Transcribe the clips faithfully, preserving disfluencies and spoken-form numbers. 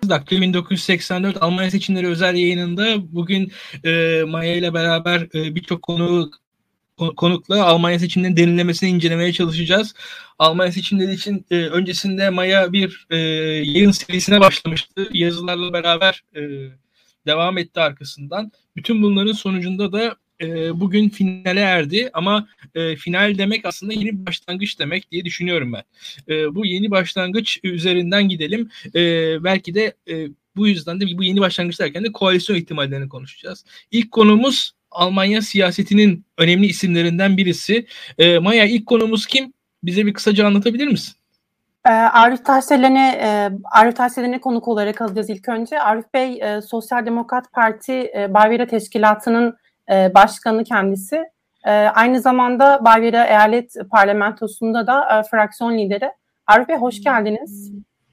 dakika bin dokuz yüz seksen dört Almanya seçimleri özel yayınında bugün e, Maya ile beraber e, birçok konu konukla Almanya seçimlerinin derinlemesine incelemeye çalışacağız. Almanya seçimleri için e, öncesinde Maya bir e, yayın serisine başlamıştı. Yazılarla beraber e, devam etti arkasından. Bütün bunların sonucunda da e, bugün finale erdi. Ama e, final demek aslında yeni bir başlangıç demek diye düşünüyorum ben. E, bu yeni başlangıç üzerinden gidelim. E, belki de e, bu yüzden de bu yeni başlangıç derken de koalisyon ihtimallerini konuşacağız. İlk konumuz Almanya siyasetinin önemli isimlerinden birisi. E, Maya, ilk konumuz kim? Bize bir kısaca anlatabilir misin? E, Arif Taşdelen'e e, Arif Taşdelen'e konuk olarak alacağız ilk önce. Arif Bey, e, Sosyal Demokrat Parti e, Bavyera Teşkilatı'nın e, başkanı kendisi. E, aynı zamanda Bavyera Eyalet Parlamentosu'nda da e, fraksiyon lideri. Arif Bey, hoş geldiniz.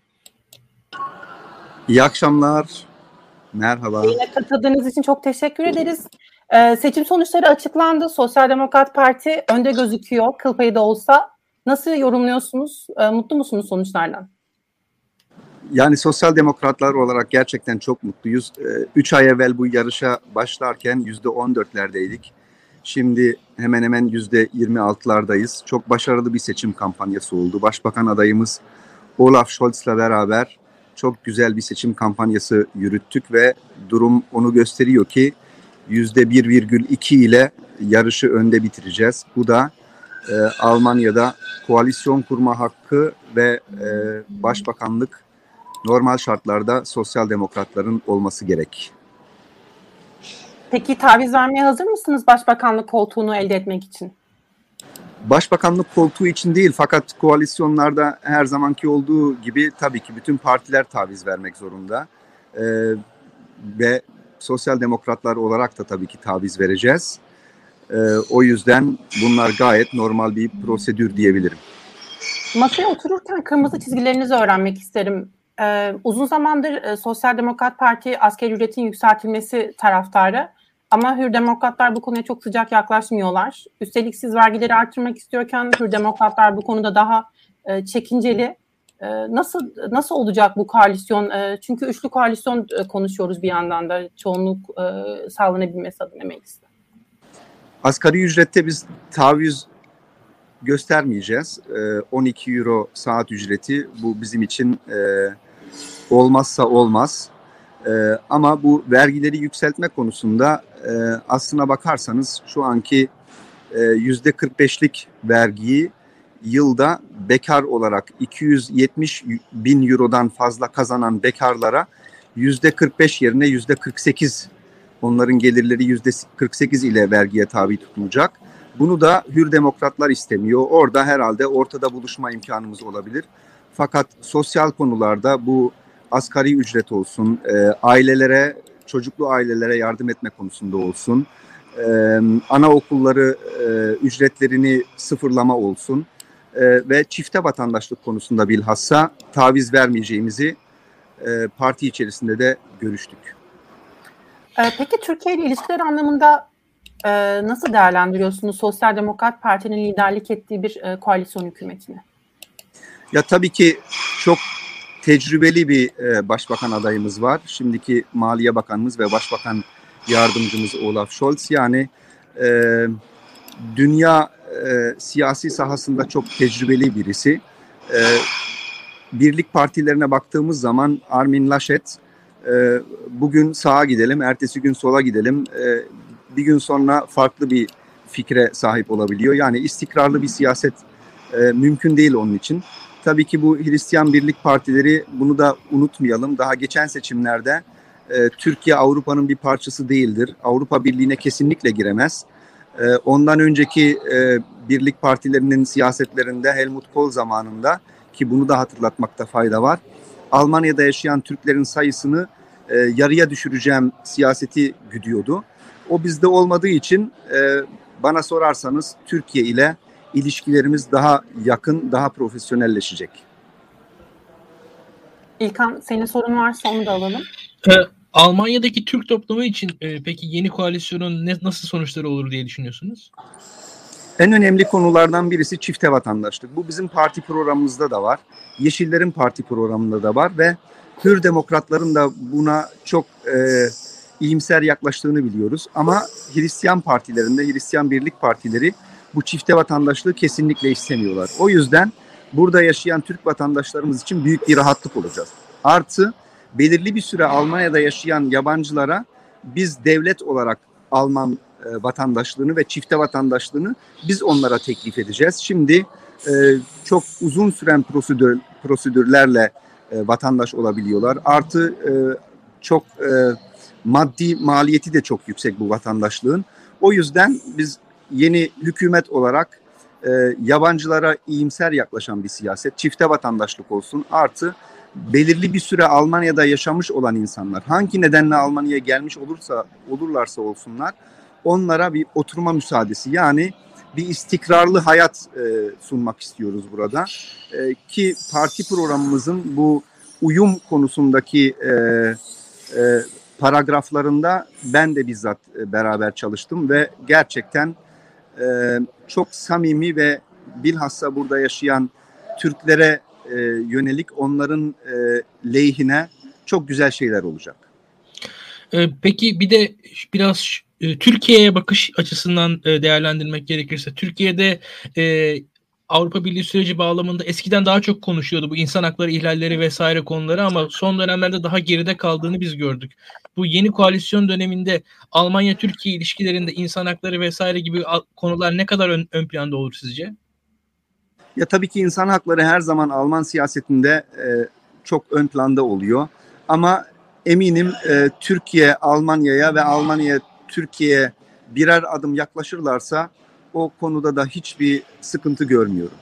İyi akşamlar. Merhaba. Yine katıldığınız için çok teşekkür ederiz. Ee, seçim sonuçları açıklandı. Sosyal Demokrat Parti önde gözüküyor, kıl payı da olsa. Nasıl yorumluyorsunuz? Ee, mutlu musunuz sonuçlardan? Yani sosyal demokratlar olarak gerçekten çok mutluyuz. Ee, üç ay evvel bu yarışa başlarken yüzde on dörtlerdeydik. Şimdi hemen hemen yüzde yirmi altılardayız. Çok başarılı bir seçim kampanyası oldu. Başbakan adayımız Olaf Scholz'la beraber çok güzel bir seçim kampanyası yürüttük ve durum onu gösteriyor ki yüzde bir virgül iki ile yarışı önde bitireceğiz. Bu da e, Almanya'da koalisyon kurma hakkı ve e, başbakanlık normal şartlarda sosyal demokratların olması gerek. Peki taviz vermeye hazır mısınız başbakanlık koltuğunu elde etmek için? Başbakanlık koltuğu için değil, fakat koalisyonlarda her zamanki olduğu gibi tabii ki bütün partiler taviz vermek zorunda. E, ve sosyal demokratlar olarak da tabii ki taviz vereceğiz. Ee, o yüzden bunlar gayet normal bir prosedür diyebilirim. Masaya otururken kırmızı çizgilerinizi öğrenmek isterim. Ee, uzun zamandır e, Sosyal Demokrat Parti asgari ücretin yükseltilmesi taraftarı. Ama Hür Demokratlar bu konuya çok sıcak yaklaşmıyorlar. Üstelik siz vergileri artırmak istiyorken Hür Demokratlar bu konuda daha e, çekinceli. Nasıl nasıl olacak bu koalisyon? Çünkü üçlü koalisyon konuşuyoruz bir yandan da çoğunluk sağlanabilmesi adına mecliste. Asgari ücrette biz taviz göstermeyeceğiz. on iki euro saat ücreti bu bizim için olmazsa olmaz. Ama bu vergileri yükseltme konusunda aslına bakarsanız şu anki yüzde kırk beşlik vergiyi yılda bekar olarak iki yüz yetmiş bin eurodan fazla kazanan bekarlara yüzde kırk beş yerine yüzde kırk sekiz, onların gelirleri yüzde kırk sekiz ile vergiye tabi tutulacak. Bunu da Hür Demokratlar istemiyor. Orada herhalde ortada buluşma imkanımız olabilir. Fakat sosyal konularda bu asgari ücret olsun, e, ailelere, çocuklu ailelere yardım etme konusunda olsun, e, anaokulları e, ücretlerini sıfırlama olsun, Ee, ve çifte vatandaşlık konusunda bilhassa taviz vermeyeceğimizi e, parti içerisinde de görüştük. Ee, peki Türkiye ile ilişkiler anlamında e, nasıl değerlendiriyorsunuz Sosyal Demokrat Parti'nin liderlik ettiği bir e, koalisyon hükümetini? Ya tabii ki çok tecrübeli bir e, başbakan adayımız var. Şimdiki Maliye Bakanımız ve Başbakan Yardımcımız Olaf Scholz. Yani e, dünya e, siyasi sahasında çok tecrübeli birisi. E, birlik partilerine baktığımız zaman Armin Laschet e, bugün sağa gidelim, ertesi gün sola gidelim, e, bir gün sonra farklı bir fikre sahip olabiliyor. Yani istikrarlı bir siyaset e, mümkün değil onun için. Tabii ki bu Hristiyan birlik partileri, bunu da unutmayalım. Daha geçen seçimlerde e, Türkiye Avrupa'nın bir parçası değildir. Avrupa Birliği'ne kesinlikle giremez. E, ondan önceki e, birlik partilerinin siyasetlerinde Helmut Kohl zamanında, ki bunu da hatırlatmakta fayda var, Almanya'da yaşayan Türklerin sayısını e, yarıya düşüreceğim siyaseti güdüyordu. O bizde olmadığı için e, bana sorarsanız Türkiye ile ilişkilerimiz daha yakın, daha profesyonelleşecek. İlkan, senin sorun varsa onu da alalım. Ee, Almanya'daki Türk toplumu için e, peki yeni koalisyonun ne, nasıl sonuçları olur diye düşünüyorsunuz? En önemli konulardan birisi çifte vatandaşlık. Bu bizim parti programımızda da var. Yeşillerin parti programında da var ve Hür Demokratların da buna çok e, iyimser yaklaştığını biliyoruz. Ama Hristiyan partilerinde, Hristiyan Birlik Partileri bu çifte vatandaşlığı kesinlikle istemiyorlar. O yüzden burada yaşayan Türk vatandaşlarımız için büyük bir rahatlık olacak. Artı belirli bir süre Almanya'da yaşayan yabancılara biz devlet olarak Alman e, vatandaşlığını ve çifte vatandaşlığını biz onlara teklif edeceğiz. Şimdi e, çok uzun süren prosedür, prosedürlerle e, vatandaş olabiliyorlar. Artı e, çok e, maddi maliyeti de çok yüksek bu vatandaşlığın. O yüzden biz yeni hükümet olarak e, yabancılara iyimser yaklaşan bir siyaset, çifte vatandaşlık olsun, artı belirli bir süre Almanya'da yaşamış olan insanlar, hangi nedenle Almanya'ya gelmiş olursa olurlarsa olsunlar, onlara bir oturma müsaadesi, yani bir istikrarlı hayat e, sunmak istiyoruz burada. E, ki parti programımızın bu uyum konusundaki e, e, paragraflarında ben de bizzat e, beraber çalıştım ve gerçekten e, çok samimi ve bilhassa burada yaşayan Türklere e, yönelik, onların e, lehine çok güzel şeyler olacak. Ee, peki bir de biraz e, Türkiye'ye bakış açısından e, değerlendirmek gerekirse, Türkiye'de e, Avrupa Birliği süreci bağlamında eskiden daha çok konuşuyordu bu insan hakları ihlalleri vesaire konuları, ama son dönemlerde daha geride kaldığını biz gördük. Bu yeni koalisyon döneminde Almanya-Türkiye ilişkilerinde insan hakları vesaire gibi konular ne kadar ön, ön planda olur sizce? Ya tabii ki insan hakları her zaman Alman siyasetinde e, çok ön planda oluyor. Ama eminim e, Türkiye Almanya'ya ve Almanya Türkiye'ye birer adım yaklaşırlarsa o konuda da hiçbir sıkıntı görmüyorum.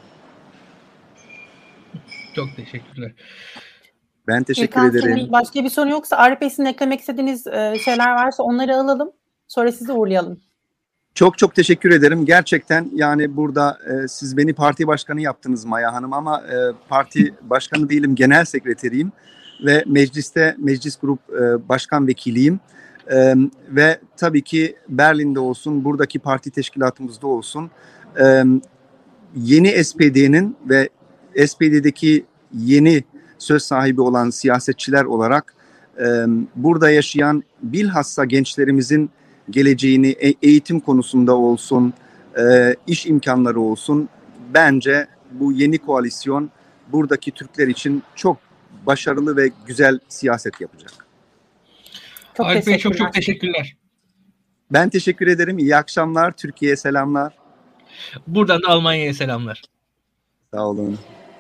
Çok teşekkürler. Ben teşekkür İlkan, ederim. Başka bir sorun yoksa Arif Bey, sizin eklemek istediğiniz e, şeyler varsa onları alalım. Sonra sizi uğurlayalım. Çok çok teşekkür ederim. Gerçekten yani burada e, siz beni parti başkanı yaptınız Maya Hanım, ama e, parti başkanı değilim, genel sekreteriyim ve mecliste meclis grup e, başkan vekiliyim. E, ve tabii ki Berlin'de olsun, buradaki parti teşkilatımızda olsun, e, yeni S P D'nin ve S P D'deki yeni söz sahibi olan siyasetçiler olarak e, burada yaşayan bilhassa gençlerimizin geleceğini, eğitim konusunda olsun, e, iş imkanları olsun, bence bu yeni koalisyon buradaki Türkler için çok başarılı ve güzel siyaset yapacak. Çok Arif Bey, çok çok teşekkürler. Ben teşekkür ederim. İyi akşamlar. Türkiye'ye selamlar. Buradan da Almanya'ya selamlar. Sağ olun.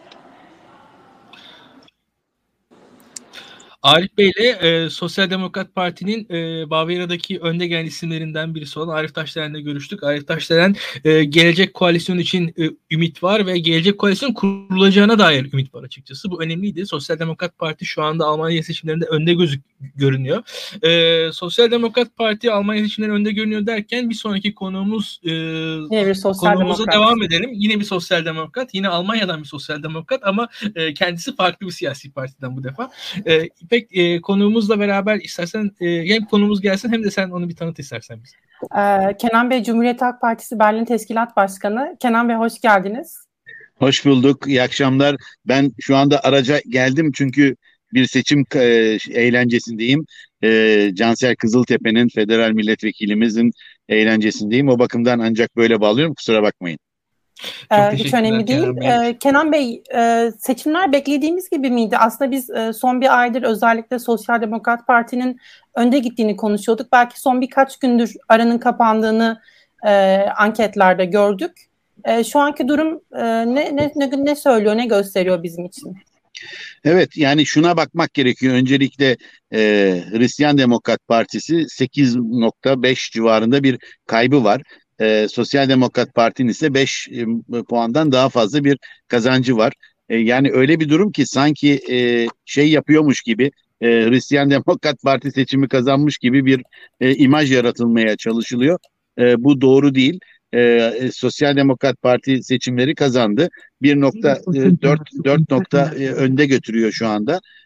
Arif Bey ile e, Sosyal Demokrat Parti'nin e, Bavyera'daki önde gelen isimlerinden birisi olan Arif Taşderen'le görüştük. Arif Taşderen e, gelecek koalisyon için e, ümit var ve gelecek koalisyon kurulacağına dair ümit var açıkçası. Bu önemliydi. Sosyal Demokrat Parti şu anda Almanya seçimlerinde önde gözük görünüyor. E, Sosyal Demokrat Parti Almanya seçimlerinde önde görünüyor derken bir sonraki konuğumuz e, konuğumuza devam edelim. Yine bir sosyal demokrat, yine Almanya'dan bir sosyal demokrat, ama e, kendisi farklı bir siyasi partiden bu defa. E, İpek, e, konuğumuzla beraber istersen e, hem konuğumuz gelsin hem de sen onu bir tanıt istersen bize. Ee, Kenan Bey, Cumhuriyet Halk Partisi Berlin Teşkilat Başkanı. Kenan Bey, hoş geldiniz. Hoş bulduk. İyi akşamlar. Ben şu anda araca geldim çünkü bir seçim e, eğlencesindeyim. E, Cansel Kızıltepe'nin federal milletvekilimizin eğlencesindeyim. O bakımdan ancak böyle bağlıyorum. Kusura bakmayın. Ee, hiç önemli değil. Kenan Bey, ee, Kenan Bey e, seçimler beklediğimiz gibi miydi? Aslında biz e, son bir aydır özellikle Sosyal Demokrat Parti'nin önde gittiğini konuşuyorduk. Belki son birkaç gündür aranın kapandığını e, anketlerde gördük. E, şu anki durum e, ne, ne, ne, ne söylüyor, ne gösteriyor bizim için? Evet, yani şuna bakmak gerekiyor. Öncelikle e, Hristiyan Demokrat Partisi sekiz nokta beş civarında bir kaybı var. E, Sosyal Demokrat Parti'nin ise beş e, puandan daha fazla bir kazancı var. E, yani öyle bir durum ki sanki e, şey yapıyormuş gibi, e, Hristiyan Demokrat Parti seçimi kazanmış gibi bir e, imaj yaratılmaya çalışılıyor. E, bu doğru değil. E, Sosyal Demokrat Parti seçimleri kazandı. bir nokta dört dört nokta önde götürüyor şu anda.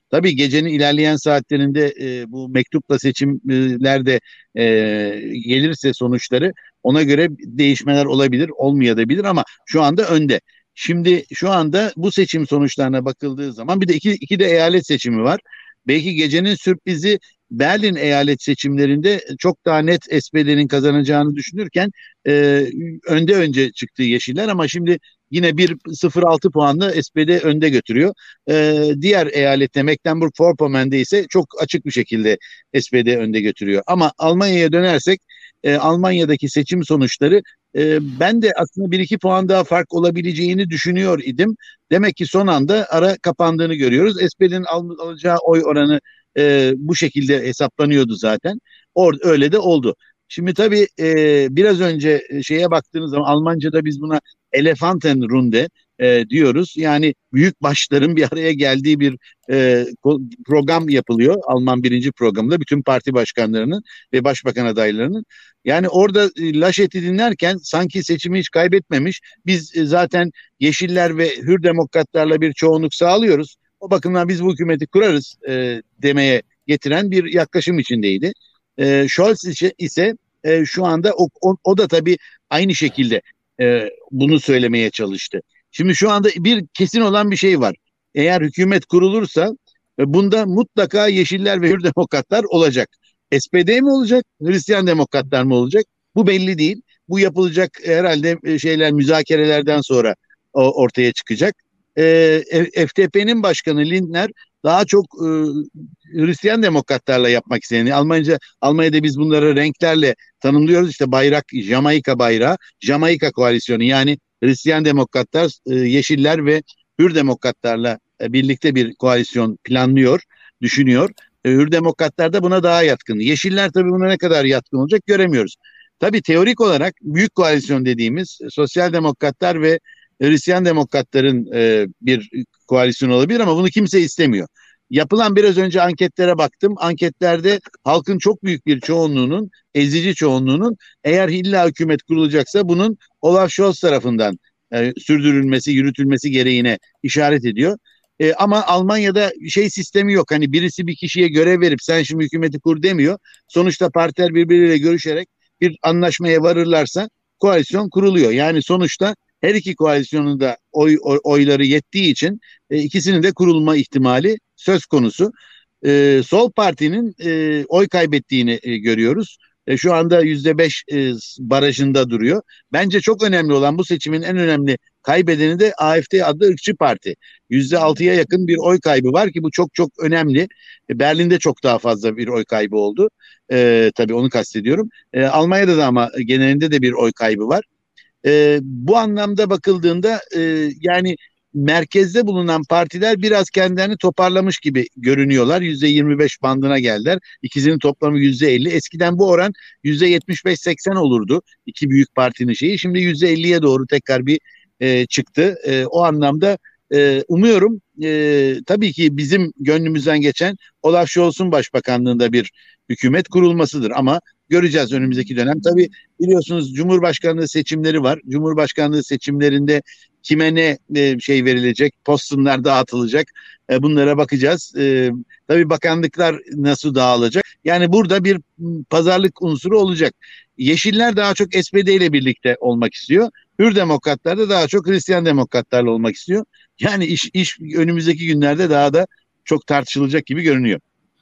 Tabii gecenin ilerleyen saatlerinde e, bu mektupla seçimler de e, gelirse sonuçları ona göre değişmeler olabilir, olmayabilir ama şu anda önde. Şimdi şu anda bu seçim sonuçlarına bakıldığı zaman bir de iki, iki de eyalet seçimi var. Belki gecenin sürprizi Berlin eyalet seçimlerinde çok daha net S P D'nin kazanacağını düşünürken e, önde önce çıktı Yeşiller ama şimdi yine bir sıfır virgül altı puanla S P D önde götürüyor. E, diğer eyalette Mecklenburg-Vorpommern'de ise çok açık bir şekilde S P D önde götürüyor. Ama Almanya'ya dönersek e, Almanya'daki seçim sonuçları e, ben de aslında bir iki puan daha fark olabileceğini düşünüyor idim. Demek ki son anda ara kapandığını görüyoruz. S P D'nin al- alacağı oy oranı e, bu şekilde hesaplanıyordu zaten. Or öyle de oldu. Şimdi tabii e, biraz önce şeye baktığınız zaman Almanca'da biz buna Elefantenrunde e, diyoruz. Yani büyük başların bir araya geldiği bir e, program yapılıyor. Alman birinci programında bütün parti başkanlarının ve başbakan adaylarının. Yani orada e, Laschet'i dinlerken sanki seçimi hiç kaybetmemiş. Biz e, zaten Yeşiller ve Hür Demokratlarla bir çoğunluk sağlıyoruz. O bakımdan biz bu hükümeti kurarız e, demeye getiren bir yaklaşım içindeydi. E, Scholz ise, ise e, şu anda o, o, o da tabii aynı şekilde e, bunu söylemeye çalıştı. Şimdi şu anda bir kesin olan bir şey var. Eğer hükümet kurulursa e, bunda mutlaka Yeşiller ve Hür Demokratlar olacak. S P D mi olacak, Hristiyan Demokratlar mı olacak? Bu belli değil. Bu yapılacak herhalde e, şeyler müzakerelerden sonra o, ortaya çıkacak. E, F D P'nin başkanı Lindner daha çok e, Hristiyan demokratlarla yapmak istediğini. Almanca, Almanya'da biz bunları renklerle tanımlıyoruz. İşte bayrak, Jamaika bayrağı, Jamaika koalisyonu yani Hristiyan demokratlar, e, Yeşiller ve Hür demokratlarla e, birlikte bir koalisyon planlıyor, düşünüyor. E, Hür demokratlar da buna daha yatkın. Yeşiller tabii buna ne kadar yatkın olacak göremiyoruz. Tabii teorik olarak büyük koalisyon dediğimiz sosyal demokratlar ve Hristiyan demokratların e, bir koalisyon olabilir ama bunu kimse istemiyor. Yapılan biraz önce anketlere baktım. Anketlerde halkın çok büyük bir çoğunluğunun, ezici çoğunluğunun eğer illa hükümet kurulacaksa bunun Olaf Scholz tarafından e, sürdürülmesi, yürütülmesi gereğine işaret ediyor. E, ama Almanya'da şey sistemi yok. Hani birisi bir kişiye görev verip sen şimdi hükümeti kur demiyor. Sonuçta partiler birbiriyle görüşerek bir anlaşmaya varırlarsa koalisyon kuruluyor. Yani sonuçta her iki koalisyonun da oy, oy, oyları yettiği için e, ikisinin de kurulma ihtimali söz konusu. E, Sol Parti'nin e, oy kaybettiğini e, görüyoruz. E, şu anda yüzde beş e, barajında duruyor. Bence çok önemli olan bu seçimin en önemli kaybedeni de A F D adlı ırkçı parti. yüzde altıya yakın bir oy kaybı var ki bu çok çok önemli. E, Berlin'de çok daha fazla bir oy kaybı oldu. E, tabii onu kastediyorum. E, Almanya'da da ama genelinde de bir oy kaybı var. E, bu anlamda bakıldığında e, yani merkezde bulunan partiler biraz kendilerini toparlamış gibi görünüyorlar. yüzde yirmi beş bandına geldiler. İkisinin toplamı yüzde elli. Eskiden bu oran yüzde yetmiş beş seksen olurdu. İki büyük partinin şeyi. Şimdi yüzde elliye doğru tekrar bir e, çıktı. E, o anlamda e, umuyorum e, tabii ki bizim gönlümüzden geçen Olaf Scholz'un başbakanlığında bir hükümet kurulmasıdır ama göreceğiz önümüzdeki dönem. Tabii biliyorsunuz Cumhurbaşkanlığı seçimleri var. Cumhurbaşkanlığı seçimlerinde kime ne e, şey verilecek, postumlar dağıtılacak. E, bunlara bakacağız. E, tabii bakanlıklar nasıl dağılacak? Yani burada bir pazarlık unsuru olacak. Yeşiller daha çok S P D ile birlikte olmak istiyor. Hür Demokratlar da daha çok Hristiyan Demokratlarla olmak istiyor. Yani iş, iş önümüzdeki günlerde daha da çok tartışılacak gibi görünüyor.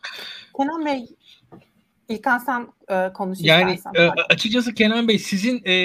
Kenan Bey, İlkan sen e, konuş yani, istersen. Yani e, açıkçası Kenan Bey sizin e,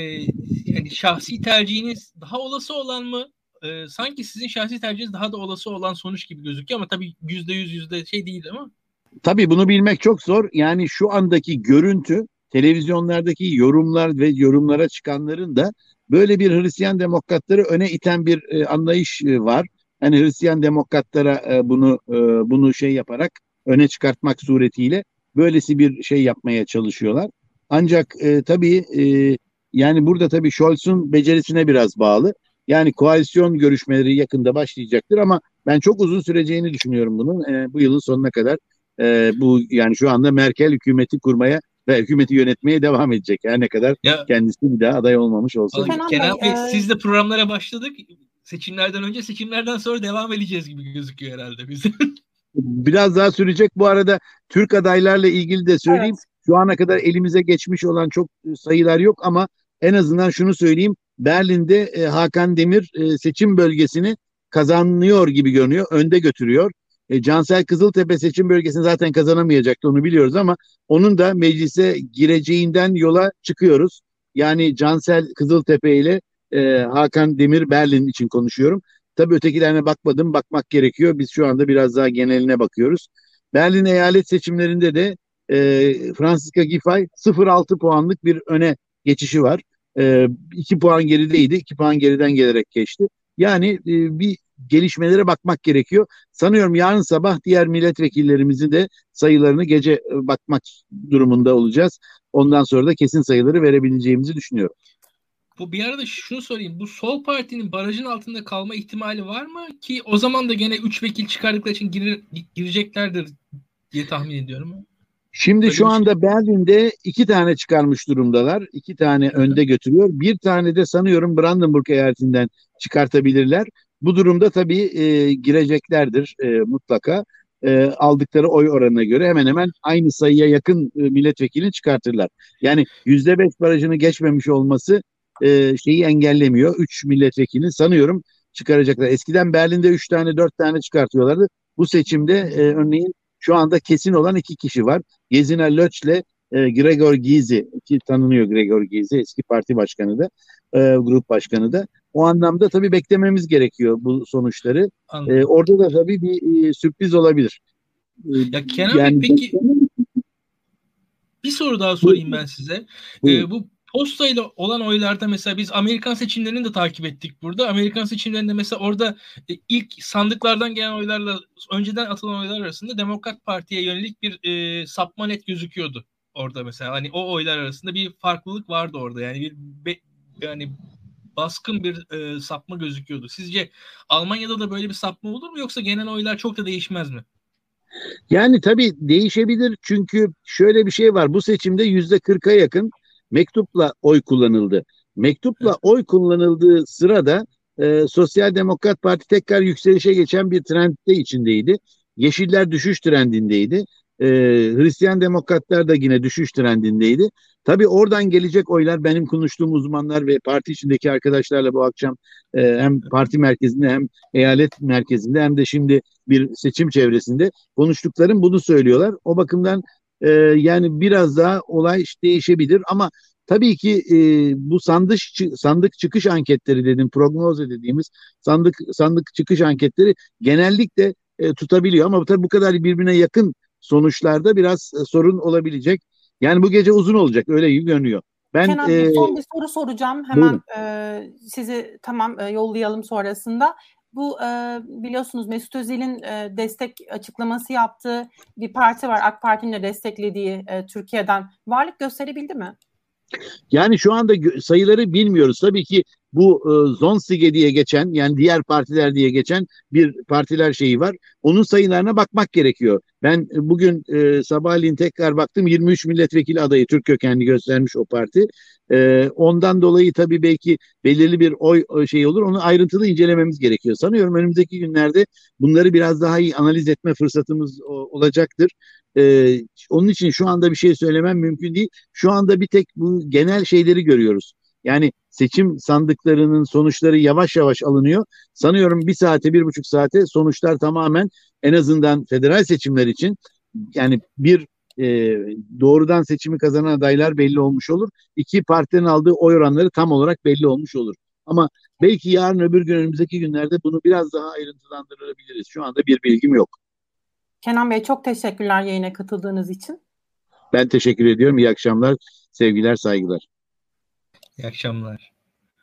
yani şahsi tercihiniz daha olası olan mı? E, sanki sizin şahsi tercihiniz daha da olası olan sonuç gibi gözüküyor ama tabii yüzde yüz yüzde şey değil ama. Tabii bunu bilmek çok zor. Yani şu andaki görüntü, televizyonlardaki yorumlar ve yorumlara çıkanların da böyle bir Hristiyan demokratları öne iten bir e, anlayış e, var. Hani Hristiyan demokratlara e, bunu e, bunu şey yaparak öne çıkartmak suretiyle böylesi bir şey yapmaya çalışıyorlar. Ancak e, tabii e, yani burada tabii Scholz'un becerisine biraz bağlı. Yani koalisyon görüşmeleri yakında başlayacaktır ama ben çok uzun süreceğini düşünüyorum bunun. E, bu yılın sonuna kadar e, bu yani şu anda Merkel hükümeti kurmaya ve hükümeti yönetmeye devam edecek. Her ne kadar ya, kendisi bir daha aday olmamış olsa. Kenan, Kenan Bey, Bey e... siz de programlara başladık. Seçimlerden önce, seçimlerden sonra devam edeceğiz gibi gözüküyor herhalde bize. Biraz daha sürecek. Bu arada Türk adaylarla ilgili de söyleyeyim. Evet. Şu ana kadar elimize geçmiş olan çok sayılar yok ama en azından şunu söyleyeyim. Berlin'de e, Hakan Demir e, seçim bölgesini kazanıyor gibi görünüyor. Önde götürüyor. E, Cansel Kızıltepe seçim bölgesini zaten kazanamayacaktı, onu biliyoruz ama onun da meclise gireceğinden yola çıkıyoruz. Yani Cansel Kızıltepe ile e, Hakan Demir Berlin için konuşuyorum. Tabii ötekilerine bakmadım, bakmak gerekiyor. Biz şu anda biraz daha geneline bakıyoruz. Berlin eyalet seçimlerinde de e, Franziska Giffey sıfır virgül altı puanlık bir öne geçişi var. E, iki puan gerideydi, iki puan geriden gelerek geçti. Yani e, bir gelişmelere bakmak gerekiyor. Sanıyorum yarın sabah diğer milletvekillerimizi de sayılarını gece e, bakmak durumunda olacağız. Ondan sonra da kesin sayıları verebileceğimizi düşünüyorum. Bu bir arada şunu sorayım. Bu Sol Parti'nin barajın altında kalma ihtimali var mı? Ki o zaman da gene üç vekil çıkardıkları için gir, gireceklerdir diye tahmin ediyorum. Şimdi Böyle şu bir anda şey. Berlin'de iki tane çıkarmış durumdalar. İki tane Hı-hı. önde götürüyor. Bir tane de sanıyorum Brandenburg eyaletinden çıkartabilirler. Bu durumda tabii e, gireceklerdir e, mutlaka. E, aldıkları oy oranına göre hemen hemen aynı sayıya yakın e, milletvekilini çıkartırlar. Yani yüzde beş barajını geçmemiş olması e, şeyi engellemiyor. Üç milletvekilini sanıyorum çıkaracaklar. Eskiden Berlin'de üç tane dört tane çıkartıyorlardı. Bu seçimde e, örneğin şu anda kesin olan iki kişi var. Gesine Lötsch ile e, Gregor Gysi, ki tanınıyor Gregor Gysi, eski parti başkanı da, e, grup başkanı da. O anlamda tabii beklememiz gerekiyor bu sonuçları. E, orada da tabii bir e, sürpriz olabilir. E, Ya Kenan yani Bey, peki bir soru daha sorayım ben size. E, bu postayla olan oylarda mesela biz Amerikan seçimlerini de takip ettik burada. Amerikan seçimlerinde mesela orada e, ilk sandıklardan gelen oylarla önceden atılan oylar arasında Demokrat Parti'ye yönelik bir e, sapma net gözüküyordu orada mesela. Hani o oylar arasında bir farklılık vardı orada. Yani bir be, yani baskın bir e, sapma gözüküyordu. Sizce Almanya'da da böyle bir sapma olur mu, yoksa genel oylar çok da değişmez mi? Yani tabii değişebilir, çünkü şöyle bir şey var. Bu seçimde yüzde kırka yakın mektupla oy kullanıldı. Mektupla oy kullanıldığı sırada e, Sosyal Demokrat Parti tekrar yükselişe geçen bir trendde içindeydi. Yeşiller düşüş trendindeydi. E, Hristiyan Demokratlar da yine düşüş trendindeydi. Tabii oradan gelecek oylar, benim konuştuğum uzmanlar ve parti içindeki arkadaşlarla bu akşam e, hem parti merkezinde hem eyalet merkezinde hem de şimdi bir seçim çevresinde konuştuklarım bunu söylüyorlar. O bakımdan e, yani biraz daha olay değişebilir ama tabii ki e, bu sandık sandık çıkış anketleri dedim, prognoz dediğimiz sandık sandık çıkış anketleri genellikle e, tutabiliyor ama tabii bu kadar birbirine yakın sonuçlarda biraz e, sorun olabilecek. Yani bu gece uzun olacak, öyle gibi görünüyor. Ben Kenan e, Bey, son bir soru soracağım. Hemen e, sizi tamam e, yollayalım sonrasında. Bu e, biliyorsunuz Mesut Özil'in e, destek açıklaması yaptığı bir parti var. AK Parti'nin de desteklediği e, Türkiye'den. Varlık gösterebildi mi? Yani şu anda sayıları bilmiyoruz. Tabii ki bu e, Zonsige diye geçen, yani diğer partiler diye geçen bir partiler şeyi var. Onun sayılarına bakmak gerekiyor. Ben bugün e, sabahleyin tekrar baktım, yirmi üç milletvekili adayı Türk kökenli göstermiş o parti. E, ondan dolayı tabii belki belirli bir oy şey olur. Onu ayrıntılı incelememiz gerekiyor. Sanıyorum önümüzdeki günlerde bunları biraz daha iyi analiz etme fırsatımız o, olacaktır. Ee, onun için şu anda bir şey söylemem mümkün değil. Şu anda bir tek bu genel şeyleri görüyoruz. Yani seçim sandıklarının sonuçları yavaş yavaş alınıyor. Sanıyorum bir saate, bir buçuk saate sonuçlar tamamen, en azından federal seçimler için, yani bir e, doğrudan seçimi kazanan adaylar belli olmuş olur. İki partinin aldığı oy oranları tam olarak belli olmuş olur. Ama belki yarın öbür gün, önümüzdeki günlerde bunu biraz daha ayrıntılandırabiliriz. Şu anda bir bilgim yok. Kenan Bey, çok teşekkürler yayına katıldığınız için. Ben teşekkür ediyorum. İyi akşamlar, sevgiler, saygılar. İyi akşamlar.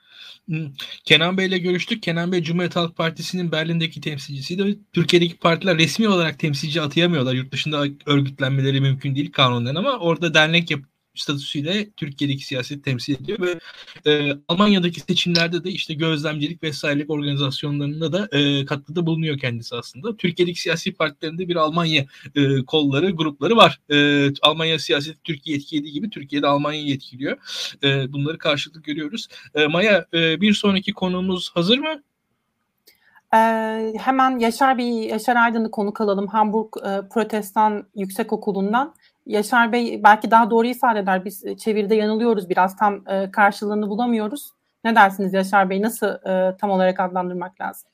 Kenan Bey ile görüştük. Kenan Bey Cumhuriyet Halk Partisi'nin Berlin'deki temsilcisiydi. Türkiye'deki partiler resmi olarak temsilci atayamıyorlar. Yurt dışında örgütlenmeleri mümkün değil kanunen, ama orada dernek yap statüsüyle Türkiye'deki siyaseti temsil ediyor ve e, Almanya'daki seçimlerde de işte gözlemcilik vesairelik organizasyonlarında da e, katkıda bulunuyor kendisi aslında. Türkiye'deki siyasi partilerinde bir Almanya e, kolları, grupları var. E, Almanya siyaseti Türkiye etkilediği gibi Türkiye'de Almanya'yı etkiliyor. E, bunları karşılıklı görüyoruz. E, Maya, e, bir sonraki konuğumuz hazır mı? Ee, hemen Yaşar Bey, Yaşar Aydın'ı konuk alalım Hamburg e, Protestan Yüksekokulu'ndan. Yaşar Bey belki daha doğru ifade eder. Biz çeviride yanılıyoruz biraz, tam e, karşılığını bulamıyoruz. Ne dersiniz Yaşar Bey? Nasıl e, tam olarak adlandırmak lazım?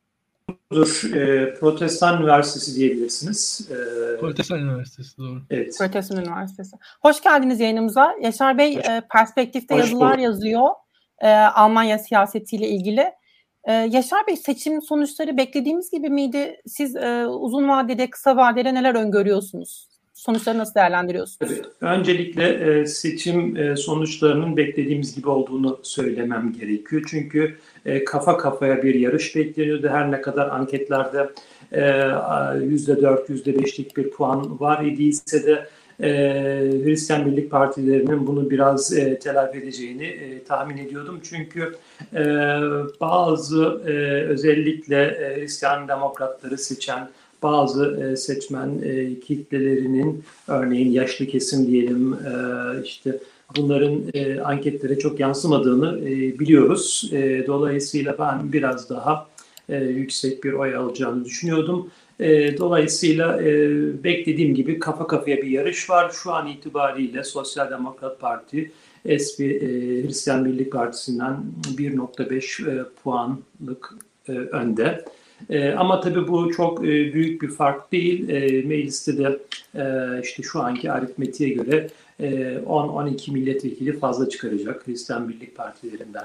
Dur, e, Protestan Üniversitesi diyebilirsiniz. E, Protestan Üniversitesi, doğru. Evet. Protestan Üniversitesi. Hoş geldiniz yayınımıza. Yaşar Bey e, Perspektif'te Hoş yazılar bulduk. yazıyor e, Almanya siyasetiyle ilgili. Ee, Yaşar Bey, seçim sonuçları beklediğimiz gibi miydi? Siz e, uzun vadede, kısa vadede neler öngörüyorsunuz? Sonuçları nasıl değerlendiriyorsunuz? Evet, öncelikle e, seçim e, sonuçlarının beklediğimiz gibi olduğunu söylemem gerekiyor. Çünkü e, kafa kafaya bir yarış bekleniyordu. Her ne kadar anketlerde e, yüzde dört, yüzde beşlik bir puan var idiyse de e, Hristiyan Birlik Partilerinin bunu biraz e, telafi edeceğini e, tahmin ediyordum. Çünkü e, bazı e, özellikle e, Hristiyan demokratları seçen bazı seçmen kitlelerinin, örneğin yaşlı kesim diyelim, işte bunların anketlere çok yansımadığını biliyoruz. Dolayısıyla ben biraz daha yüksek bir oy alacağını düşünüyordum. Dolayısıyla beklediğim gibi kafa kafaya bir yarış var. Şu an itibariyle Sosyal Demokrat Parti, S P, Hristiyan Birlik Partisi'nden bir nokta beş puanlık önde. Ee, ama tabii bu çok e, büyük bir fark değil. E, mecliste de e, işte şu anki aritmetiğe göre e, on on iki milletvekili fazla çıkaracak Hristiyan Birlik Partilerinden.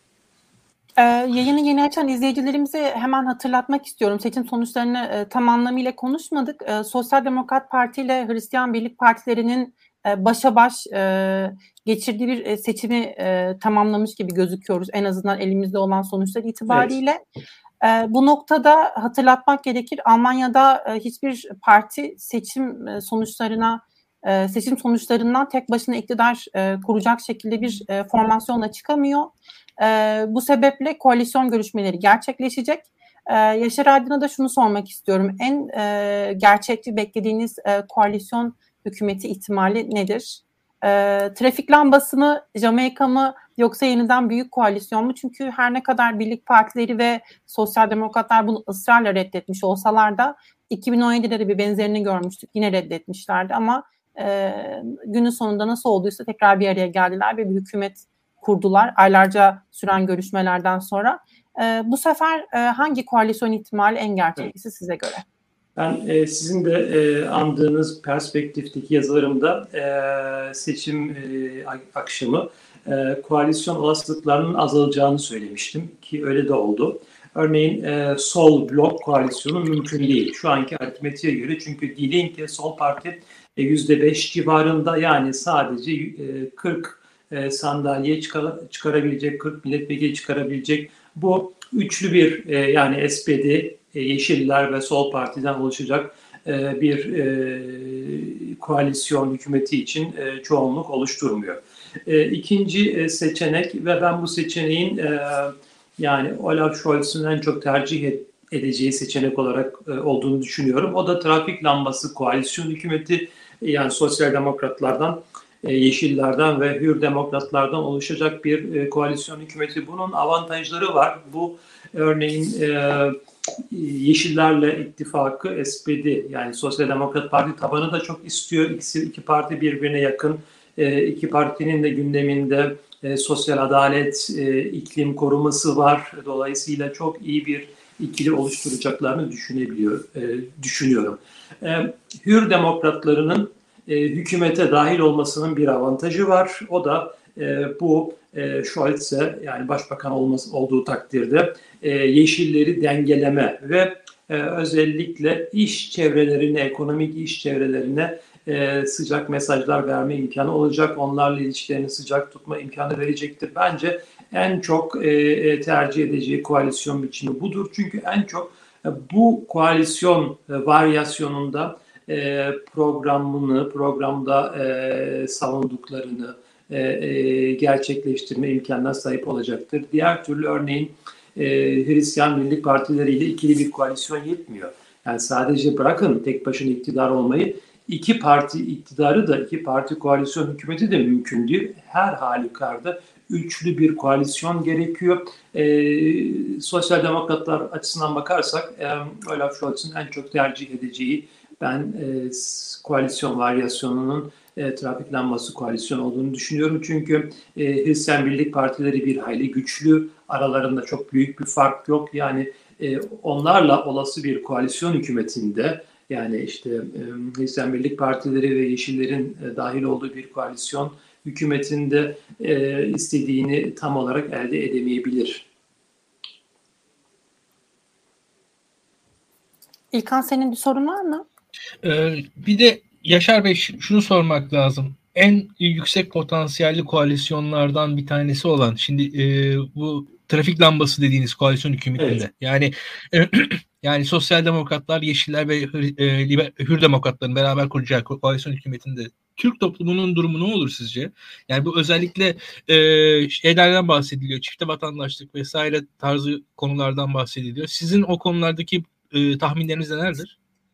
Ee, yayını yeni açan izleyicilerimize hemen hatırlatmak istiyorum. Seçim sonuçlarını e, tam anlamıyla konuşmadık. E, Sosyal Demokrat Parti ile Hristiyan Birlik Partilerinin e, başa baş e, geçirdiği bir e, seçimi e, tamamlamış gibi gözüküyoruz. En azından elimizde olan sonuçlar itibariyle. Evet. E, bu noktada hatırlatmak gerekir. Almanya'da e, hiçbir parti seçim e, sonuçlarına e, seçim sonuçlarından tek başına iktidar e, kuracak şekilde bir e, formasyonla çıkamıyor. E, bu sebeple koalisyon görüşmeleri gerçekleşecek. E, Yaşar Aydın'a da şunu sormak istiyorum. En e, gerçekçi beklediğiniz e, koalisyon hükümeti ihtimali nedir? E, trafik lambası mı, Jamaika mı, yoksa yeniden büyük koalisyon mu? Çünkü her ne kadar birlik partileri ve sosyal demokratlar bunu ısrarla reddetmiş olsalar da iki bin on yedide de bir benzerini görmüştük. Yine reddetmişlerdi ama e, günün sonunda nasıl olduysa tekrar bir araya geldiler ve bir hükümet kurdular aylarca süren görüşmelerden sonra. E, bu sefer e, hangi koalisyon ihtimali en gerçeklisi size göre? Ben e, sizin de e, andığınız perspektifteki yazılarımda e, seçim e, akşamı e, koalisyon olasılıklarının azalacağını söylemiştim ki öyle de oldu. Örneğin e, sol blok koalisyonu mümkün değil şu anki aritmetiğe göre, çünkü Die Linke sol parti e, yüzde beş civarında, yani sadece e, kırk e, sandalye çıkar, çıkarabilecek, kırk milletvekili çıkarabilecek bu üçlü bir e, yani S P D, e, Yeşiller ve Sol Parti'den oluşacak e, bir e, koalisyon hükümeti için e, çoğunluk oluşturmuyor. E, ikinci e, seçenek ve ben bu seçeneğin e, yani Olaf Scholz'un en çok tercih et, edeceği seçenek olarak e, olduğunu düşünüyorum. O da trafik lambası koalisyon hükümeti, yani sosyal demokratlardan, e, yeşillerden ve hür demokratlardan oluşacak bir e, koalisyon hükümeti. Bunun avantajları var. Bu örneğin e, Yeşillerle ittifakı S P D, yani Sosyal Demokrat Parti tabanı da çok istiyor. İkisi, iki parti birbirine yakın. E, iki partinin de gündeminde e, sosyal adalet, e, iklim koruması var. Dolayısıyla çok iyi bir ikili oluşturacaklarını düşünebiliyor, e, düşünüyorum. E, hür demokratlarının e, hükümete dahil olmasının bir avantajı var. O da e, bu e, Scholz'e, yani başbakan olması, olduğu takdirde e, yeşilleri dengeleme ve e, özellikle iş çevrelerine, ekonomik iş çevrelerine e, sıcak mesajlar verme imkanı olacak. Onlarla ilişkilerini sıcak tutma imkanı verecektir. Bence en çok e, tercih edeceği koalisyon biçimi budur. Çünkü en çok e, bu koalisyon e, varyasyonunda e, programını, programda e, savunduklarını e, e, gerçekleştirme imkanına sahip olacaktır. Diğer türlü örneğin e, Hristiyan Birlik Partileri ile ikili bir koalisyon yetmiyor. Yani sadece bırakın tek başına iktidar olmayı, iki parti iktidarı da, iki parti koalisyon hükümeti de mümkün değil. Her halükarda üçlü bir koalisyon gerekiyor. E, Sosyal Demokratlar açısından bakarsak e, Olaf Scholz'un en çok tercih edeceği ben e, koalisyon varyasyonunun e, trafik lambası koalisyon olduğunu düşünüyorum. Çünkü e, Hristiyan Birlik Partileri bir hayli güçlü. Aralarında çok büyük bir fark yok. Yani e, onlarla olası bir koalisyon hükümetinde, yani işte e, Hristiyan Birlik Partileri ve Yeşillerin e, dahil olduğu bir koalisyon hükümetinde e, istediğini tam olarak elde edemeyebilir. İlkan, senin bir sorun var mı? Ee, bir de Yaşar Bey, şunu sormak lazım. En yüksek potansiyelli koalisyonlardan bir tanesi olan, şimdi e, bu trafik lambası dediğiniz koalisyon hükümetinde. Evet. Yani e, yani Sosyal Demokratlar, Yeşiller ve e, Liber, Hür Demokratların beraber kuracağı koalisyon hükümetinde Türk toplumunun durumu ne olur sizce? Yani bu özellikle e, şeylerden bahsediliyor. Çifte vatandaşlık vesaire tarzı konulardan bahsediliyor. Sizin o konulardaki e, tahminleriniz nelerdir?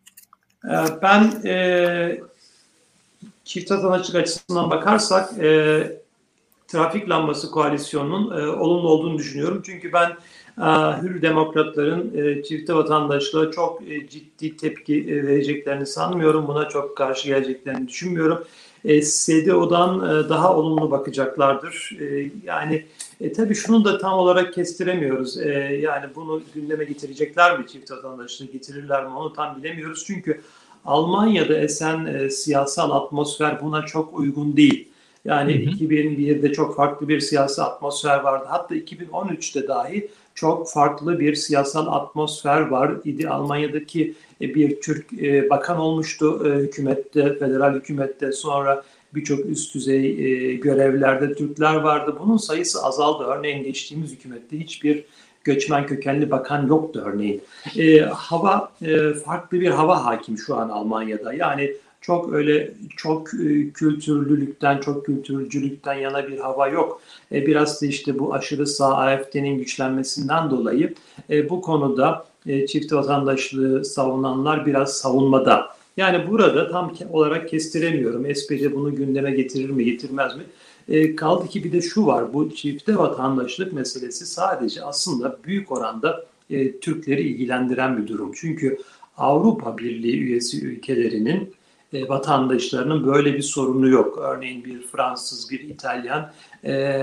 Ben e, çift vatandaşlık açısından bakarsak e, trafik lambası koalisyonunun e, olumlu olduğunu düşünüyorum. Çünkü ben e, Hür Demokratların e, çifte vatandaşlığa çok e, ciddi tepki e, vereceklerini sanmıyorum. Buna çok karşı geleceklerini düşünmüyorum. E, S D O'dan e, daha olumlu bakacaklardır. E, yani e, tabii şunu da tam olarak kestiremiyoruz. E, yani bunu gündeme getirecekler mi, çift vatandaşlığı getirirler mi, onu tam bilemiyoruz. Çünkü Almanya'da esen e, siyasal atmosfer buna çok uygun değil. Yani hı hı. iki bin birde çok farklı bir siyasal atmosfer vardı. Hatta iki bin on üçte dahi çok farklı bir siyasal atmosfer var idi. Almanya'daki bir Türk bakan olmuştu hükümette, federal hükümette. Sonra birçok üst düzey görevlerde Türkler vardı. Bunun sayısı azaldı. Örneğin geçtiğimiz hükümette hiçbir göçmen kökenli bakan yoktu örneğin. E, hava e, farklı bir hava hakim şu an Almanya'da. Yani çok öyle çok e, kültürlülükten, çok kültürcülükten yana bir hava yok. E, biraz da işte bu aşırı sağ A F D'nin güçlenmesinden dolayı e, bu konuda e, çift vatandaşlığı savunanlar biraz savunmada. Yani burada tam olarak kestiremiyorum. S P D bunu gündeme getirir mi, getirmez mi? E, kaldı ki bir de şu var, bu çifte vatandaşlık meselesi sadece aslında büyük oranda e, Türkleri ilgilendiren bir durum. Çünkü Avrupa Birliği üyesi ülkelerinin e, vatandaşlarının böyle bir sorunu yok. Örneğin bir Fransız, bir İtalyan e,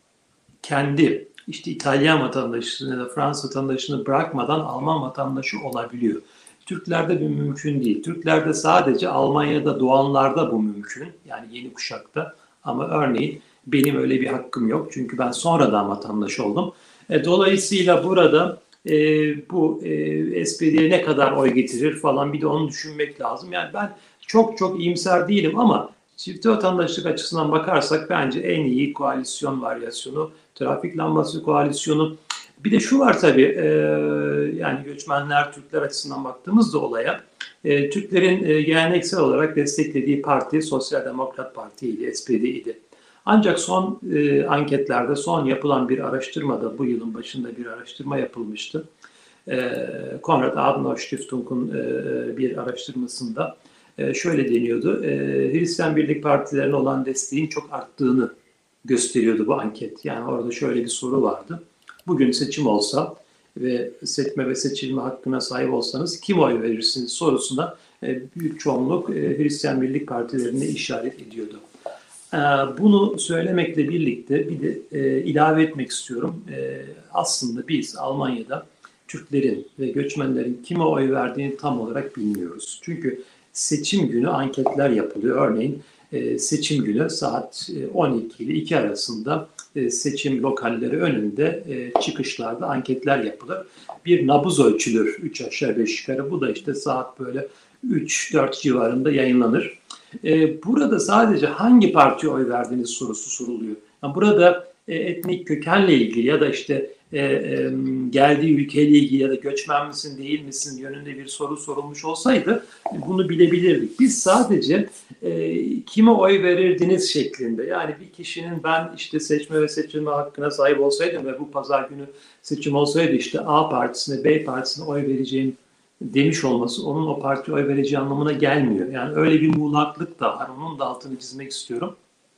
kendi işte İtalyan vatandaşlığını ya da Fransız vatandaşlığını bırakmadan Alman vatandaşı olabiliyor. Türklerde bu mümkün değil. Türklerde sadece Almanya'da doğanlarda bu mümkün. Yani yeni kuşakta. Ama örneğin benim öyle bir hakkım yok. Çünkü ben sonradan vatandaş oldum. E, dolayısıyla burada e, bu e, S P D'ye ne kadar oy getirir falan bir de onu düşünmek lazım. Yani ben çok çok iyimser değilim ama çift vatandaşlık açısından bakarsak bence en iyi koalisyon varyasyonu trafik lambası koalisyonu. Bir de şu var tabii e, yani göçmenler Türkler açısından baktığımızda olaya e, Türklerin e, geleneksel olarak desteklediği parti Sosyal Demokrat Parti'ydi, S P D'ydi. Ancak son e, anketlerde, son yapılan bir araştırmada, bu yılın başında bir araştırma yapılmıştı. E, Konrad Adenauer Stiftung'un e, bir araştırmasında e, şöyle deniyordu. E, Hristiyan Birlik Partilerine olan desteğin çok arttığını gösteriyordu bu anket. Yani orada şöyle bir soru vardı. Bugün seçim olsa ve seçme ve seçilme hakkına sahip olsanız kim oy verirsiniz sorusuna e, büyük çoğunluk e, Hristiyan Birlik Partilerine işaret ediyordu. E, bunu söylemekle birlikte bir de e, ilave etmek istiyorum. E, aslında biz Almanya'da Türklerin ve göçmenlerin kime oy verdiğini tam olarak bilmiyoruz. Çünkü seçim günü anketler yapılıyor. Örneğin e, seçim günü saat on iki ile iki arasında seçim lokalleri önünde e, çıkışlarda anketler yapılır. Bir nabız ölçülür üç aşağı beş yukarı. Bu da işte saat böyle üç dört civarında yayınlanır. E, burada sadece hangi partiye oy verdiğiniz sorusu soruluyor. Yani burada e, etnik kökenle ilgili ya da işte e, e, geldiği ülkeyle ilgili ya da göçmen misin değil misin yönünde bir soru sorulmuş olsaydı bunu bilebilirdik. Biz sadece e, kime oy verirdiniz şeklinde, yani bir kişinin ben işte seçme ve seçilme hakkına sahip olsaydım ve bu pazar günü seçim olsaydı işte A partisine B partisine oy vereceğim demiş olması onun o partiye oy vereceği anlamına gelmiyor. Yani öyle bir muğlaklık da var. Onun da altını çizmek istiyorum.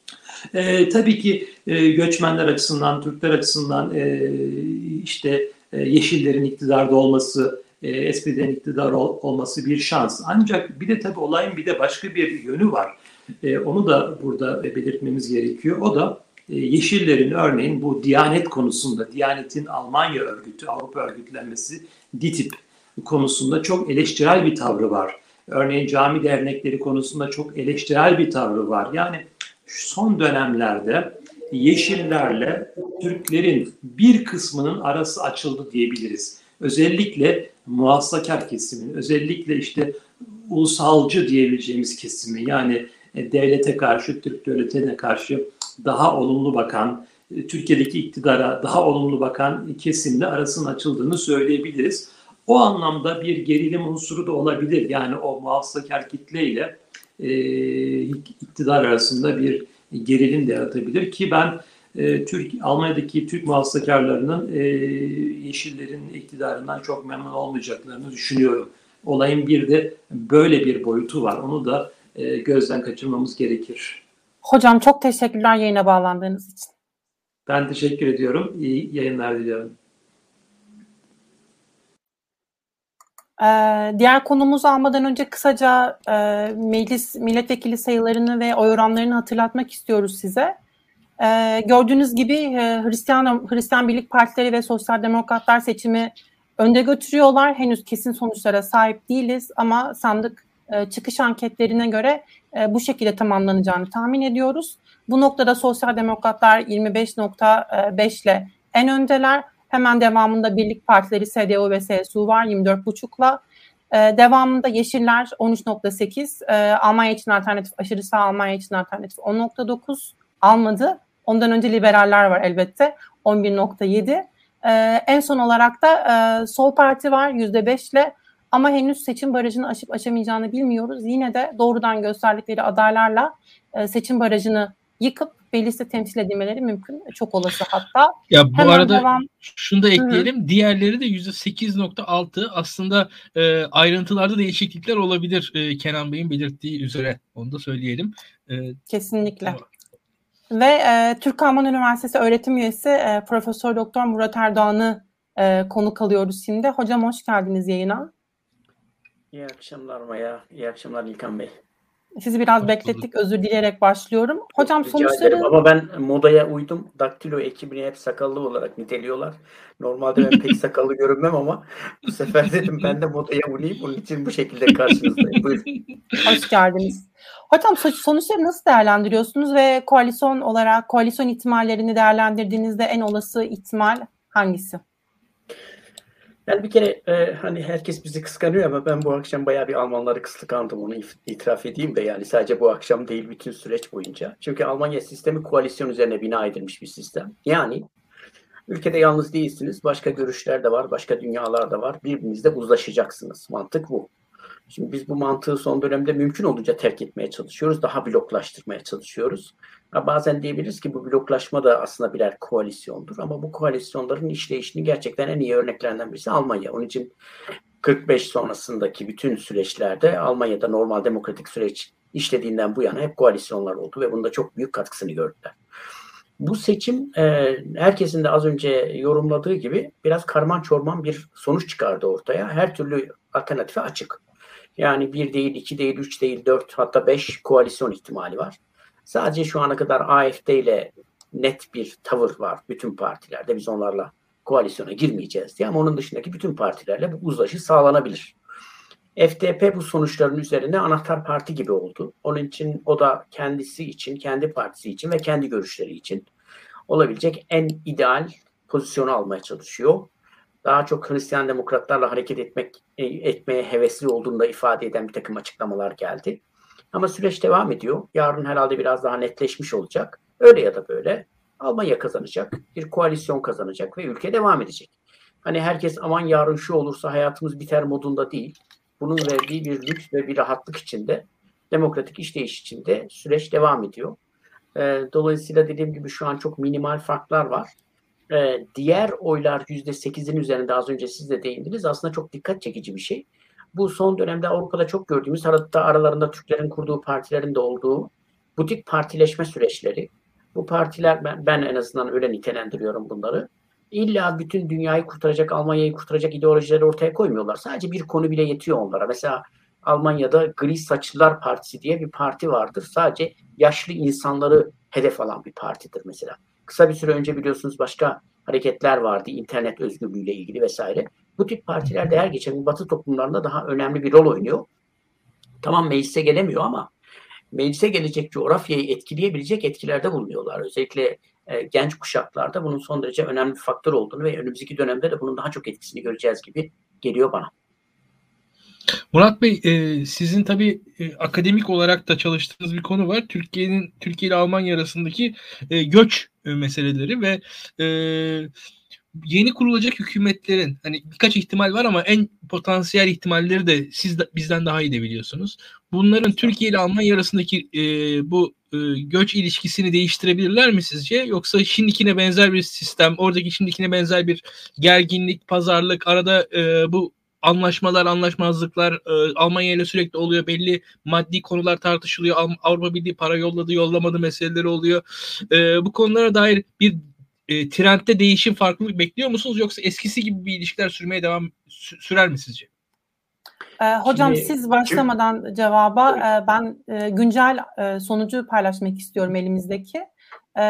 E, tabii ki e, göçmenler açısından, Türkler açısından e, işte e, Yeşillerin iktidarda olması, e, S P D'nin iktidar ol, olması bir şans. Ancak bir de tabii olayın bir de başka bir yönü var. E, onu da burada belirtmemiz gerekiyor. O da e, Yeşillerin örneğin bu Diyanet konusunda, Diyanet'in Almanya örgütü, Avrupa örgütlenmesi, DİTİB konusunda çok eleştirel bir tavrı var. Örneğin cami dernekleri konusunda çok eleştirel bir tavrı var. Yani son dönemlerde Yeşillerle Türklerin bir kısmının arası açıldı diyebiliriz. Özellikle muhafazakar kesimin, özellikle işte ulusalcı diyebileceğimiz kesimi, yani devlete karşı, Türk devletine karşı daha olumlu bakan, Türkiye'deki iktidara daha olumlu bakan kesimle arasının açıldığını söyleyebiliriz. O anlamda bir gerilim unsuru da olabilir. Yani o muhafazakar kitleyle e, iktidar arasında bir gerilim de yaratabilir ki ben e, Türk Almanya'daki Türk muhafazakarlarının e, Yeşillerin iktidarından çok memnun olmayacaklarını düşünüyorum. Olayın bir de böyle bir boyutu var. Onu da e, gözden kaçırmamız gerekir. Hocam çok teşekkürler yayına bağlandığınız için. Ben teşekkür ediyorum. İyi yayınlar diliyorum. Ee, diğer konumuzu almadan önce kısaca e, meclis milletvekili sayılarını ve oy oranlarını hatırlatmak istiyoruz size. Ee, gördüğünüz gibi e, Hristiyan Hristiyan Birlik Partileri ve Sosyal Demokratlar seçimi önde götürüyorlar. Henüz kesin sonuçlara sahip değiliz ama sandık e, çıkış anketlerine göre e, bu şekilde tamamlanacağını tahmin ediyoruz. Bu noktada Sosyal Demokratlar yirmi beş nokta beş ile en öndeler. Hemen devamında Birlik Partileri S D U ve S S U var yirmi dört buçukla. Ee, devamında Yeşiller on üç nokta sekiz, e, Almanya için alternatif, aşırı sağ Almanya için alternatif on nokta dokuz almadı. Ondan önce liberaller var elbette on bir nokta yedi. Ee, en son olarak da e, Sol Parti var yüzde beş ile ama henüz seçim barajını aşıp aşamayacağını bilmiyoruz. Yine de doğrudan gösterdikleri adaylarla e, seçim barajını yıkıp mecliste temsil edilmeleri mümkün. Çok olası hatta. Ya bu Hemen arada devam. şunu da ekleyelim. Hı-hı. Diğerleri de yüzde sekiz nokta altı. Aslında e, ayrıntılarda değişiklikler olabilir e, Kenan Bey'in belirttiği üzere. Onu da söyleyelim. E, Kesinlikle. Ama. Ve e, Türk-Alman Üniversitesi öğretim üyesi e, Profesör Doktor Murat Erdoğan'ı e, konuk alıyoruz şimdi. Hocam hoş geldiniz yayına. İyi akşamlar Maya. İyi akşamlar İlkan Bey. Sizi biraz beklettik. Özür dileyerek başlıyorum. Hocam sonuçları... Ama ben modaya uydum. Daktilo ekibini hep sakallı olarak niteliyorlar. Normalde ben pek sakallı görünmem ama bu sefer dedim ben de modaya uyayım. Onun için bu şekilde karşınızdayım. Buyurun. Hoş geldiniz. Hocam sonuçları nasıl değerlendiriyorsunuz ve koalisyon olarak koalisyon ihtimallerini değerlendirdiğinizde en olası ihtimal hangisi? Yani bir kere e, hani herkes bizi kıskanıyor ama ben bu akşam bayağı bir Almanları kıskandım, onu itiraf edeyim de, yani sadece bu akşam değil, bütün süreç boyunca. Çünkü Almanya sistemi koalisyon üzerine bina edilmiş bir sistem. Yani ülkede yalnız değilsiniz, başka görüşler de var, başka dünyalar da var. Birbirinizle uzlaşacaksınız. Mantık bu. Şimdi biz bu mantığı son dönemde mümkün olunca terk etmeye çalışıyoruz. Daha bloklaştırmaya çalışıyoruz. Ha, bazen diyebiliriz ki bu bloklaşma da aslında birer koalisyondur. Ama bu koalisyonların işleyişini gerçekten en iyi örneklerinden birisi Almanya. Onun için kırk beş sonrasındaki bütün süreçlerde Almanya'da normal demokratik süreç işlediğinden bu yana hep koalisyonlar oldu ve bunda çok büyük katkısını gördüler. Bu seçim e, herkesin de az önce yorumladığı gibi biraz karman çorman bir sonuç çıkardı ortaya. Her türlü alternatife açık. Yani bir değil, iki değil, üç değil, dört, hatta beş koalisyon ihtimali var. Sadece şu ana kadar A F D ile net bir tavır var bütün partilerde. Biz onlarla koalisyona girmeyeceğiz diye, ama onun dışındaki bütün partilerle bu uzlaşı sağlanabilir. F D P bu sonuçların üzerinde anahtar parti gibi oldu. Onun için o da kendisi için, kendi partisi için ve kendi görüşleri için olabilecek en ideal pozisyonu almaya çalışıyor. Daha çok Hristiyan demokratlarla hareket etmek etmeye hevesli olduğunu da ifade eden bir takım açıklamalar geldi. Ama süreç devam ediyor. Yarın herhalde biraz daha netleşmiş olacak. Öyle ya da böyle Almanya kazanacak, bir koalisyon kazanacak ve ülke devam edecek. Hani herkes aman yarın şu olursa hayatımız biter modunda değil. Bunun verdiği bir lüks ve bir rahatlık içinde, demokratik işleyiş içinde süreç devam ediyor. Dolayısıyla dediğim gibi şu an çok minimal farklar var. Ee, diğer oylar yüzde sekizin üzerinde, az önce siz de değindiniz. Aslında çok dikkat çekici bir şey. Bu son dönemde Avrupa'da çok gördüğümüz, hatta aralarında Türklerin kurduğu partilerin de olduğu bu tip partileşme süreçleri, bu partiler ben, ben en azından öyle nitelendiriyorum bunları. İlla bütün dünyayı kurtaracak, Almanya'yı kurtaracak ideolojileri ortaya koymuyorlar. Sadece bir konu bile yetiyor onlara. Mesela Almanya'da Gri Saçlılar Partisi diye bir parti vardır. Sadece yaşlı insanları hedef alan bir partidir mesela. Kısa bir süre önce biliyorsunuz başka hareketler vardı. İnternet özgürlüğüyle ilgili vesaire. Bu tip partiler de her geçen gün Batı toplumlarında daha önemli bir rol oynuyor. Tamam meclise gelemiyor ama meclise gelecek coğrafyayı etkileyebilecek etkilerde bulunuyorlar. Özellikle e, genç kuşaklarda bunun son derece önemli bir faktör olduğunu ve önümüzdeki dönemde de bunun daha çok etkisini göreceğiz gibi geliyor bana. Murat Bey, e, sizin tabii e, akademik olarak da çalıştığınız bir konu var. Türkiye'nin Türkiye ile Almanya arasındaki e, göç e, meseleleri ve e, yeni kurulacak hükümetlerin hani birkaç ihtimal var ama en potansiyel ihtimalleri de siz de, bizden daha iyi de biliyorsunuz. Bunların Türkiye ile Almanya arasındaki e, bu e, göç ilişkisini değiştirebilirler mi sizce? Yoksa şimdikine benzer bir sistem, oradaki şimdikine benzer bir gerginlik, pazarlık, arada e, bu anlaşmalar, anlaşmazlıklar e, Almanya ile sürekli oluyor. Belli maddi konular tartışılıyor. Avrupa Birliği para yolladı, yollamadı meseleleri oluyor. E, bu konulara dair bir e, trendde değişim, farklılık bekliyor musunuz? Yoksa eskisi gibi bir ilişkiler sürmeye devam sürer mi sizce? Ee, hocam Şimdi, siz başlamadan cevaba e, ben e, güncel e, sonucu paylaşmak istiyorum elimizdeki. E,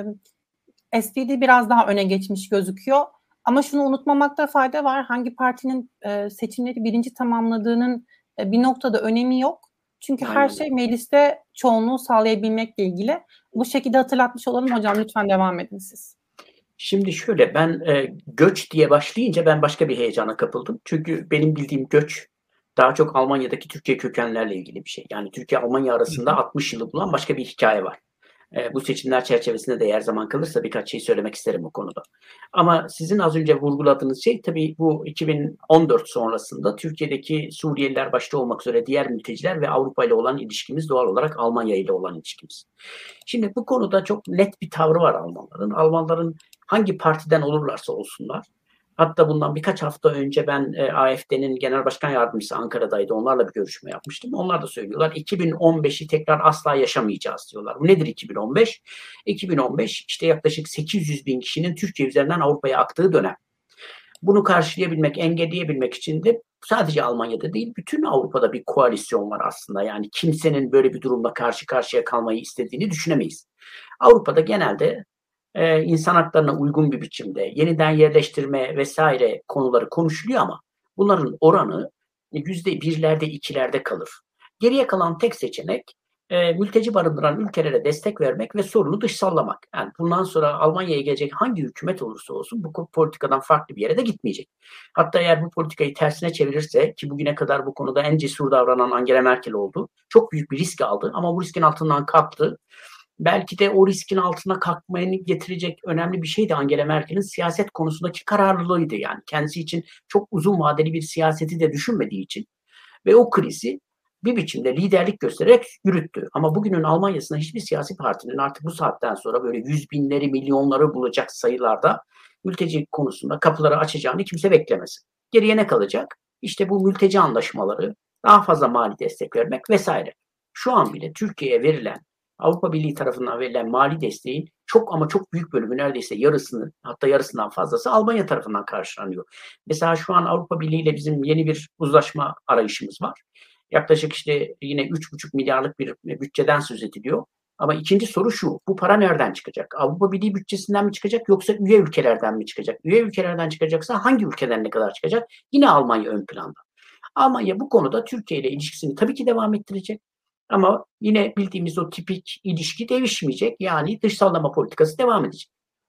S P D biraz daha öne geçmiş gözüküyor. Ama şunu unutmamakta fayda var. Hangi partinin e, seçimleri birinci tamamladığının e, bir noktada önemi yok. Çünkü Aynen. her şey mecliste çoğunluğu sağlayabilmekle ilgili. Bu şekilde hatırlatmış olalım hocam. Lütfen devam edin siz. Şimdi şöyle ben e, göç diye başlayınca ben başka bir heyecana kapıldım. Çünkü benim bildiğim göç daha çok Almanya'daki Türkiye kökenlerle ilgili bir şey. Yani Türkiye-Almanya arasında altmış yılı bulan başka bir hikaye var. E, bu seçimler çerçevesinde de eğer zaman kalırsa birkaç şey söylemek isterim bu konuda. Ama sizin az önce vurguladığınız şey tabii bu iki bin on dört sonrasında Türkiye'deki Suriyeliler başta olmak üzere diğer mülteciler ve Avrupa ile olan ilişkimiz, doğal olarak Almanya ile olan ilişkimiz. Şimdi bu konuda çok net bir tavrı var Almanların. Almanların hangi partiden olurlarsa olsunlar. Hatta bundan birkaç hafta önce ben e, A F D'nin Genel Başkan Yardımcısı Ankara'daydı. Onlarla bir görüşme yapmıştım. Onlar da söylüyorlar iki bin on beşi tekrar asla yaşamayacağız diyorlar. Bu nedir iki bin on beş? iki bin on beş işte yaklaşık sekiz yüz bin kişinin Türkiye üzerinden Avrupa'ya aktığı dönem. Bunu karşılayabilmek, engelleyebilmek için de sadece Almanya'da değil, bütün Avrupa'da bir koalisyon var aslında. Yani kimsenin böyle bir durumla karşı karşıya kalmayı istediğini düşünemeyiz. Avrupa'da genelde Ee, insan haklarına uygun bir biçimde yeniden yerleştirme vesaire konuları konuşuluyor ama bunların oranı yüzde birlerde ikilerde kalır. Geriye kalan tek seçenek e, mülteci barındıran ülkelere destek vermek ve sorunu dışsallamak. Yani bundan sonra Almanya'ya gelecek hangi hükümet olursa olsun bu politikadan farklı bir yere de gitmeyecek. Hatta eğer bu politikayı tersine çevirirse, ki bugüne kadar bu konuda en cesur davranan Angela Merkel oldu, çok büyük bir risk aldı ama bu riskin altından kalktı. Belki de o riskin altına kalkmayı getirecek önemli bir şey de Angela Merkel'in siyaset konusundaki kararlılığıydı. Yani kendisi için çok uzun vadeli bir siyaseti de düşünmediği için ve o krizi bir biçimde liderlik göstererek yürüttü. Ama bugünün Almanya'sında hiçbir siyasi partinin artık bu saatten sonra böyle yüz binleri, milyonları bulacak sayılarda mülteci konusunda kapıları açacağını kimse beklemesin. Geriye ne kalacak? İşte bu mülteci anlaşmaları, daha fazla mali destek vermek vesaire. Şu an bile Türkiye'ye verilen, Avrupa Birliği tarafından verilen mali desteğin çok ama çok büyük bölümü, neredeyse yarısını, hatta yarısından fazlası Almanya tarafından karşılanıyor. Mesela şu an Avrupa Birliği ile bizim yeni bir uzlaşma arayışımız var. Yaklaşık işte yine üç buçuk milyarlık bir bütçeden söz ediliyor. Ama ikinci soru şu, bu para nereden çıkacak? Avrupa Birliği bütçesinden mi çıkacak yoksa üye ülkelerden mi çıkacak? Üye ülkelerden çıkacaksa hangi ülkeden ne kadar çıkacak? Yine Almanya ön planda. Almanya bu konuda Türkiye ile ilişkisini tabii ki devam ettirecek. Ama yine bildiğimiz o tipik ilişki değişmeyecek. Yani dışsallama politikası devam edecek.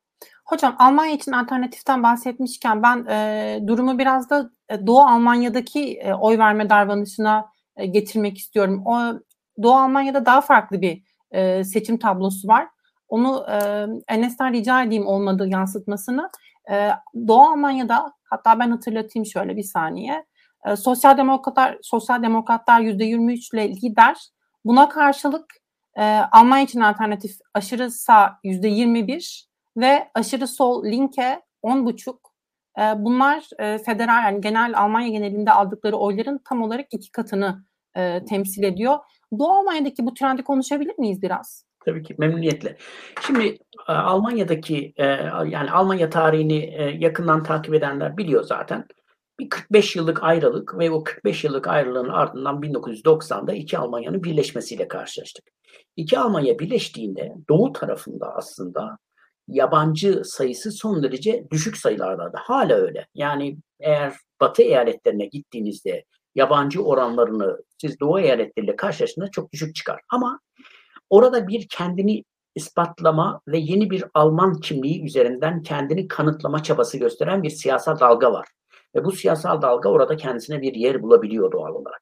Hocam Almanya için alternatiften bahsetmişken ben e, durumu biraz da e, Doğu Almanya'daki e, oy verme davranışına e, getirmek istiyorum. O Doğu Almanya'da daha farklı bir e, seçim tablosu var. Onu e, Enes'ten rica edeyim olmadı yansıtmasını. E, Doğu Almanya'da, hatta ben hatırlatayım şöyle bir saniye. E, Sosyal Demokratlar Sosyal Demokratlar yüzde yirmi üç ile lider. Buna karşılık e, Almanya için alternatif aşırı sağ yüzde yirmi bir ve aşırı sol Linke on buçuk. E, bunlar e, federal, yani genel Almanya genelinde aldıkları oyların tam olarak iki katını e, temsil ediyor. Doğu Almanya'daki bu trendi konuşabilir miyiz biraz? Tabii ki, memnuniyetle. Şimdi Almanya'daki yani Almanya tarihini yakından takip edenler biliyor zaten. Bir kırk beş yıllık ayrılık ve o kırk beş yıllık ayrılığın ardından bin dokuz yüz doksan'da iki Almanya'nın birleşmesiyle karşılaştık. İki Almanya birleştiğinde doğu tarafında aslında yabancı sayısı son derece düşük sayılardaydı. Hala öyle. Yani eğer Batı eyaletlerine gittiğinizde yabancı oranlarını siz Doğu eyaletleriyle karşılaştığında çok düşük çıkar. Ama orada bir kendini ispatlama ve yeni bir Alman kimliği üzerinden kendini kanıtlama çabası gösteren bir siyasal dalga var. Ve bu siyasal dalga orada kendisine bir yer bulabiliyor doğal olarak.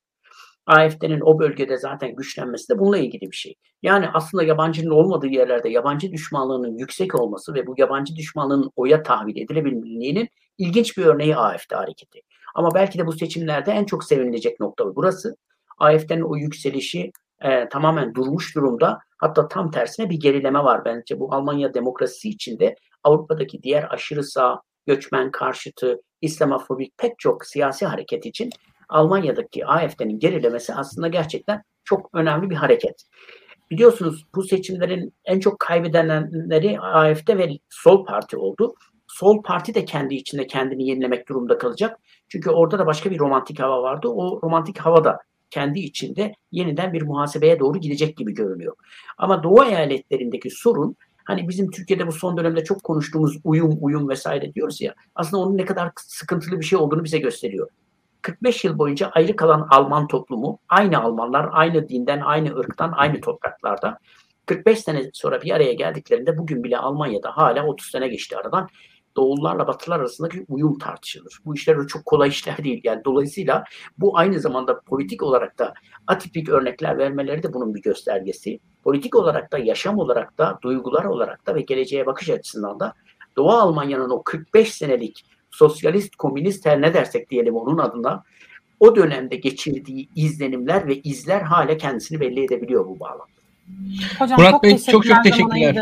A F D'nin o bölgede zaten güçlenmesi de bununla ilgili bir şey. Yani aslında yabancının olmadığı yerlerde yabancı düşmanlığının yüksek olması ve bu yabancı düşmanlığın oya tahvil edilebilirliğinin ilginç bir örneği A F D hareketi. Ama belki de bu seçimlerde en çok sevinilecek nokta burası. A F D'nin o yükselişi e, tamamen durmuş durumda. Hatta tam tersine bir gerileme var bence. Bu Almanya demokrasisi içinde Avrupa'daki diğer aşırı sağ, göçmen karşıtı, İslamofobik pek çok siyasi hareket için Almanya'daki A F D'nin gerilemesi aslında gerçekten çok önemli bir hareket. Biliyorsunuz bu seçimlerin en çok kaybedenleri A F D ve Sol Parti oldu. Sol Parti de kendi içinde kendini yenilemek durumunda kalacak. Çünkü orada da başka bir romantik hava vardı. O romantik hava da kendi içinde yeniden bir muhasebeye doğru gidecek gibi görünüyor. Ama Doğu eyaletlerindeki sorun, hani bizim Türkiye'de bu son dönemde çok konuştuğumuz uyum, uyum vesaire diyoruz ya, aslında onun ne kadar sıkıntılı bir şey olduğunu bize gösteriyor. kırk beş yıl boyunca ayrı kalan Alman toplumu, aynı Almanlar, aynı dinden, aynı ırktan, aynı topraklarda kırk beş sene sonra bir araya geldiklerinde bugün bile Almanya'da hala otuz sene geçti aradan. Doğullarla Batılar arasındaki uyum tartışılır. Bu işler öyle çok kolay işler değil. Yani dolayısıyla bu aynı zamanda politik olarak da atipik örnekler vermeleri de bunun bir göstergesi. Politik olarak da, yaşam olarak da, duygular olarak da ve geleceğe bakış açısından da Doğu Almanya'nın o kırk beş senelik sosyalist, komünist her ne dersek diyelim onun adına o dönemde geçirdiği izlenimler ve izler hala kendisini belli edebiliyor bu bağlamda. Hocam Murat çok Bey çok çok teşekkürler.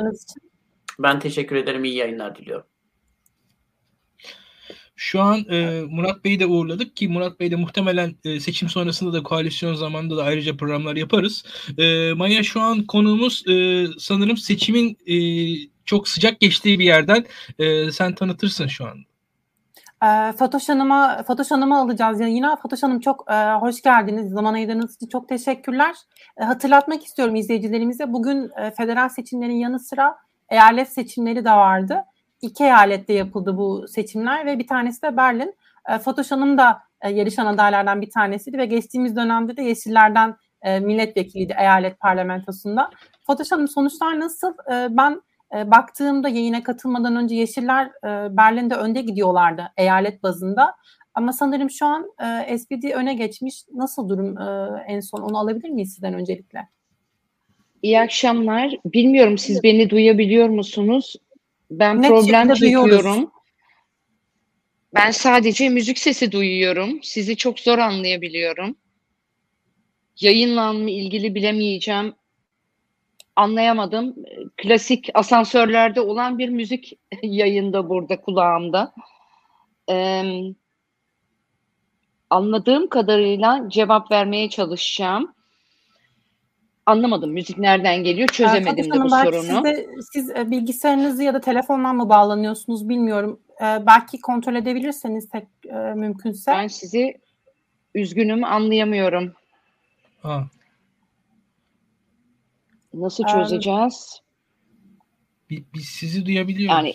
Ben teşekkür ederim. İyi yayınlar diliyorum. Şu an e, Murat Bey'i de uğurladık ki Murat Bey de muhtemelen e, seçim sonrasında da koalisyon zamanında da ayrıca programlar yaparız. E, Maya şu an konuğumuz e, sanırım seçimin e, çok sıcak geçtiği bir yerden. E, sen tanıtırsın şu an. E, Fatoş Hanım'a Fatoş Hanım'ı alacağız yayına. Fatoş Hanım çok e, hoş geldiniz. Zaman ayırdığınız için çok teşekkürler. E, hatırlatmak istiyorum izleyicilerimize. Bugün e, federal seçimlerin yanı sıra eyalet seçimleri de vardı. İki eyalette yapıldı bu seçimler ve bir tanesi de Berlin. E, Fatoş Hanım da e, yarışan adaylardan bir tanesiydi ve geçtiğimiz dönemde de Yeşiller'den e, milletvekiliydi eyalet parlamentosunda. Fatoş Hanım sonuçlar nasıl? E, ben e, baktığımda yayına katılmadan önce Yeşiller e, Berlin'de önde gidiyorlardı eyalet bazında. Ama sanırım şu an e, S P D öne geçmiş. Nasıl durum e, en son? Onu alabilir miyiz sizden öncelikle? İyi akşamlar. Bilmiyorum siz beni duyabiliyor musunuz? Ben Net problem çekiyorum. Duyuyoruz. Ben sadece müzik sesi duyuyorum. Sizi çok zor anlayabiliyorum. Yayınla mı ilgili bilemeyeceğim. Anlayamadım. Klasik asansörlerde olan bir müzik yayında burada kulağımda. Ee, anladığım kadarıyla cevap vermeye çalışacağım. Anlamadım. Müzik nereden geliyor? Çözemedim de bu sorunu. Siz, de, siz bilgisayarınızı ya da telefondan mı bağlanıyorsunuz bilmiyorum. Ee, belki kontrol edebilirseniz tek e, mümkünse. Ben sizi üzgünüm anlayamıyorum. Ha. Nasıl çözeceğiz? Biz, biz sizi duyabiliyoruz. Yani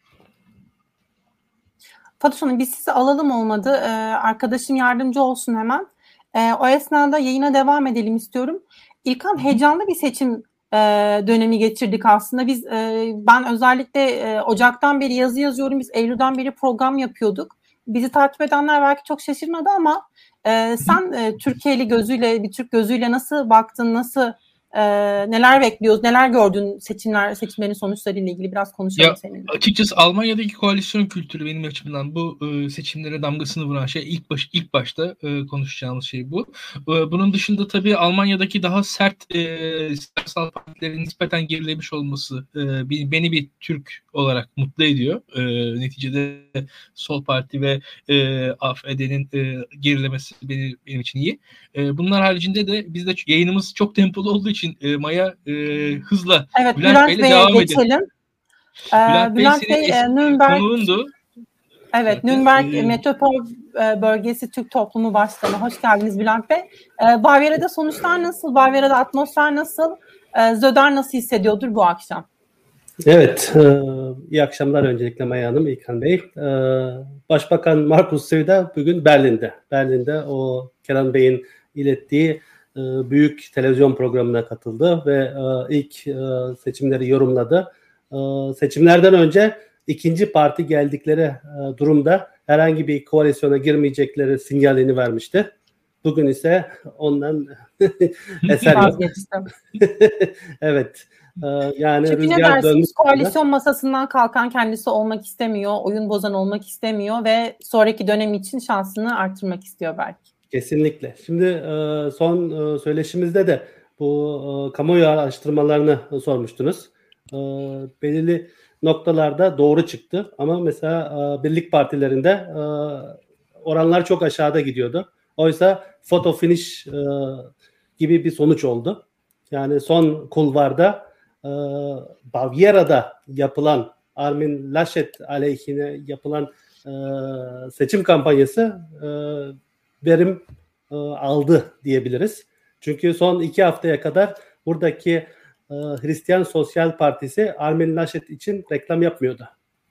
Fatoş Hanım biz sizi alalım olmadı. Ee, arkadaşım yardımcı olsun hemen. Ee, o esnada yayına devam edelim istiyorum. İlkan heyecanlı bir seçim e, dönemi geçirdik aslında. Biz e, ben özellikle e, Ocak'tan beri yazı yazıyorum. Biz Eylül'den beri program yapıyorduk. Bizi takip edenler belki çok şaşırmadı ama e, sen e, Türkiye'li gözüyle, bir Türk gözüyle nasıl baktın, nasıl e, neler bekliyoruz, neler gördün seçimler seçimlerin sonuçlarıyla ilgili biraz konuşalım ya, seninle. Açıkçası Almanya'daki koalisyon kültürü benim açımdan bu e, seçimlere damgasını vuran şey ilk baş ilk başta e, konuşacağımız şey bu. E, bunun dışında tabii Almanya'daki daha sert e, siyasal partilerin nispeten gerilemiş olması e, beni bir Türk olarak mutlu ediyor. E, neticede Sol Parti ve e, A F D'nin e, gerilemesi beni, benim için iyi. E, bunlar haricinde de bizde yayınımız çok tempolu olduğu için e, Maya e, hızla evet, Bülent, Bülent Bey'le Bey'e devam geçelim. edelim. Ee, Bülent, Bülent Bey, Bey, e, Nürnberg konuğundu. Evet, Nürnberg e, Metropol e, Bölgesi Türk Toplumu Başkanı. Hoş geldiniz Bülent Bey. E, Bavyera'da sonuçlar nasıl? Bavyera'da atmosfer nasıl? E, Zöder nasıl hissediyordur bu akşam? Evet, e, iyi akşamlar öncelikle Maya Hanım, İlkan Bey. E, Başbakan Markus Söder bugün Berlin'de. Berlin'de o Kenan Bey'in ilettiği e, büyük televizyon programına katıldı ve e, ilk e, seçimleri yorumladı. E, seçimlerden önce ikinci parti geldikleri e, durumda herhangi bir koalisyona girmeyecekleri sinyalini vermişti. Bugün ise ondan eser yok. Evet. Yani çünkü ne dersiniz, koalisyon masasından kalkan kendisi olmak istemiyor, oyun bozan olmak istemiyor ve sonraki dönem için şansını artırmak istiyor belki. Kesinlikle. Şimdi son söyleşimizde de bu kamuoyu araştırmalarını sormuştunuz. Belirli noktalarda doğru çıktı ama mesela birlik partilerinde oranlar çok aşağıda gidiyordu. Oysa photo finish gibi bir sonuç oldu. Yani son kulvarda Bavyera'da yapılan Armin Laschet aleyhine yapılan seçim kampanyası verim aldı diyebiliriz. Çünkü son iki haftaya kadar buradaki Hristiyan Sosyal Partisi Armin Laschet için reklam yapmıyordu.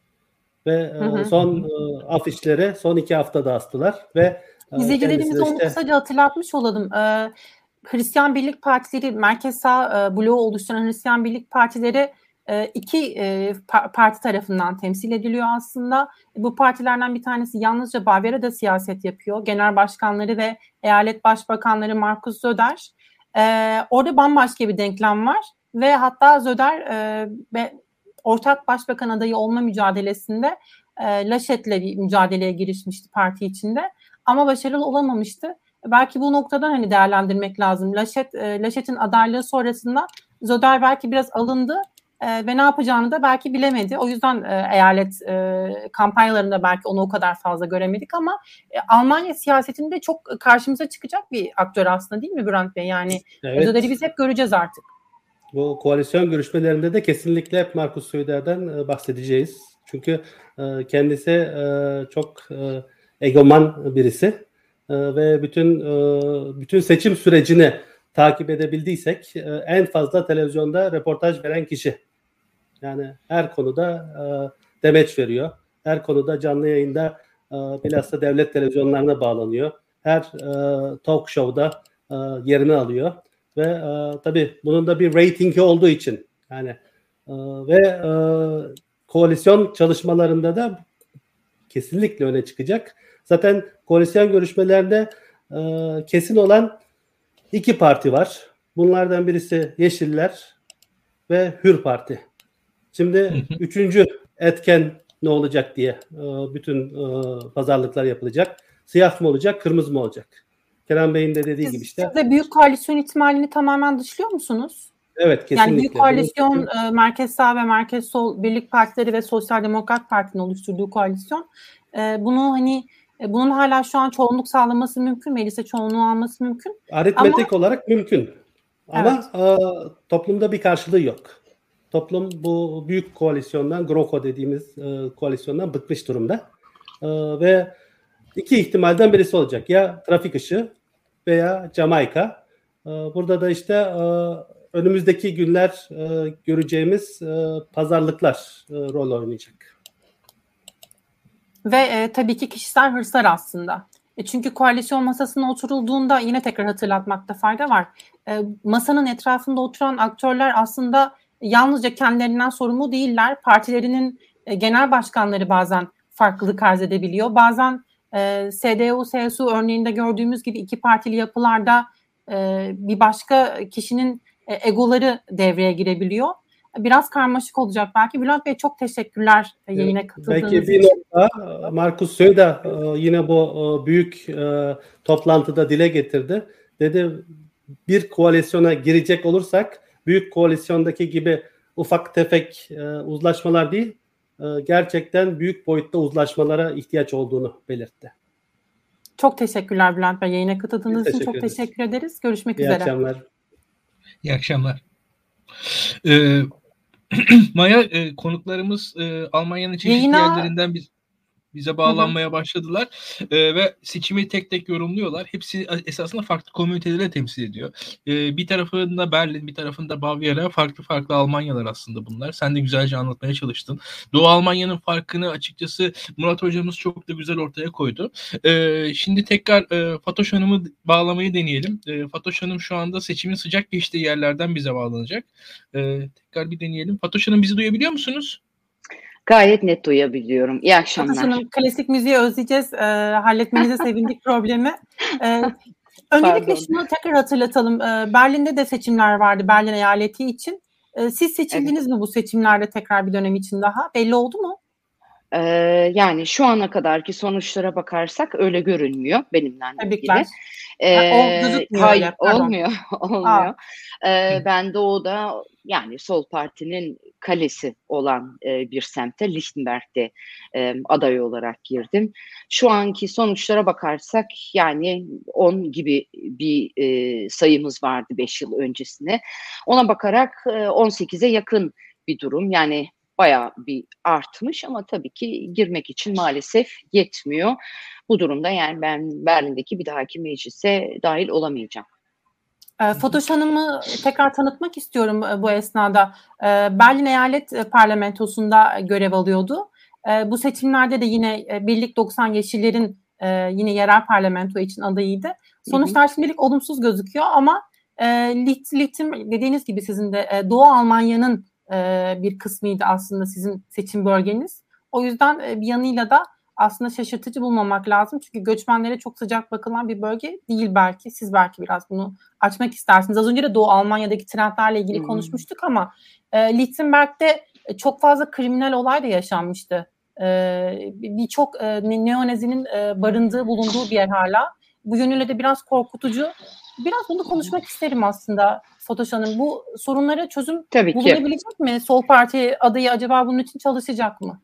Ve hı hı. son afişleri son iki haftada astılar ve İzleyicilerimize onu işte... kısaca hatırlatmış olalım. Ee, Hristiyan Birlik Partileri, merkez sağ e, bloğu oluşturan Hristiyan Birlik Partileri e, iki e, pa- parti tarafından temsil ediliyor aslında. Bu partilerden bir tanesi yalnızca Bavyera'da siyaset yapıyor. Genel başkanları ve eyalet başbakanları Markus Söder. E, orada bambaşka bir denklem var ve hatta Söder e, ve ortak başbakan adayı olma mücadelesinde e, Laschet'le bir mücadeleye girişmişti parti içinde. Ama başarılı olamamıştı. Belki bu noktadan hani değerlendirmek lazım. Laschet, e, Laschet'in adaylığı sonrasında Söder belki biraz alındı e, ve ne yapacağını da belki bilemedi. O yüzden e, eyalet e, kampanyalarında belki onu o kadar fazla göremedik ama e, Almanya siyasetinde çok karşımıza çıkacak bir aktör aslında, değil mi Bülent Bey? Yani evet. Söder'i biz hep göreceğiz artık. Bu koalisyon görüşmelerinde de kesinlikle hep Markus Söder'den e, bahsedeceğiz. Çünkü e, kendisi e, çok e, egoman birisi e, ve bütün e, bütün seçim sürecini takip edebildiysek e, en fazla televizyonda röportaj veren kişi. Yani her konuda e, demeç veriyor. Her konuda canlı yayında e, bilhassa devlet televizyonlarına bağlanıyor. Her e, talk show'da e, yerini alıyor. Ve e, tabii bunun da bir ratingi olduğu için yani e, ve e, koalisyon çalışmalarında da kesinlikle öne çıkacak. Zaten koalisyon görüşmelerinde e, kesin olan iki parti var. Bunlardan birisi Yeşiller ve Hür Parti. Şimdi üçüncü etken ne olacak diye e, bütün e, pazarlıklar yapılacak. Siyah mı olacak, kırmızı mı olacak? Kenan Bey'in de dediği siz, gibi işte. Siz de büyük koalisyon ihtimalini tamamen dışlıyor musunuz? Evet, kesinlikle. Yani büyük koalisyon e, merkez sağ ve merkez sol birlik partileri ve Sosyal Demokrat Parti'nin oluşturduğu koalisyon. E, bunu hani e, bunun hala şu an çoğunluk sağlaması mümkün, meclise çoğunluğu alması mümkün. Aritmetik ama, olarak mümkün. Ama evet. e, toplumda bir karşılığı yok. Toplum bu büyük koalisyondan, GroKo dediğimiz e, koalisyondan bıkmış durumda. E, ve iki ihtimalden birisi olacak. Ya trafik ışığı veya Jamaika. E, burada da işte e, önümüzdeki günler e, göreceğimiz e, pazarlıklar e, rol oynayacak. Ve e, tabii ki kişisel hırslar aslında. E, çünkü koalisyon masasına oturulduğunda yine tekrar hatırlatmakta fayda var. E, masanın etrafında oturan aktörler aslında yalnızca kendilerinden sorumlu değiller. Partilerinin e, genel başkanları bazen farklılık arz edebiliyor. Bazen e, S D U, C S U örneğinde gördüğümüz gibi iki partili yapılarda e, bir başka kişinin e, egoları devreye girebiliyor. Biraz karmaşık olacak belki. Bülent Bey çok teşekkürler yayına katıldığınız için. Belki bir nokta Markus Söder yine bu büyük toplantıda dile getirdi. Dedi bir koalisyona girecek olursak büyük koalisyondaki gibi ufak tefek uzlaşmalar değil, gerçekten büyük boyutta uzlaşmalara ihtiyaç olduğunu belirtti. Çok teşekkürler Bülent Bey. Yayına katıldığınız için çok ederiz. Teşekkür ederiz. Görüşmek İyi üzere. İyi akşamlar. İyi akşamlar. Ee, Maya, e, konuklarımız e, Almanya'nın çeşitli Yayına... yerlerinden biz bize bağlanmaya hı hı. başladılar e, ve seçimi tek tek yorumluyorlar. Hepsi esasında farklı komüniteleri temsil ediyor. E, bir tarafında Berlin, bir tarafında Bavyera, farklı farklı Almanyalar aslında bunlar. Sen de güzelce anlatmaya çalıştın. Doğu Almanya'nın farkını açıkçası Murat hocamız çok da güzel ortaya koydu. E, şimdi tekrar e, Fatoş Hanım'ı bağlamayı deneyelim. E, Fatoş Hanım şu anda seçimin sıcak geçtiği yerlerden bize bağlanacak. E, tekrar bir deneyelim. Fatoş Hanım bizi duyabiliyor musunuz? Gayet net duyabiliyorum. İyi akşamlar. Fatoş Hanım, klasik müziği özleyeceğiz. E, halletmenize sevindik problemi. E, öncelikle Pardon. şunu tekrar hatırlatalım. E, Berlin'de de seçimler vardı Berlin eyaleti için. E, siz seçildiniz evet. mi bu seçimlerde tekrar bir dönem için daha? Belli oldu mu? Ee, yani şu ana kadarki sonuçlara bakarsak öyle görünmüyor benimle ilgili. Ee, o hayır öyle, olmuyor. olmuyor. Ee, ben Doğu'da yani Sol Parti'nin kalesi olan e, bir semte Lichtenberg'de e, aday olarak girdim. Şu anki sonuçlara bakarsak yani on gibi bir e, sayımız vardı beş yıl öncesine. Ona bakarak e, on sekize yakın bir durum. Yani bayağı bir artmış ama tabii ki girmek için maalesef yetmiyor. Bu durumda yani ben Berlin'deki bir dahaki meclise dahil olamayacağım. E, Fatoş Hanım'ı tekrar tanıtmak istiyorum bu esnada. E, Berlin Eyalet Parlamentosu'nda görev alıyordu. E, bu seçimlerde de yine Birlik doksan Yeşillerin e, yine yerel parlamento için adayıydı. Sonuçlar şimdilik olumsuz gözüküyor ama e, Lichtenberg dediğiniz gibi sizin de e, Doğu Almanya'nın e, bir kısmıydı aslında sizin seçim bölgeniz. O yüzden e, bir yanıyla da aslında şaşırtıcı bulmamak lazım. Çünkü göçmenlere çok sıcak bakılan bir bölge değil belki. Siz belki biraz bunu açmak istersiniz. Az önce de Doğu Almanya'daki trendlerle ilgili hmm. konuşmuştuk ama e, Lichtenberg'de çok fazla kriminal olay da yaşanmıştı. E, Birçok e, neonazinin e, barındığı, bulunduğu bir yer hala. Bu yönüyle de biraz korkutucu. Biraz bunu konuşmak isterim aslında Fatoş Hanım. Bu sorunlara çözüm Tabii bulunabilecek ki. mi? Sol Parti adayı acaba bunun için çalışacak mı?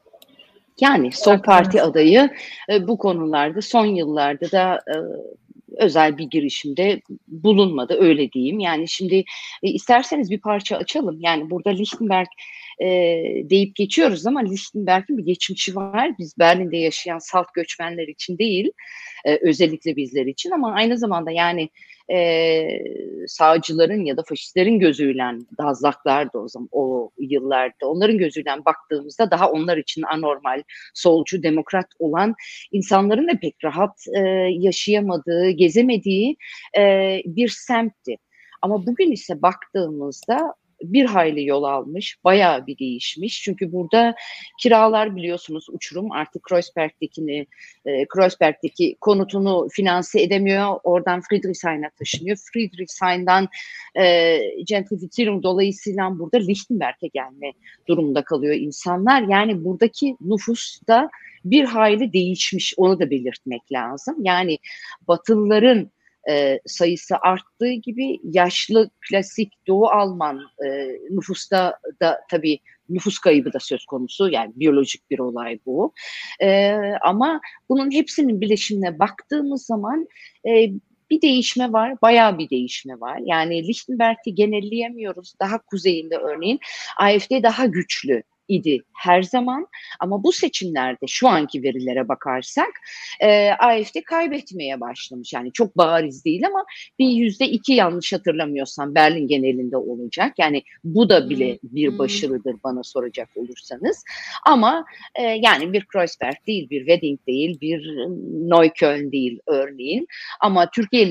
Yani Sol Parti adayı e, bu konularda son yıllarda da e, özel bir girişimde bulunmadı, öyle diyeyim. Yani şimdi e, isterseniz bir parça açalım. Yani burada Lichtenberg e, deyip geçiyoruz ama Lichtenberg'in bir geçmişi var. Biz Berlin'de yaşayan salt göçmenler için değil, e, özellikle bizler için ama aynı zamanda yani e, sağcıların ya da faşistlerin gözüyle Dazlaklar da o zaman o yıllarda onların gözüyle baktığımızda daha onlar için anormal, solcu, demokrat olan insanların da pek rahat e, yaşayamadığı, gezemediği e, bir semtti. Ama bugün ise baktığımızda bir hayli yol almış, bayağı bir değişmiş. Çünkü burada kiralar biliyorsunuz uçurum. Artık Kreuzberg'dekini, e, Kreuzberg'deki konutunu finanse edemiyor. Oradan Friedrichshain'a taşınıyor. Friedrichshain'dan e, gentrifizasyon dolayısıyla burada Lichtenberg'e gelme durumunda kalıyor insanlar. Yani buradaki nüfus da bir hayli değişmiş. Onu da belirtmek lazım. Yani Batılıların E, sayısı arttığı gibi yaşlı klasik Doğu Alman e, nüfusta da tabii nüfus kaybı da söz konusu. Yani biyolojik bir olay bu. E, ama bunun hepsinin bileşimine baktığımız zaman e, bir değişme var, bayağı bir değişme var. Yani Lichtenberg'i genelleyemiyoruz. Daha kuzeyinde örneğin A F D daha güçlü idi her zaman ama bu seçimlerde şu anki verilere bakarsak e, A F D kaybetmeye başlamış. Yani çok bariz değil ama bir yüzde iki yanlış hatırlamıyorsam Berlin genelinde olacak. Yani bu da bile bir başarıdır bana soracak olursanız. Ama e, yani bir Kreuzberg değil, bir Wedding değil, bir Neukölln değil örneğin. Ama Türkiye'li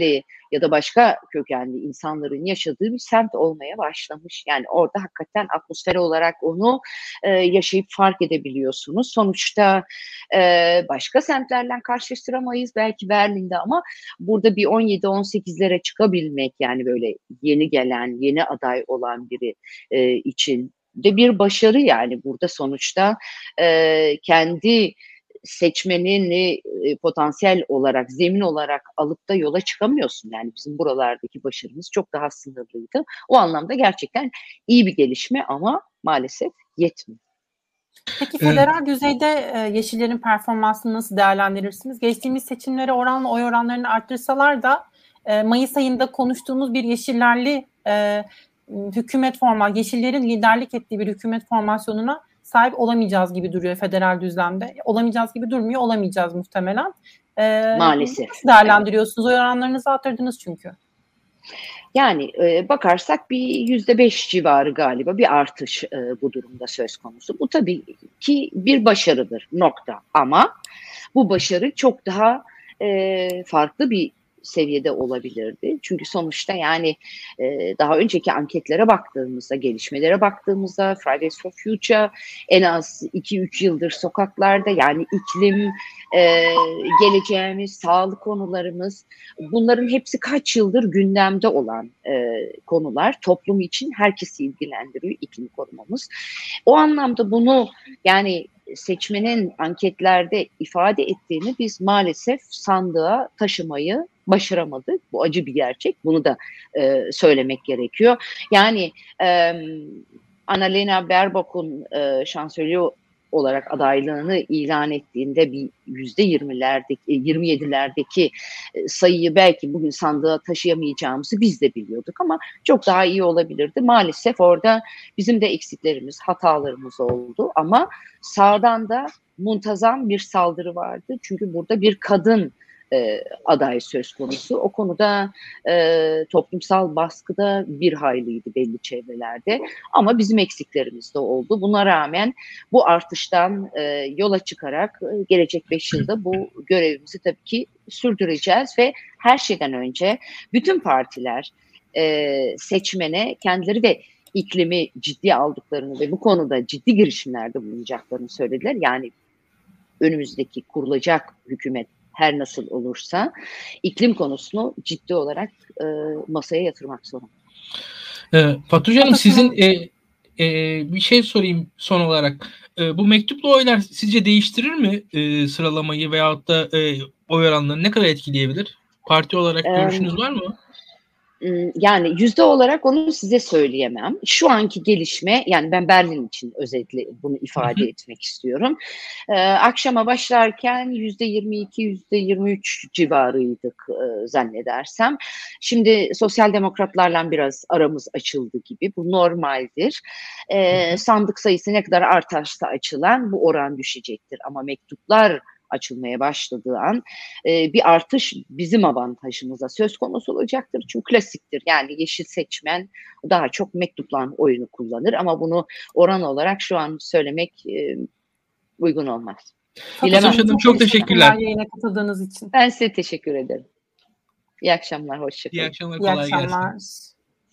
ya da başka kökenli insanların yaşadığı bir semt olmaya başlamış. Yani orada hakikaten atmosfer olarak onu e, yaşayıp fark edebiliyorsunuz. Sonuçta e, başka semtlerle karşılaştıramayız belki Berlin'de ama burada bir on yedi on sekizlere çıkabilmek, yani böyle yeni gelen, yeni aday olan biri e, için de bir başarı. Yani burada sonuçta e, kendi seçmenini e, potansiyel olarak, zemin olarak alıp da yola çıkamıyorsun. Yani bizim buralardaki başarımız çok daha sınırlıydı. O anlamda gerçekten iyi bir gelişme ama maalesef yetmiyor. Peki federal düzeyde e, Yeşillerin performansını nasıl değerlendirirsiniz? Geçtiğimiz seçimlere oranla oy oranlarını arttırsalar da e, Mayıs ayında konuştuğumuz bir Yeşillerli e, hükümet formal, Yeşillerin liderlik ettiği bir hükümet formasyonuna sahip olamayacağız gibi duruyor federal düzlemde. Olamayacağız gibi durmuyor, olamayacağız muhtemelen. Ee, Maalesef. Nasıl değerlendiriyorsunuz? Oy oranlarınızı arttırdınız çünkü. Yani e, bakarsak bir yüzde beş civarı galiba bir artış e, bu durumda söz konusu. Bu tabii ki bir başarıdır, nokta. Ama bu başarı çok daha e, farklı bir seviyede olabilirdi. Çünkü sonuçta yani e, daha önceki anketlere baktığımızda, gelişmelere baktığımızda Fridays for Future en az iki üç yıldır sokaklarda, yani iklim, e, geleceğimiz, sağlık konularımız, bunların hepsi kaç yıldır gündemde olan e, konular. Toplum için herkesi ilgilendiriyor iklim korumamız. O anlamda bunu yani seçmenin anketlerde ifade ettiğini biz maalesef sandığa taşımayı başaramadık. Bu acı bir gerçek. Bunu da e, söylemek gerekiyor. Yani e, Annalena Baerbock'un e, şansölye olarak adaylığını ilan ettiğinde bir yüzde yirmilerdeki, yirmi yedilerdeki sayıyı belki bugün sandığa taşıyamayacağımızı biz de biliyorduk ama çok daha iyi olabilirdi. Maalesef orada bizim de eksiklerimiz, hatalarımız oldu ama sağdan da muntazam bir saldırı vardı. Çünkü burada bir kadın E, aday söz konusu. O konuda e, toplumsal baskıda bir hayliydi belli çevrelerde. Ama bizim eksiklerimiz de oldu. Buna rağmen bu artıştan e, yola çıkarak e, gelecek beş yılda bu görevimizi tabii ki sürdüreceğiz ve her şeyden önce bütün partiler e, seçmene kendileri de iklimi ciddiye aldıklarını ve bu konuda ciddi girişimlerde bulunacaklarını söylediler. Yani önümüzdeki kurulacak hükümet her nasıl olursa iklim konusunu ciddi olarak e, masaya yatırmak zorunda. E, Fatuş Hanım, sizin e, e, bir şey sorayım son olarak. E, bu mektuplu oylar sizce değiştirir mi e, sıralamayı veyahut da e, oy oranlarını ne kadar etkileyebilir? Parti olarak görüşünüz var mı? Yani yüzde olarak onu size söyleyemem. Şu anki gelişme, yani ben Berlin için özellikle bunu ifade etmek istiyorum. Ee, akşama başlarken yüzde yirmi iki, yüzde yirmi üç civarıydık e, zannedersem. Şimdi sosyal demokratlarla biraz aramız açıldı gibi. Bu normaldir. Ee, sandık sayısı ne kadar artarsa açılan bu oran düşecektir. Ama mektuplar açılmaya başladığı an e, bir artış bizim avantajımıza söz konusu olacaktır. Çünkü klasiktir. Yani yeşil seçmen daha çok mektupla oyunu kullanır ama bunu oran olarak şu an söylemek e, uygun olmaz. Bilemem. Çok, çok teşekkürler. Yayına katıldığınız için. Ben size teşekkür ederim. İyi akşamlar, hoşçakalın. İyi akşamlar, kolay İyi akşamlar. gelsin.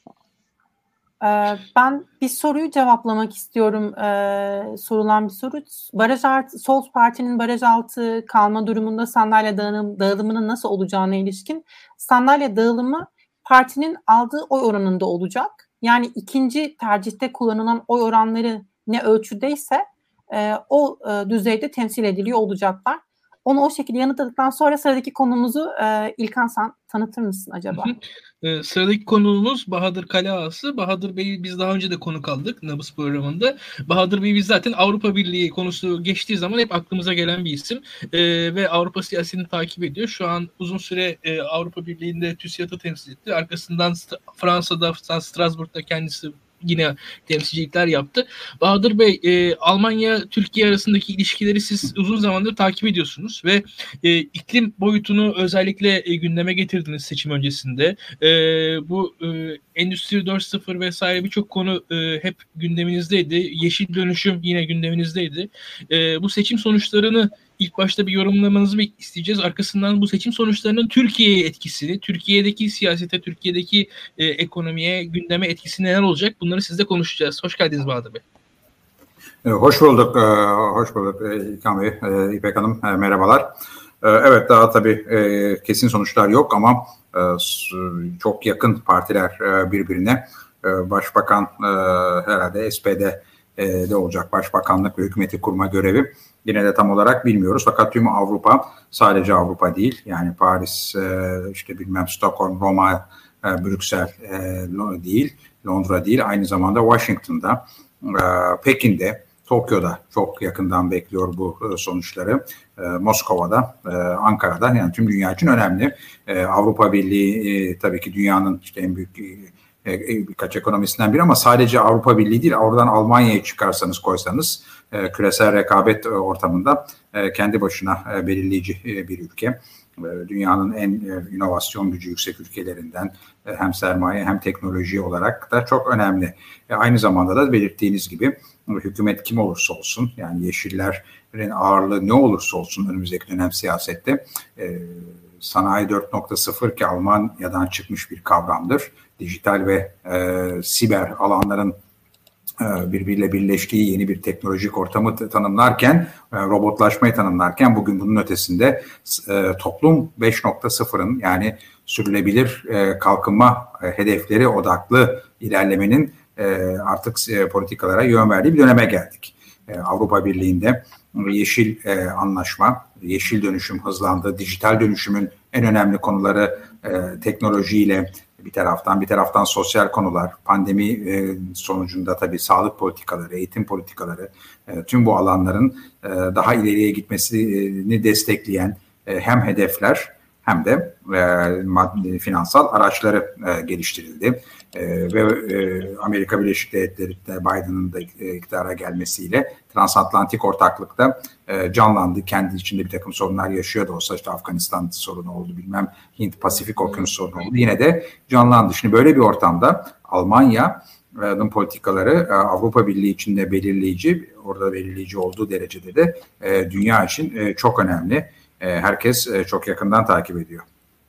Ben bir soruyu cevaplamak istiyorum. Ee, sorulan bir soru. Baraj altı, Sol Parti'nin baraj altı kalma durumunda sandalye dağılım, dağılımının nasıl olacağına ilişkin, sandalye dağılımı partinin aldığı oy oranında olacak. Yani ikinci tercihte kullanılan oy oranları ne ölçüdeyse e, o e, düzeyde temsil ediliyor olacaklar. Onu o şekilde yanıtladıktan sonra sıradaki konumuzu e, İlkan, sen tanıtır mısın acaba? e, sıradaki konuğumuz Bahadır Kaleağası. Bahadır Bey'i biz daha önce de konuk aldık Nabız programında. Bahadır Bey biz zaten Avrupa Birliği konusu geçtiği zaman hep aklımıza gelen bir isim. E, ve Avrupa siyasetini takip ediyor. Şu an uzun süre e, Avrupa Birliği'nde TÜSİAD'ı temsil etti. Arkasından St- Fransa'da, Strasbourg'da kendisi yine temsilcilikler yaptı. Bahadır Bey, e, Almanya-Türkiye arasındaki ilişkileri siz uzun zamandır takip ediyorsunuz ve e, iklim boyutunu özellikle e, gündeme getirdiniz seçim öncesinde. E, bu e, Endüstri dört nokta sıfır vesaire birçok konu e, hep gündeminizdeydi. Yeşil dönüşüm yine gündeminizdeydi. E, bu seçim sonuçlarını ilk başta bir yorumlamanızı isteyeceğiz. Arkasından bu seçim sonuçlarının Türkiye'ye etkisini, Türkiye'deki siyasete, Türkiye'deki e, ekonomiye, gündeme etkisi neler olacak? Bunları sizle konuşacağız. Hoş geldiniz Bahadır Bey. Hoş bulduk, hoş bulduk İlkan Bey, İpek Hanım, merhabalar. Evet, daha tabii kesin sonuçlar yok ama çok yakın partiler birbirine. Başbakan herhalde S P D'de olacak, başbakanlık ve hükümeti kurma görevi. Yine de tam olarak bilmiyoruz. Fakat tüm Avrupa, sadece Avrupa değil, yani Paris, işte bilmem Stockholm, Roma, Brüksel değil, Londra değil, aynı zamanda Washington'da, Pekin'de, Tokyo'da çok yakından bekliyor bu sonuçları. Moskova'da, Ankara'da, yani tüm dünya için önemli. Avrupa Birliği tabii ki dünyanın işte en büyük birkaç ekonomisinden biri ama sadece Avrupa Birliği değil, oradan Almanya'yı çıkarsanız koysanız küresel rekabet ortamında kendi başına belirleyici bir ülke. Dünyanın en inovasyon gücü yüksek ülkelerinden hem sermaye hem teknoloji olarak da çok önemli. Aynı zamanda da belirttiğiniz gibi hükümet kim olursa olsun, yani yeşillerin ağırlığı ne olursa olsun önümüzdeki dönem siyasette sanayi dört nokta sıfır ki Almanya'dan çıkmış bir kavramdır. Dijital ve e, siber alanların e, birbiriyle birleştiği yeni bir teknolojik ortamı tanımlarken, e, robotlaşmayı tanımlarken bugün bunun ötesinde e, toplum beş nokta sıfırın yani sürülebilir e, kalkınma e, hedefleri odaklı ilerlemenin e, artık e, politikalara yön verdiği bir döneme geldik. E, Avrupa Birliği'nde yeşil e, anlaşma, yeşil dönüşüm hızlandı, dijital dönüşümün en önemli konuları e, teknolojiyle bir taraftan, bir taraftan sosyal konular, pandemi e, sonucunda tabii sağlık politikaları, eğitim politikaları, e, tüm bu alanların e, daha ileriye gitmesini destekleyen e, hem hedefler hem de e, maddi, finansal araçları e, geliştirildi. E, ve e, Amerika Birleşik Devletleri'nde Biden'ın da e, iktidara gelmesiyle transatlantik ortaklıkta e, canlandı. Kendi içinde bir takım sorunlar yaşıyor da olsa, işte Afganistan sorunu oldu, bilmem Hint-Pasifik Okyanus sorunu oldu. Yine de canlandı. Şimdi böyle bir ortamda Almanya'nın politikaları Avrupa Birliği içinde belirleyici, orada belirleyici olduğu derecede de e, dünya için e, çok önemli. Herkes çok yakından takip ediyor.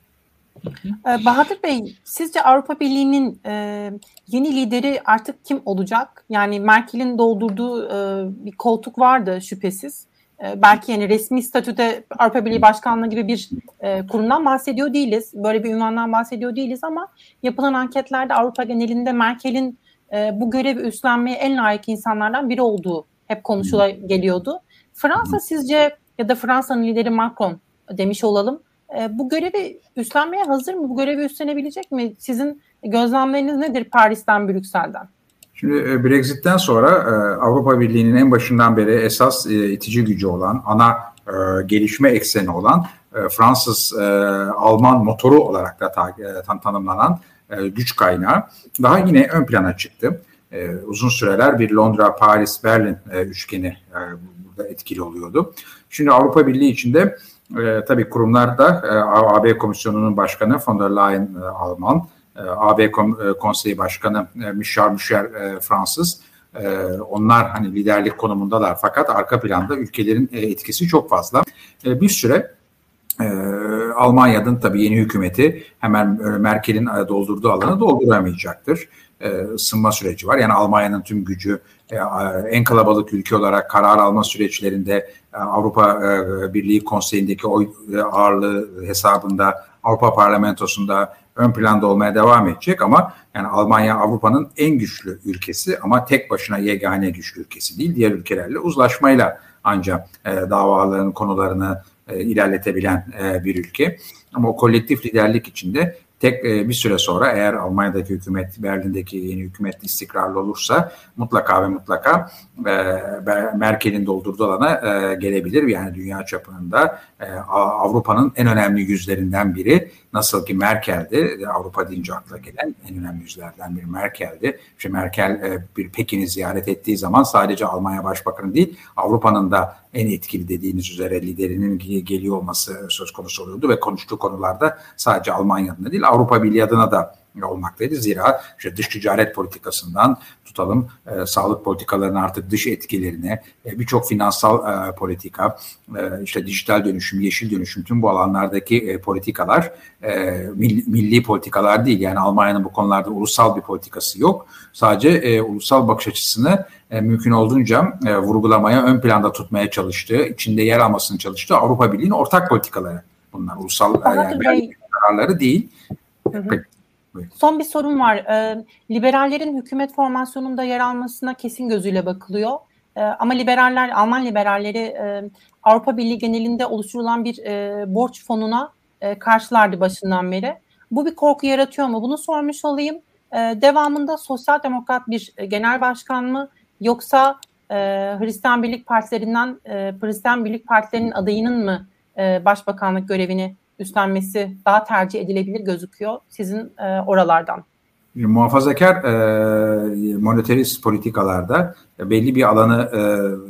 Bahadır Bey, sizce Avrupa Birliği'nin e, yeni lideri artık kim olacak? Yani Merkel'in doldurduğu e, bir koltuk vardı şüphesiz. E, belki yani resmi statüde Avrupa Birliği Başkanlığı gibi bir e, kurumdan bahsediyor değiliz. Böyle bir ünvandan bahsediyor değiliz ama yapılan anketlerde Avrupa genelinde Merkel'in e, bu görevi üstlenmeye en layık insanlardan biri olduğu hep konuşula geliyordu. Fransa sizce ya da Fransa'nın lideri Macron demiş olalım. E, bu görevi üstlenmeye hazır mı? Bu görevi üstlenebilecek mi? Sizin gözlemleriniz nedir Paris'ten, Brüksel'den? Şimdi Brexit'ten sonra e, Avrupa Birliği'nin en başından beri esas e, itici gücü olan, ana e, gelişme ekseni olan e, Fransız-Alman e, motoru olarak da ta, e, tan- tanımlanan e, güç kaynağı daha yine ön plana çıktı. E, uzun süreler bir Londra, Paris, Berlin e, üçgeni e, burada etkili oluyordu. Şimdi Avrupa Birliği içinde e, tabii kurumlarda e, A B Komisyonu'nun başkanı von der Leyen e, Alman, e, A B Kom- e, Konseyi Başkanı e, Michel Michel e, Fransız. E, onlar hani liderlik konumundalar fakat arka planda ülkelerin e, etkisi çok fazla. E, bir süre e, Almanya'nın tabii yeni hükümeti hemen e, Merkel'in e, doldurduğu alanı dolduramayacaktır. E, ısınma süreci var. Yani Almanya'nın tüm gücü e, en kalabalık ülke olarak karar alma süreçlerinde e, Avrupa e, Birliği Konseyi'ndeki oy e, ağırlığı hesabında Avrupa Parlamentosu'nda ön planda olmaya devam edecek ama yani Almanya Avrupa'nın en güçlü ülkesi ama tek başına yegane güçlü ülkesi değil. Diğer ülkelerle uzlaşmayla ancak e, davaların konularını e, ilerletebilen e, bir ülke. Ama o kolektif liderlik içinde tek bir süre sonra eğer Almanya'daki hükümet, Berlin'deki yeni hükümet istikrarlı olursa mutlaka ve mutlaka e, Merkel'in doldurduğu alana e, gelebilir. Yani dünya çapında e, Avrupa'nın en önemli yüzlerinden biri. Nasıl ki Merkel'di, Avrupa deyince akla gelen en önemli yüzlerden biri Merkel'di. İşte Merkel e, bir Pekin'i ziyaret ettiği zaman sadece Almanya Başbakanı değil, Avrupa'nın da en etkili dediğiniz üzere liderinin geliyor olması söz konusu oluyordu ve konuştuğu konularda sadece Almanya'da değil Avrupa Birliği adına da olmaktaydı. Zira işte dış ticaret politikasından tutalım e, sağlık politikalarının artık dış etkilerine, e, birçok finansal e, politika, e, işte dijital dönüşüm, yeşil dönüşüm, tüm bu alanlardaki e, politikalar e, milli, milli politikalar değil. Yani Almanya'nın bu konularda ulusal bir politikası yok. Sadece e, ulusal bakış açısını e, mümkün olduğunca e, vurgulamaya, ön planda tutmaya çalıştığı, içinde yer almasını çalıştığı Avrupa Birliği'nin ortak politikaları bunlar. Ulusal e, yani, kararları değil. Hı hı. Peki. Son bir sorum var. E, liberallerin hükümet formasyonunda yer almasına kesin gözüyle bakılıyor. E, ama liberaller, Alman liberalleri e, Avrupa Birliği genelinde oluşturulan bir e, borç fonuna e, karşılardı başından beri. Bu bir korku yaratıyor mu? Bunu sormuş olayım. E, devamında Sosyal Demokrat bir e, genel başkan mı yoksa e, Hristiyan Birlik Partilerinden e, Hristiyan Birlik Partilerinin adayının mı e, başbakanlık görevini üstlenmesi daha tercih edilebilir gözüküyor sizin e, oralardan? Muhafazakar e, monetarist politikalarda belli bir alanı e,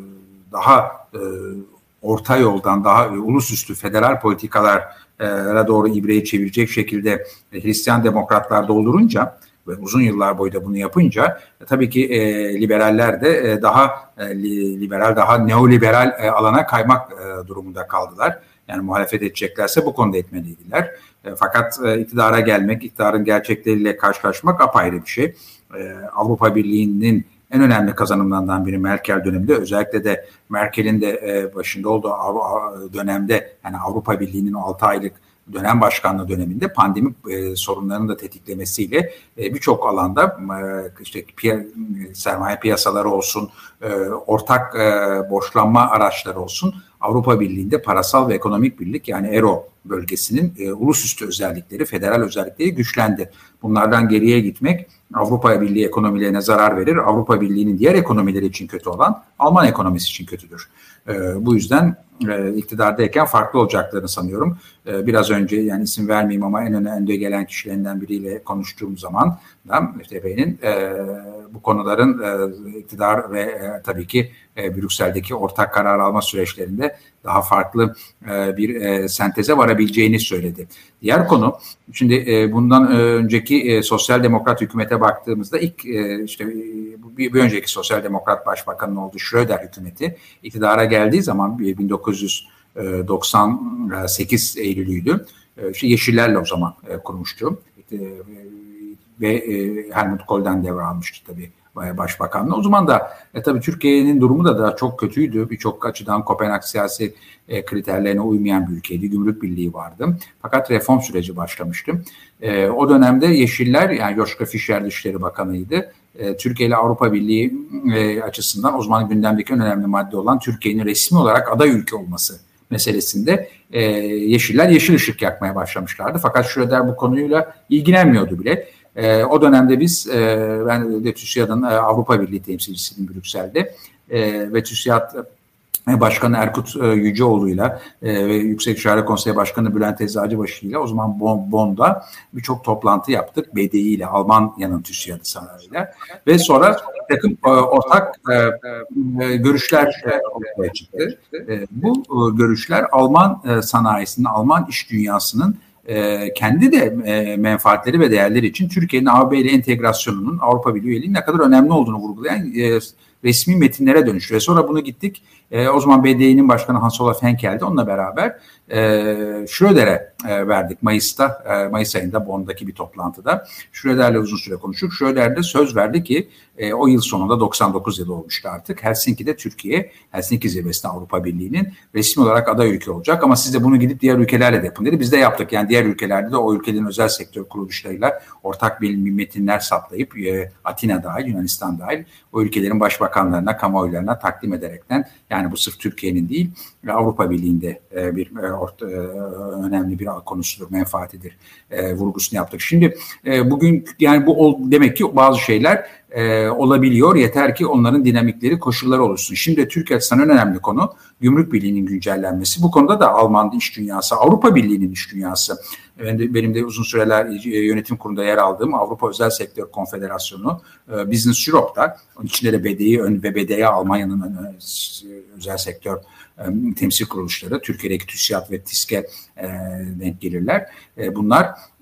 daha e, orta yoldan, daha e, ulusüstü federal politikalara doğru ibreyi çevirecek şekilde e, Hristiyan demokratlar doldurunca ve uzun yıllar boyunca bunu yapınca e, tabii ki e, liberaller de e, daha e, liberal, daha neoliberal e, alana kaymak e, durumunda kaldılar. Yani muhalefet edeceklerse bu konuda etmeliydiler. E, fakat e, iktidara gelmek, iktidarın gerçekleriyle karşılaşmak apayrı bir şey. E, Avrupa Birliği'nin en önemli kazanımlarından biri Merkel döneminde, özellikle de Merkel'in de e, başında olduğu Avru- dönemde, yani Avrupa Birliği'nin altı aylık dönem başkanlığı döneminde pandemi e, sorunlarını da tetiklemesiyle e, birçok alanda e, işte piy- sermaye piyasaları olsun, e, ortak e, borçlanma araçları olsun, Avrupa Birliği'nde parasal ve ekonomik birlik, yani Euro bölgesinin e, ulusüstü özellikleri, federal özellikleri güçlendi. Bunlardan geriye gitmek Avrupa Birliği ekonomilerine zarar verir. Avrupa Birliği'nin diğer ekonomileri için kötü olan Alman ekonomisi için kötüdür. E, bu yüzden e, iktidardayken farklı olacaklarını sanıyorum. E, biraz önce, yani isim vermeyeyim ama en önde gelen kişilerinden biriyle konuştuğum zaman da F D P'nin e, bu konuların e, iktidar ve e, tabii ki e, Brüksel'deki ortak karar alma süreçlerinde daha farklı e, bir e, senteze varabileceğini söyledi. Diğer konu, şimdi e, bundan önceki e, sosyal demokrat hükümete baktığımızda ilk e, işte e, bir, bir önceki sosyal demokrat başbakanın olduğu Schröder hükümeti iktidara geldiği zaman bin dokuz yüz doksan sekiz Eylül'üydü. E, işte Yeşillerle o zaman e, kurmuştu. E, ve e, Helmut Kohl'den devralmıştı tabii başbakanlığı. O zaman da e, tabii Türkiye'nin durumu da daha çok kötüydü. Birçok açıdan Kopenhag siyasi e, kriterlerine uymayan bir ülkeydi. Gümrük Birliği vardı. Fakat reform süreci başlamıştı. E, o dönemde Yeşiller, yani Joschka Fischer Dışişleri Bakanı'ydı. E, Türkiye ile Avrupa Birliği e, açısından o zaman gündemdeki en önemli madde olan Türkiye'nin resmi olarak aday ülke olması meselesinde e, Yeşiller yeşil ışık yakmaya başlamışlardı. Fakat Schröder bu konuyla ilgilenmiyordu bile. E, o dönemde biz, e, ben de TÜSİAD'ın e, Avrupa Birliği temsilcisiydim Brüksel'de e, ve TÜSİAD Başkanı Erkut e, Yüceoğlu'yla e, ve Yüksek İşaret Konseyi Başkanı Bülent Eczacıbaşı ile o zaman Bonn, Bonn'da birçok toplantı yaptık. B D İ ile, Almanya'nın TÜSİAD'ı sanayıyla, ve sonra takım e, ortak e, e, görüşler e, ortaya çıktı. E, bu e, görüşler Alman e, sanayisinin, Alman iş dünyasının E, kendi de e, menfaatleri ve değerleri için Türkiye'nin A B ile entegrasyonunun, Avrupa Birliği üyeliğinin ne kadar önemli olduğunu vurgulayan e, resmi metinlere dönüştü. Ve sonra bunu gittik. E, o zaman B D İ'nin başkanı Hans-Olaf Henkel'di. Onunla beraber e, Schröder'e e, verdik. Mayıs'ta, e, Mayıs ayında Bonn'daki bir toplantıda. Schröder'le uzun süre konuştuk. Schröder de söz verdi ki e, o yıl sonunda, doksan dokuz yılı olmuştu artık, Helsinki'de Türkiye, Helsinki zirvesinde Avrupa Birliği'nin resmi olarak aday ülke olacak. Ama siz de bunu gidip diğer ülkelerle de yapın dedi. Biz de yaptık. Yani diğer ülkelerde de o ülkelerin özel sektör kuruluşlarıyla ortak bir metinler saplayıp e, Atina dahil, Yunanistan dahil o ülkelerin başbakanlarına, kamuoylarına takdim ederekten, yani bu sırf Türkiye'nin değil, Avrupa Birliği'nde e, bir e, orta, e, önemli bir konusudur, menfaatidir e, vurgusunu yaptık. Şimdi e, bugün yani bu demek ki bazı şeyler e, olabiliyor. Yeter ki onların dinamikleri, koşulları oluşsun. Şimdi Türkiye açısından en önemli konu Gümrük Birliği'nin güncellenmesi. Bu konuda da Alman iş dünyası, Avrupa Birliği'nin iş dünyası, ben de, benim de uzun süreler yönetim kurulunda yer aldığım Avrupa Özel Sektör Konfederasyonu, Business Europe'da, onun içinde de B D İ ve B D İ Almanya'nın özel sektör temsil kuruluşları, Türkiye'deki TÜSİAD ve TİSK'e denk gelirler. Bunlar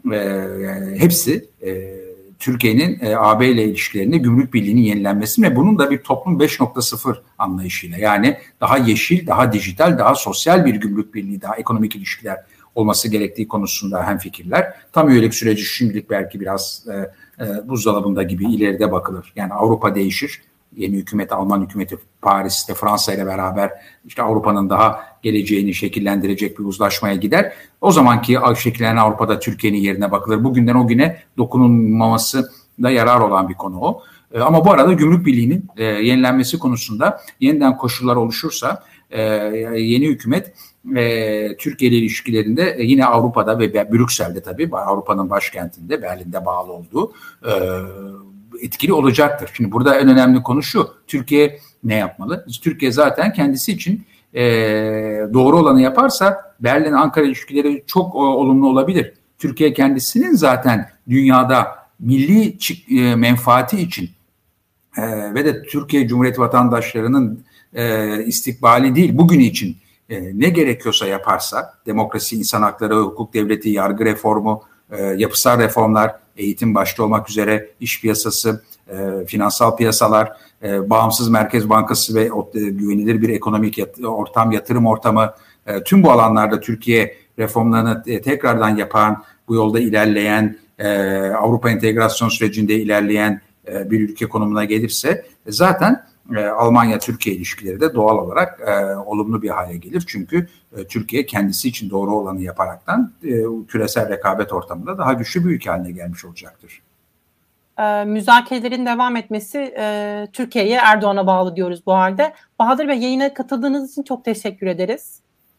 e, hepsi e, Türkiye'nin e, A B ile ilişkilerinde gümrük birliğinin yenilenmesi ve bunun da bir toplum beş nokta sıfır anlayışıyla, yani daha yeşil, daha dijital, daha sosyal bir gümrük birliği, daha ekonomik ilişkiler olması gerektiği konusunda hemfikirler. Tam üyelik süreci şimdilik belki biraz e, e, buzdolabında gibi, ileride bakılır. Yani Avrupa değişir. Yeni hükümet, Alman hükümeti Paris'te Fransa ile beraber işte Avrupa'nın daha geleceğini şekillendirecek bir uzlaşmaya gider. O zamanki şekillenen Avrupa'da Türkiye'nin yerine bakılır. Bugünden o güne dokunulmaması da yarar olan bir konu o. E, ama bu arada gümrük birliğinin e, yenilenmesi konusunda yeniden koşullar oluşursa e, yeni hükümet e, Türkiye ile ilişkilerinde e, yine Avrupa'da ve Brüksel'de, tabii Avrupa'nın başkentinde, Berlin'de bağlı olduğu e, etkili olacaktır. Şimdi burada en önemli konu şu: Türkiye ne yapmalı? Türkiye zaten kendisi için e, doğru olanı yaparsa Berlin-Ankara ilişkileri çok e, olumlu olabilir. Türkiye kendisinin zaten dünyada milli e, menfaati için e, ve de Türkiye Cumhuriyeti vatandaşlarının e, istikbali değil, bugün için e, ne gerekiyorsa yaparsa, demokrasi, insan hakları, hukuk devleti, yargı reformu, e, yapısal reformlar, eğitim başta olmak üzere iş piyasası, e, finansal piyasalar, e, bağımsız Merkez Bankası ve e, güvenilir bir ekonomik yat- ortam, yatırım ortamı, e, tüm bu alanlarda Türkiye reformlarını e, tekrardan yapan, bu yolda ilerleyen, e, Avrupa entegrasyon sürecinde ilerleyen e, bir ülke konumuna gelirse e, zaten e, Almanya-Türkiye ilişkileri de doğal olarak e, olumlu bir hale gelir. Çünkü e, Türkiye kendisi için doğru olanı yaparaktan e, küresel rekabet ortamında daha güçlü bir ülke haline gelmiş olacaktır. E, müzakerelerin devam etmesi e, Türkiye'ye, Erdoğan'a bağlı diyoruz bu halde. Bahadır Bey, yayına katıldığınız için çok teşekkür ederiz.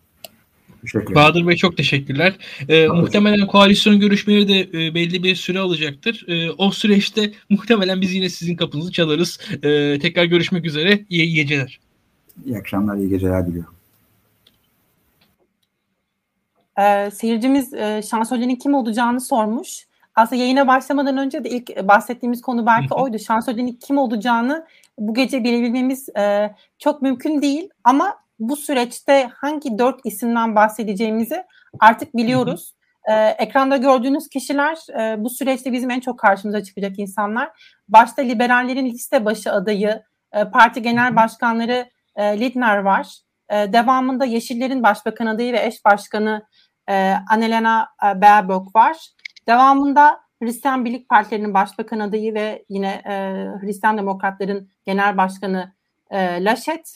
Bahadır Bey çok teşekkürler. Ee, muhtemelen koalisyon görüşmeleri de e, belli bir süre alacaktır. E, o süreçte muhtemelen biz yine sizin kapınızı çalarız. E, tekrar görüşmek üzere. İyi, iyi geceler. İyi akşamlar, iyi geceler diliyorum. Ee, seyircimiz e, şansölyenin kim olacağını sormuş. Aslında yayına başlamadan önce de ilk bahsettiğimiz konu belki oydu. Şansölyenin kim olacağını bu gece bilebilmemiz e, çok mümkün değil. Ama bu süreçte hangi dört isimden bahsedeceğimizi artık biliyoruz. Ee, ekranda gördüğünüz kişiler e, bu süreçte bizim en çok karşımıza çıkacak insanlar. Başta liberallerin liste başı adayı, e, parti genel başkanları e, Lindner var. E, devamında Yeşillerin başbakan adayı ve eş başkanı e, Annalena e, Baerbock var. Devamında Hristiyan Birlik Partilerinin başbakan adayı ve yine e, Hristiyan Demokratların genel başkanı e, Laschet.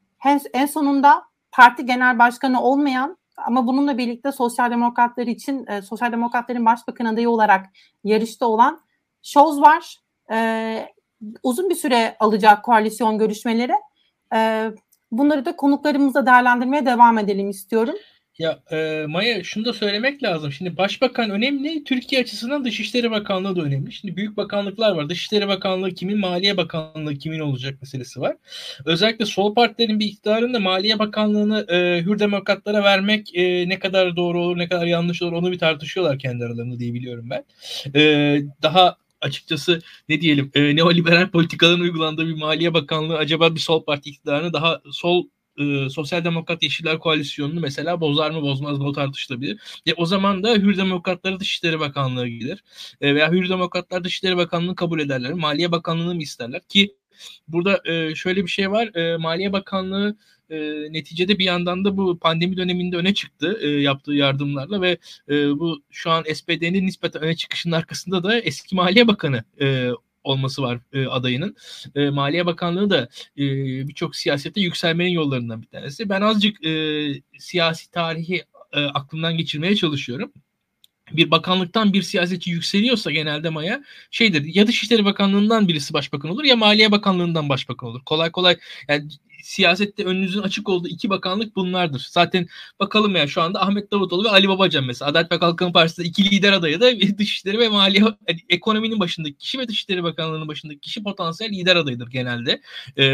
En sonunda parti genel başkanı olmayan ama bununla birlikte Sosyal Demokratlar için e, Sosyal Demokratların başbakan adayı olarak yarışta olan Scholz var. E, uzun bir süre alacak koalisyon görüşmeleri. E, bunları da konuklarımızla değerlendirmeye devam edelim istiyorum. Ya e, Maya, şunu da söylemek lazım. Şimdi Başbakan önemli. Türkiye açısından Dışişleri Bakanlığı da önemli. Şimdi büyük bakanlıklar var. Dışişleri Bakanlığı kimin, Maliye Bakanlığı kimin olacak meselesi var. Özellikle sol partilerin bir iktidarında Maliye Bakanlığı'nı e, Hür Demokratlara vermek e, ne kadar doğru olur, ne kadar yanlış olur, onu bir tartışıyorlar kendi aralarında diye biliyorum ben. E, daha açıkçası ne diyelim, e, neoliberal politikaların uygulandığı bir Maliye Bakanlığı acaba bir sol parti iktidarını daha sol e, Sosyal Demokrat Yeşiller Koalisyonu'nu mesela bozar mı bozmaz mı, o tartışılabilir. E, o zaman da Hür Demokratlara Dışişleri Bakanlığı gelir. E, veya Hür Demokratlar Dışişleri Bakanlığı'nı kabul ederler. Maliye Bakanlığı'nı mı isterler? Ki burada e, şöyle bir şey var. E, Maliye Bakanlığı e, neticede bir yandan da bu pandemi döneminde öne çıktı e, yaptığı yardımlarla ve e, bu şu an S P D'nin nispeten öne çıkışının arkasında da eski Maliye Bakanı e, olması var e, adayının. E, Maliye Bakanlığı da e, birçok siyasette yükselmenin yollarından bir tanesi. Ben azıcık e, siyasi tarihi e, aklımdan geçirmeye çalışıyorum. Bir bakanlıktan bir siyasetçi yükseliyorsa genelde Maya şeydir, ya Dışişleri Bakanlığı'ndan birisi başbakan olur ya Maliye Bakanlığı'ndan başbakan olur. Kolay kolay yani siyasette önünüzün açık olduğu iki bakanlık bunlardır. Zaten bakalım ya şu anda Ahmet Davutoğlu ve Ali Babacan mesela Adalet ve Kalkınma Partisi'nde iki lider adayı da Dışişleri ve Maliye, yani ekonominin başındaki kişi ve Dışişleri Bakanlığı'nın başındaki kişi potansiyel lider adayıdır genelde. Ee,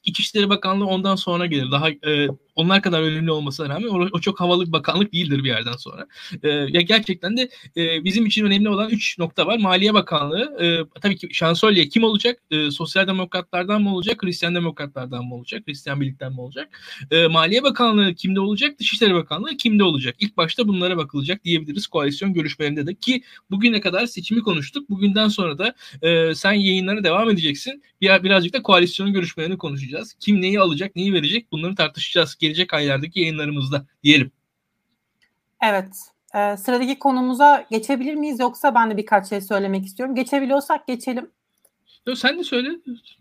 İçişleri Bakanlığı ondan sonra gelir. Daha e, onlar kadar önemli olmasına rağmen o, o çok havalı bir bakanlık değildir bir yerden sonra. E, ya gerçekten de e, bizim için önemli olan üç nokta var. Maliye Bakanlığı, e, tabii ki şansölye kim olacak? E, Sosyal Demokratlardan mı olacak? Hristiyan Demokratlardan mı olacak? Hristiyan Birlik'ten mi olacak? E, Maliye Bakanlığı kimde olacak? Dışişleri Bakanlığı kimde olacak? İlk başta bunlara bakılacak diyebiliriz koalisyon görüşmelerinde de, ki bugüne kadar seçimi konuştuk. Bugünden sonra da e, sen yayınlara devam edeceksin. Bir, birazcık da koalisyon görüşmelerini konuşacağız. Kim neyi alacak, neyi verecek, bunları tartışacağız gelecek aylardaki yayınlarımızda diyelim. Evet. Ee, sıradaki konumuza geçebilir miyiz, yoksa ben de birkaç şey söylemek istiyorum. Geçebiliyorsak geçelim. Yo, sen de söyle.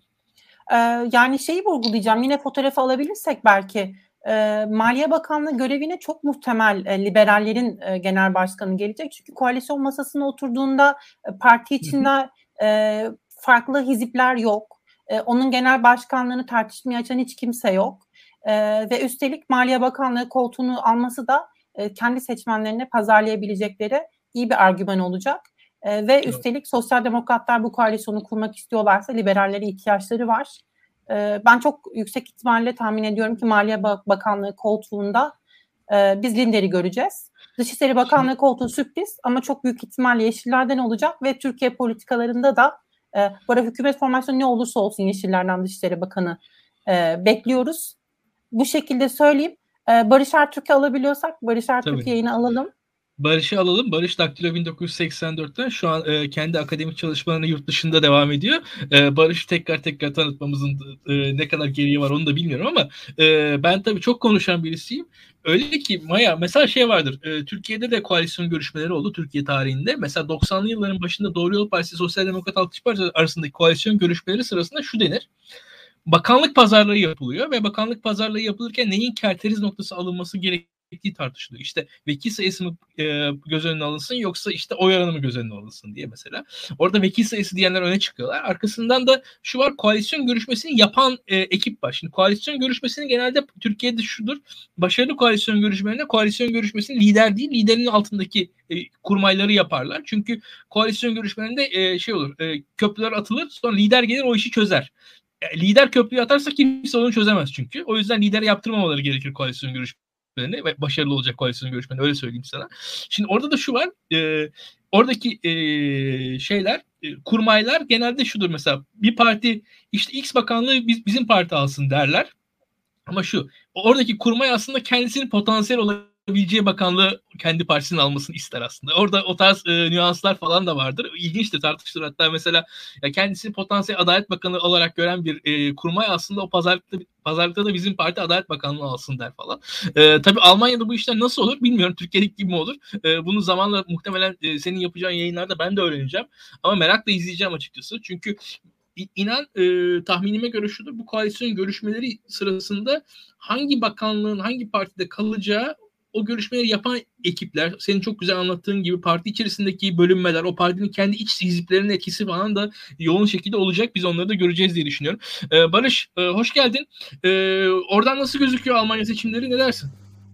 Ee, yani şeyi vurgulayacağım. Yine fotoğrafı alabilirsek belki. Ee, Maliye Bakanlığı görevine çok muhtemel e, liberallerin e, genel başkanı gelecek. Çünkü koalisyon masasına oturduğunda e, parti içinde e, farklı hizipler yok. E, onun genel başkanlığını tartışmaya açan hiç kimse yok. E, ve üstelik Maliye Bakanlığı koltuğunu alması da e, kendi seçmenlerine pazarlayabilecekleri iyi bir argüman olacak. E, ve üstelik Sosyal Demokratlar bu koalisyonu kurmak istiyorlarsa liberallere ihtiyaçları var. E, ben çok yüksek ihtimalle tahmin ediyorum ki Maliye Bakanlığı koltuğunda e, biz Linder'i göreceğiz. Dışişleri Bakanlığı koltuğu sürpriz ama çok büyük ihtimalle Yeşillerden olacak ve Türkiye politikalarında da e, bu arada hükümet formasyonu ne olursa olsun Yeşillerden Dışişleri Bakanı e, bekliyoruz. Bu şekilde söyleyeyim. E, Barış Ertürk'ü alabiliyorsak Barış Ertürk yayını alalım. Barış'ı alalım. Barış Daktilo bin dokuz yüz seksen dörtten şu an e, kendi akademik çalışmalarını yurt dışında devam ediyor. E, Barış'ı tekrar tekrar tanıtmamızın e, ne kadar gereği var onu da bilmiyorum ama e, ben tabii çok konuşan birisiyim. Öyle ki Maya, mesela şey vardır. E, Türkiye'de de koalisyon görüşmeleri oldu Türkiye tarihinde. Mesela doksanlı yılların başında Doğru Yol Partisi, Sosyal Demokrat Halk İşçi Partisi arasındaki koalisyon görüşmeleri sırasında şu denir: bakanlık pazarlığı yapılıyor ve bakanlık pazarlığı yapılırken neyin kerteriz noktası alınması gerektiği tartışılıyor. İşte vekil sayısı mı e, göz önüne alınsın, yoksa işte oy oranı mı göz önüne alınsın diye mesela. Orada vekil sayısı diyenler öne çıkıyorlar. Arkasından da şu var: koalisyon görüşmesini yapan e, ekip var. Şimdi koalisyon görüşmesini genelde Türkiye'de şudur: başarılı koalisyon görüşmelerinde koalisyon görüşmesinin lider değil, liderin altındaki e, kurmayları yaparlar. Çünkü koalisyon görüşmelerinde e, şey olur, e, köprüler atılır, sonra lider gelir o işi çözer. Lider köprüyü atarsa kimse onu çözemez çünkü. O yüzden lidere yaptırmamaları gerekir koalisyon görüşmelerine ve başarılı olacak koalisyon görüşmelerine, öyle söyleyeyim sana. Şimdi orada da şu var, e, oradaki e, şeyler, e, kurmaylar genelde şudur: mesela bir parti işte X bakanlığı biz, bizim parti alsın derler. Ama şu, oradaki kurmay aslında kendisinin potansiyel olabileceği bakanlığı kendi partisinin almasını ister aslında. Orada o tarz e, nüanslar falan da vardır. İlginçtir, tartışılır. Hatta mesela ya kendisini potansiyel Adalet Bakanı olarak gören bir e, kurmay aslında o pazarlıkta pazarlıkta da bizim parti Adalet Bakanlığı alsın der falan. E, tabii Almanya'da bu işler nasıl olur bilmiyorum. Türkiye'deki gibi mi olur? E, bunu zamanla muhtemelen e, senin yapacağın yayınlarda ben de öğreneceğim. Ama merakla izleyeceğim açıkçası. Çünkü İnan e, tahminime göre şudur: bu koalisyon görüşmeleri sırasında hangi bakanlığın hangi partide kalacağı, o görüşmeleri yapan ekipler, senin çok güzel anlattığın gibi parti içerisindeki bölünmeler, o partinin kendi iç hiziplerinin etkisi falan da yoğun şekilde olacak. Biz onları da göreceğiz diye düşünüyorum. E, Barış, e, hoş geldin. E, oradan nasıl gözüküyor Almanya seçimleri, ne dersin?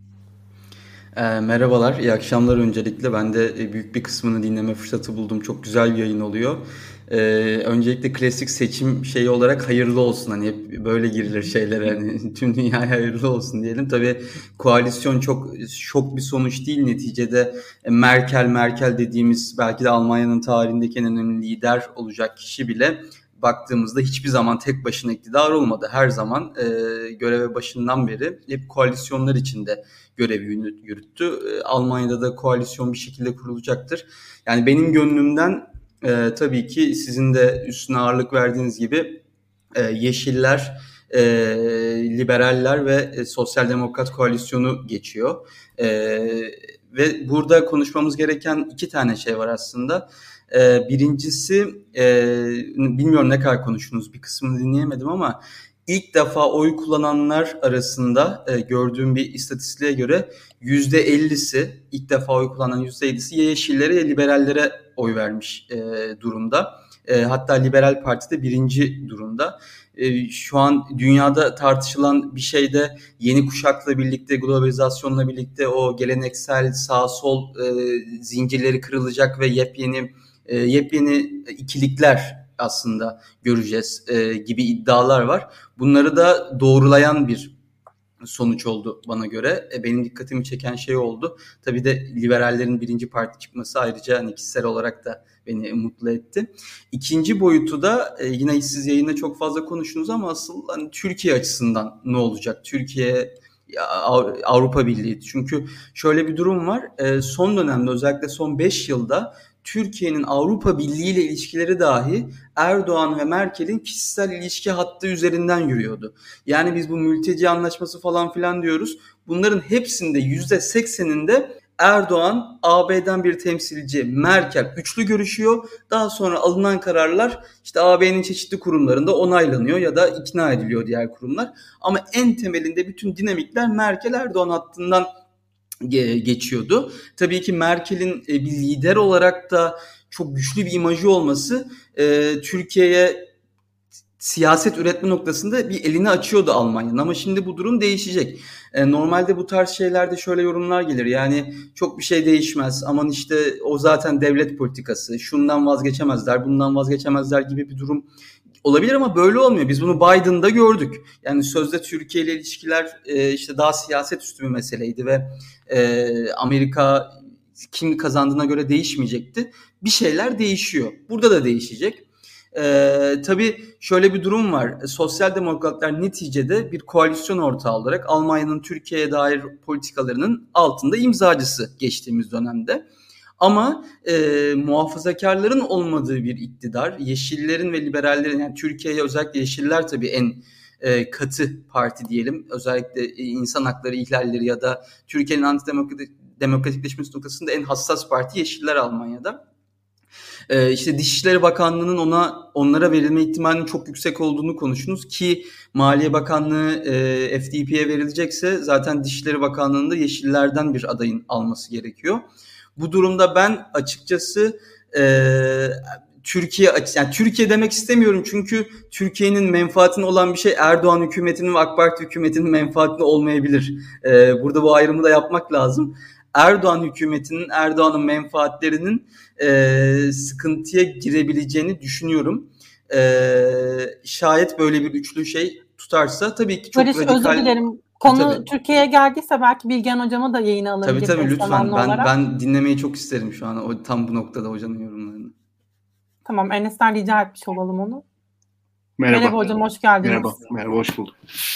E, merhabalar, iyi akşamlar öncelikle. Ben de büyük bir kısmını dinleme fırsatı buldum. Çok güzel bir yayın oluyor. Ee, öncelikle klasik seçim şeyi olarak hayırlı olsun, hani hep böyle girilir şeylere, hani tüm dünyaya hayırlı olsun diyelim. Tabii koalisyon çok şok bir sonuç değil neticede. Merkel Merkel dediğimiz belki de Almanya'nın tarihindeki en önemli lider olacak kişi bile baktığımızda hiçbir zaman tek başına iktidar olmadı. Her zaman e, göreve başından beri hep koalisyonlar içinde görevi yürüttü. E, Almanya'da da koalisyon bir şekilde kurulacaktır. Yani benim gönlümden Ee, tabii ki sizin de üstüne ağırlık verdiğiniz gibi e, Yeşiller, e, Liberaller ve e, Sosyal Demokrat koalisyonu geçiyor. E, ve burada konuşmamız gereken iki tane şey var aslında. E, birincisi, e, bilmiyorum ne kadar konuştunuz, bir kısmını dinleyemedim ama ilk defa oy kullananlar arasında e, gördüğüm bir istatistiğe göre yüzde ellisi, ilk defa oy kullanan yüzde ellisi ya Yeşillere ya Liberallere oy vermiş e, durumda. E, hatta Liberal Parti de birinci durumda. E, şu an dünyada tartışılan bir şey de yeni kuşakla birlikte, globalizasyonla birlikte o geleneksel sağ sol e, zincirleri kırılacak ve yepyeni e, yepyeni ikilikler aslında göreceğiz e, gibi iddialar var. Bunları da doğrulayan bir sonuç oldu bana göre. E, benim dikkatimi çeken şey oldu. Tabii de liberallerin birinci parti çıkması ayrıca hani kişisel olarak da beni mutlu etti. İkinci boyutu da e, yine siz yayında çok fazla konuştunuz ama asıl hani Türkiye açısından ne olacak? Türkiye, Avrupa Birliği. Çünkü şöyle bir durum var. E, son dönemde özellikle son beş yılda Türkiye'nin Avrupa Birliği ile ilişkileri dahi Erdoğan ve Merkel'in kişisel ilişki hattı üzerinden yürüyordu. Yani biz bu mülteci anlaşması falan filan diyoruz. Bunların hepsinde yüzde sekseninde Erdoğan, A B'den bir temsilci, Merkel üçlü görüşüyor. Daha sonra alınan kararlar işte A B'nin çeşitli kurumlarında onaylanıyor ya da ikna ediliyor diğer kurumlar. Ama en temelinde bütün dinamikler Merkel-Erdoğan hattından geçiyordu. Tabii ki Merkel'in bir lider olarak da çok güçlü bir imajı olması e, Türkiye'ye siyaset üretme noktasında bir elini açıyordu Almanya'nın, ama şimdi bu durum değişecek. E, normalde bu tarz şeylerde şöyle yorumlar gelir, yani çok bir şey değişmez, aman işte o zaten devlet politikası, şundan vazgeçemezler, bundan vazgeçemezler gibi bir durum olabilir ama böyle olmuyor. Biz bunu Biden'da gördük. Yani sözde Türkiye ile ilişkiler e, işte daha siyaset üstü bir meseleydi ve e, Amerika kim kazandığına göre değişmeyecekti. Bir şeyler değişiyor. Burada da değişecek. Ee, tabii şöyle bir durum var. Sosyal demokratlar neticede bir koalisyon ortağı olarak Almanya'nın Türkiye'ye dair politikalarının altında imzacısı geçtiğimiz dönemde. Ama e, muhafazakarların olmadığı bir iktidar, yeşillerin ve liberallerin, yani Türkiye'ye özellikle yeşiller tabii en e, katı parti diyelim. Özellikle e, insan hakları ihlalleri ya da Türkiye'nin antidemokratikleşmesi noktasında en hassas parti yeşiller Almanya'da. Ee, işte Dışişleri Bakanlığı'nın ona onlara verilme ihtimalinin çok yüksek olduğunu konuştunuz ki Maliye Bakanlığı e, F D P'ye verilecekse zaten Dışişleri Bakanlığı'nda yeşillerden bir adayın alması gerekiyor. Bu durumda ben açıkçası e, Türkiye yani Türkiye demek istemiyorum çünkü Türkiye'nin menfaatine olan bir şey Erdoğan hükümetinin ve AK Parti hükümetinin menfaatine olmayabilir. E, burada bu ayrımı da yapmak lazım. Erdoğan hükümetinin, Erdoğan'ın menfaatlerinin e, sıkıntıya girebileceğini düşünüyorum. E, şayet böyle bir üçlü şey tutarsa tabii ki çok Barış, radikal... özür dilerim. Konu tabii. Türkiye'ye geldiyse belki Bilgehan Hocam'a da yayına alabiliriz. Tabii tabii lütfen. Ben, olarak. ben dinlemeyi çok isterim şu an o, tam bu noktada hocanın yorumlarını. Tamam, Enes'ten rica etmiş olalım onu. Merhaba. Merhaba hocam, hoş geldiniz. Merhaba, merhaba hoş bulduk.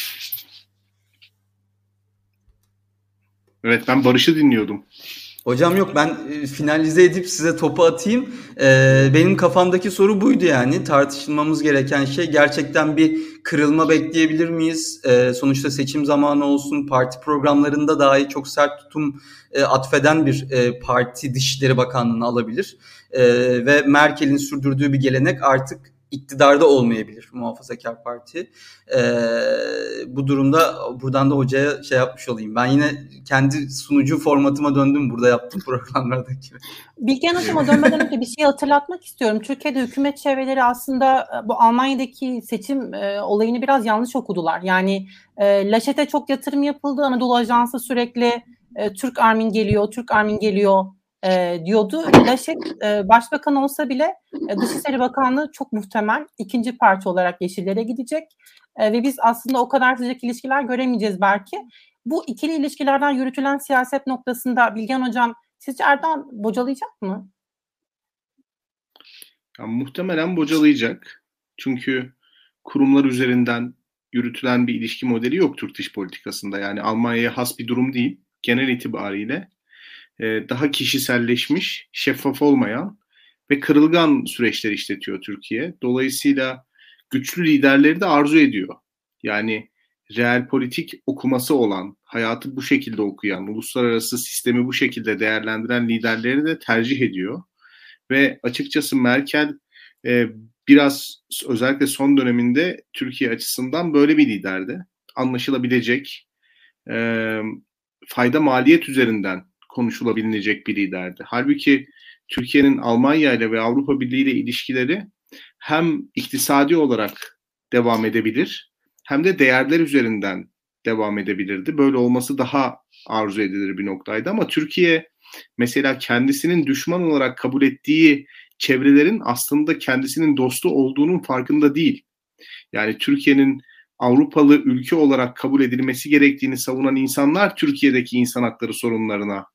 Evet, ben Barış'ı dinliyordum. Hocam yok, ben e, finalize edip size topu atayım. E, benim kafamdaki soru buydu yani. Tartışılmamız gereken şey, gerçekten bir kırılma bekleyebilir miyiz? E, sonuçta seçim zamanı olsun, parti programlarında dahi çok sert tutum e, atfeden bir e, parti Dışişleri Bakanlığı'nı alabilir. E, ve Merkel'in sürdürdüğü bir gelenek artık iktidarda olmayabilir Muhafazakar Parti. Ee, bu durumda buradan da hocaya şey yapmış olayım. Ben yine kendi sunucu formatıma döndüm burada yaptığım programlardaki. Bilgehan Hocam'a dönmeden önce bir şey hatırlatmak istiyorum. Türkiye'de hükümet çevreleri aslında bu Almanya'daki seçim e, olayını biraz yanlış okudular. Yani e, Laşet'e çok yatırım yapıldı. Anadolu Ajansı sürekli e, Türk Armin geliyor, Türk Armin geliyor E, diyordu. Laşet e, başbakan olsa bile e, Dışişleri Bakanlığı çok muhtemel ikinci parti olarak Yeşillere gidecek e, ve biz aslında o kadar sıcak ilişkiler göremeyeceğiz belki. Bu ikili ilişkilerden yürütülen siyaset noktasında Bilgehan Hocam sizce Erdoğan bocalayacak mı? Ya, muhtemelen bocalayacak. Çünkü kurumlar üzerinden yürütülen bir ilişki modeli yok Türk dış politikasında. Yani Almanya'ya has bir durum değil. Genel itibariyle daha kişiselleşmiş, şeffaf olmayan ve kırılgan süreçler işletiyor Türkiye. Dolayısıyla güçlü liderleri de arzu ediyor. Yani real politik okuması olan, hayatı bu şekilde okuyan, uluslararası sistemi bu şekilde değerlendiren liderleri de tercih ediyor. Ve açıkçası Merkel e, biraz özellikle son döneminde Türkiye açısından böyle bir liderdi. Anlaşılabilecek, e, fayda maliyet üzerinden konuşulabilecek bir liderdi. Halbuki Türkiye'nin Almanya ile ve Avrupa Birliği ile ilişkileri hem iktisadi olarak devam edebilir hem de değerler üzerinden devam edebilirdi. Böyle olması daha arzu edilir bir noktaydı ama Türkiye mesela kendisinin düşman olarak kabul ettiği çevrelerin aslında kendisinin dostu olduğunun farkında değil. Yani Türkiye'nin Avrupalı ülke olarak kabul edilmesi gerektiğini savunan insanlar Türkiye'deki insan hakları sorunlarına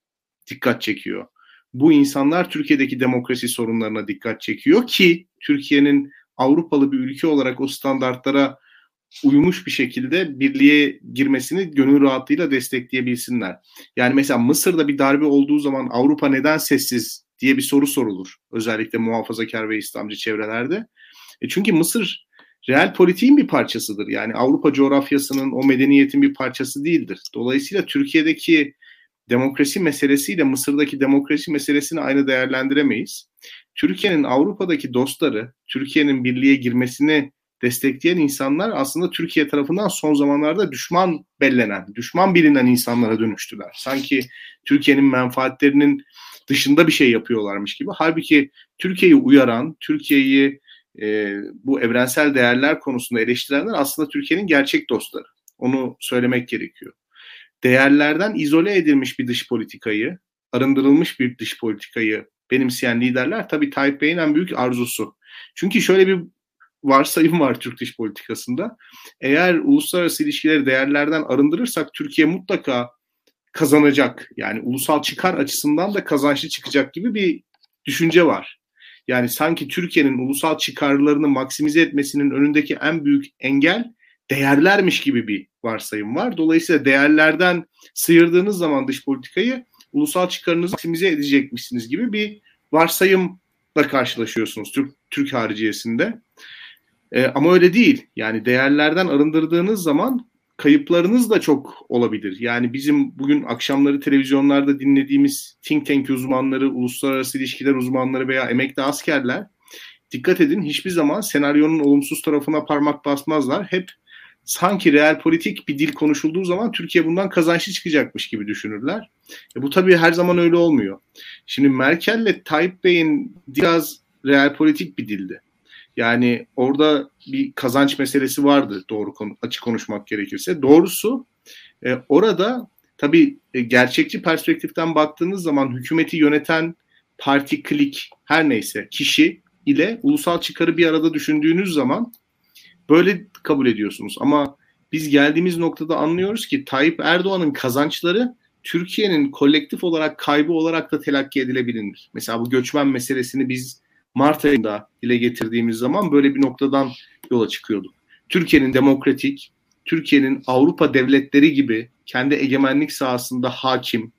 dikkat çekiyor. Bu insanlar Türkiye'deki demokrasi sorunlarına dikkat çekiyor ki Türkiye'nin Avrupalı bir ülke olarak o standartlara uymuş bir şekilde birliğe girmesini gönül rahatlığıyla destekleyebilsinler. Yani mesela Mısır'da bir darbe olduğu zaman Avrupa neden sessiz diye bir soru sorulur. Özellikle muhafazakar ve İslamcı çevrelerde. E çünkü Mısır real politiğin bir parçasıdır. Yani Avrupa coğrafyasının, o medeniyetin bir parçası değildir. Dolayısıyla Türkiye'deki demokrasi meselesiyle Mısır'daki demokrasi meselesini aynı değerlendiremeyiz. Türkiye'nin Avrupa'daki dostları, Türkiye'nin birliğe girmesini destekleyen insanlar aslında Türkiye tarafından son zamanlarda düşman bellenen, düşman bilinen insanlara dönüştüler. Sanki Türkiye'nin menfaatlerinin dışında bir şey yapıyorlarmış gibi. Halbuki Türkiye'yi uyaran, Türkiye'yi e, bu evrensel değerler konusunda eleştirenler aslında Türkiye'nin gerçek dostları. Onu söylemek gerekiyor. Değerlerden izole edilmiş bir dış politikayı, arındırılmış bir dış politikayı benimseyen liderler tabii Tayyip Bey'in en büyük arzusu. Çünkü şöyle bir varsayım var Türk dış politikasında. Eğer uluslararası ilişkileri değerlerden arındırırsak Türkiye mutlaka kazanacak. Yani ulusal çıkar açısından da kazançlı çıkacak gibi bir düşünce var. Yani sanki Türkiye'nin ulusal çıkarlarını maksimize etmesinin önündeki en büyük engel değerlermiş gibi bir varsayım var. Dolayısıyla değerlerden sıyırdığınız zaman dış politikayı ulusal çıkarınızı maksimize edecekmişsiniz gibi bir varsayımla karşılaşıyorsunuz Türk, Türk hariciyesinde. Ee, ama öyle değil. Yani değerlerden arındırdığınız zaman kayıplarınız da çok olabilir. Yani bizim bugün akşamları televizyonlarda dinlediğimiz think tank uzmanları, uluslararası ilişkiler uzmanları veya emekli askerler, dikkat edin, hiçbir zaman senaryonun olumsuz tarafına parmak basmazlar. Hep sanki real politik bir dil konuşulduğu zaman Türkiye bundan kazançlı çıkacakmış gibi düşünürler. E bu tabii her zaman öyle olmuyor. Şimdi Merkel'le Tayyip Bey'in biraz real politik bir dildi. Yani orada bir kazanç meselesi vardı, doğru konu, açık konuşmak gerekirse. Doğrusu e, orada tabii e, gerçekçi perspektiften baktığınız zaman hükümeti yöneten parti, klik, her neyse kişi ile ulusal çıkarı bir arada düşündüğünüz zaman böyle kabul ediyorsunuz. Ama biz geldiğimiz noktada anlıyoruz ki Tayyip Erdoğan'ın kazançları Türkiye'nin kolektif olarak kaybı olarak da telakki edilebilir. Mesela bu göçmen meselesini biz Mart ayında dile getirdiğimiz zaman böyle bir noktadan yola çıkıyorduk. Türkiye'nin demokratik, Türkiye'nin Avrupa devletleri gibi kendi egemenlik sahasında hakim,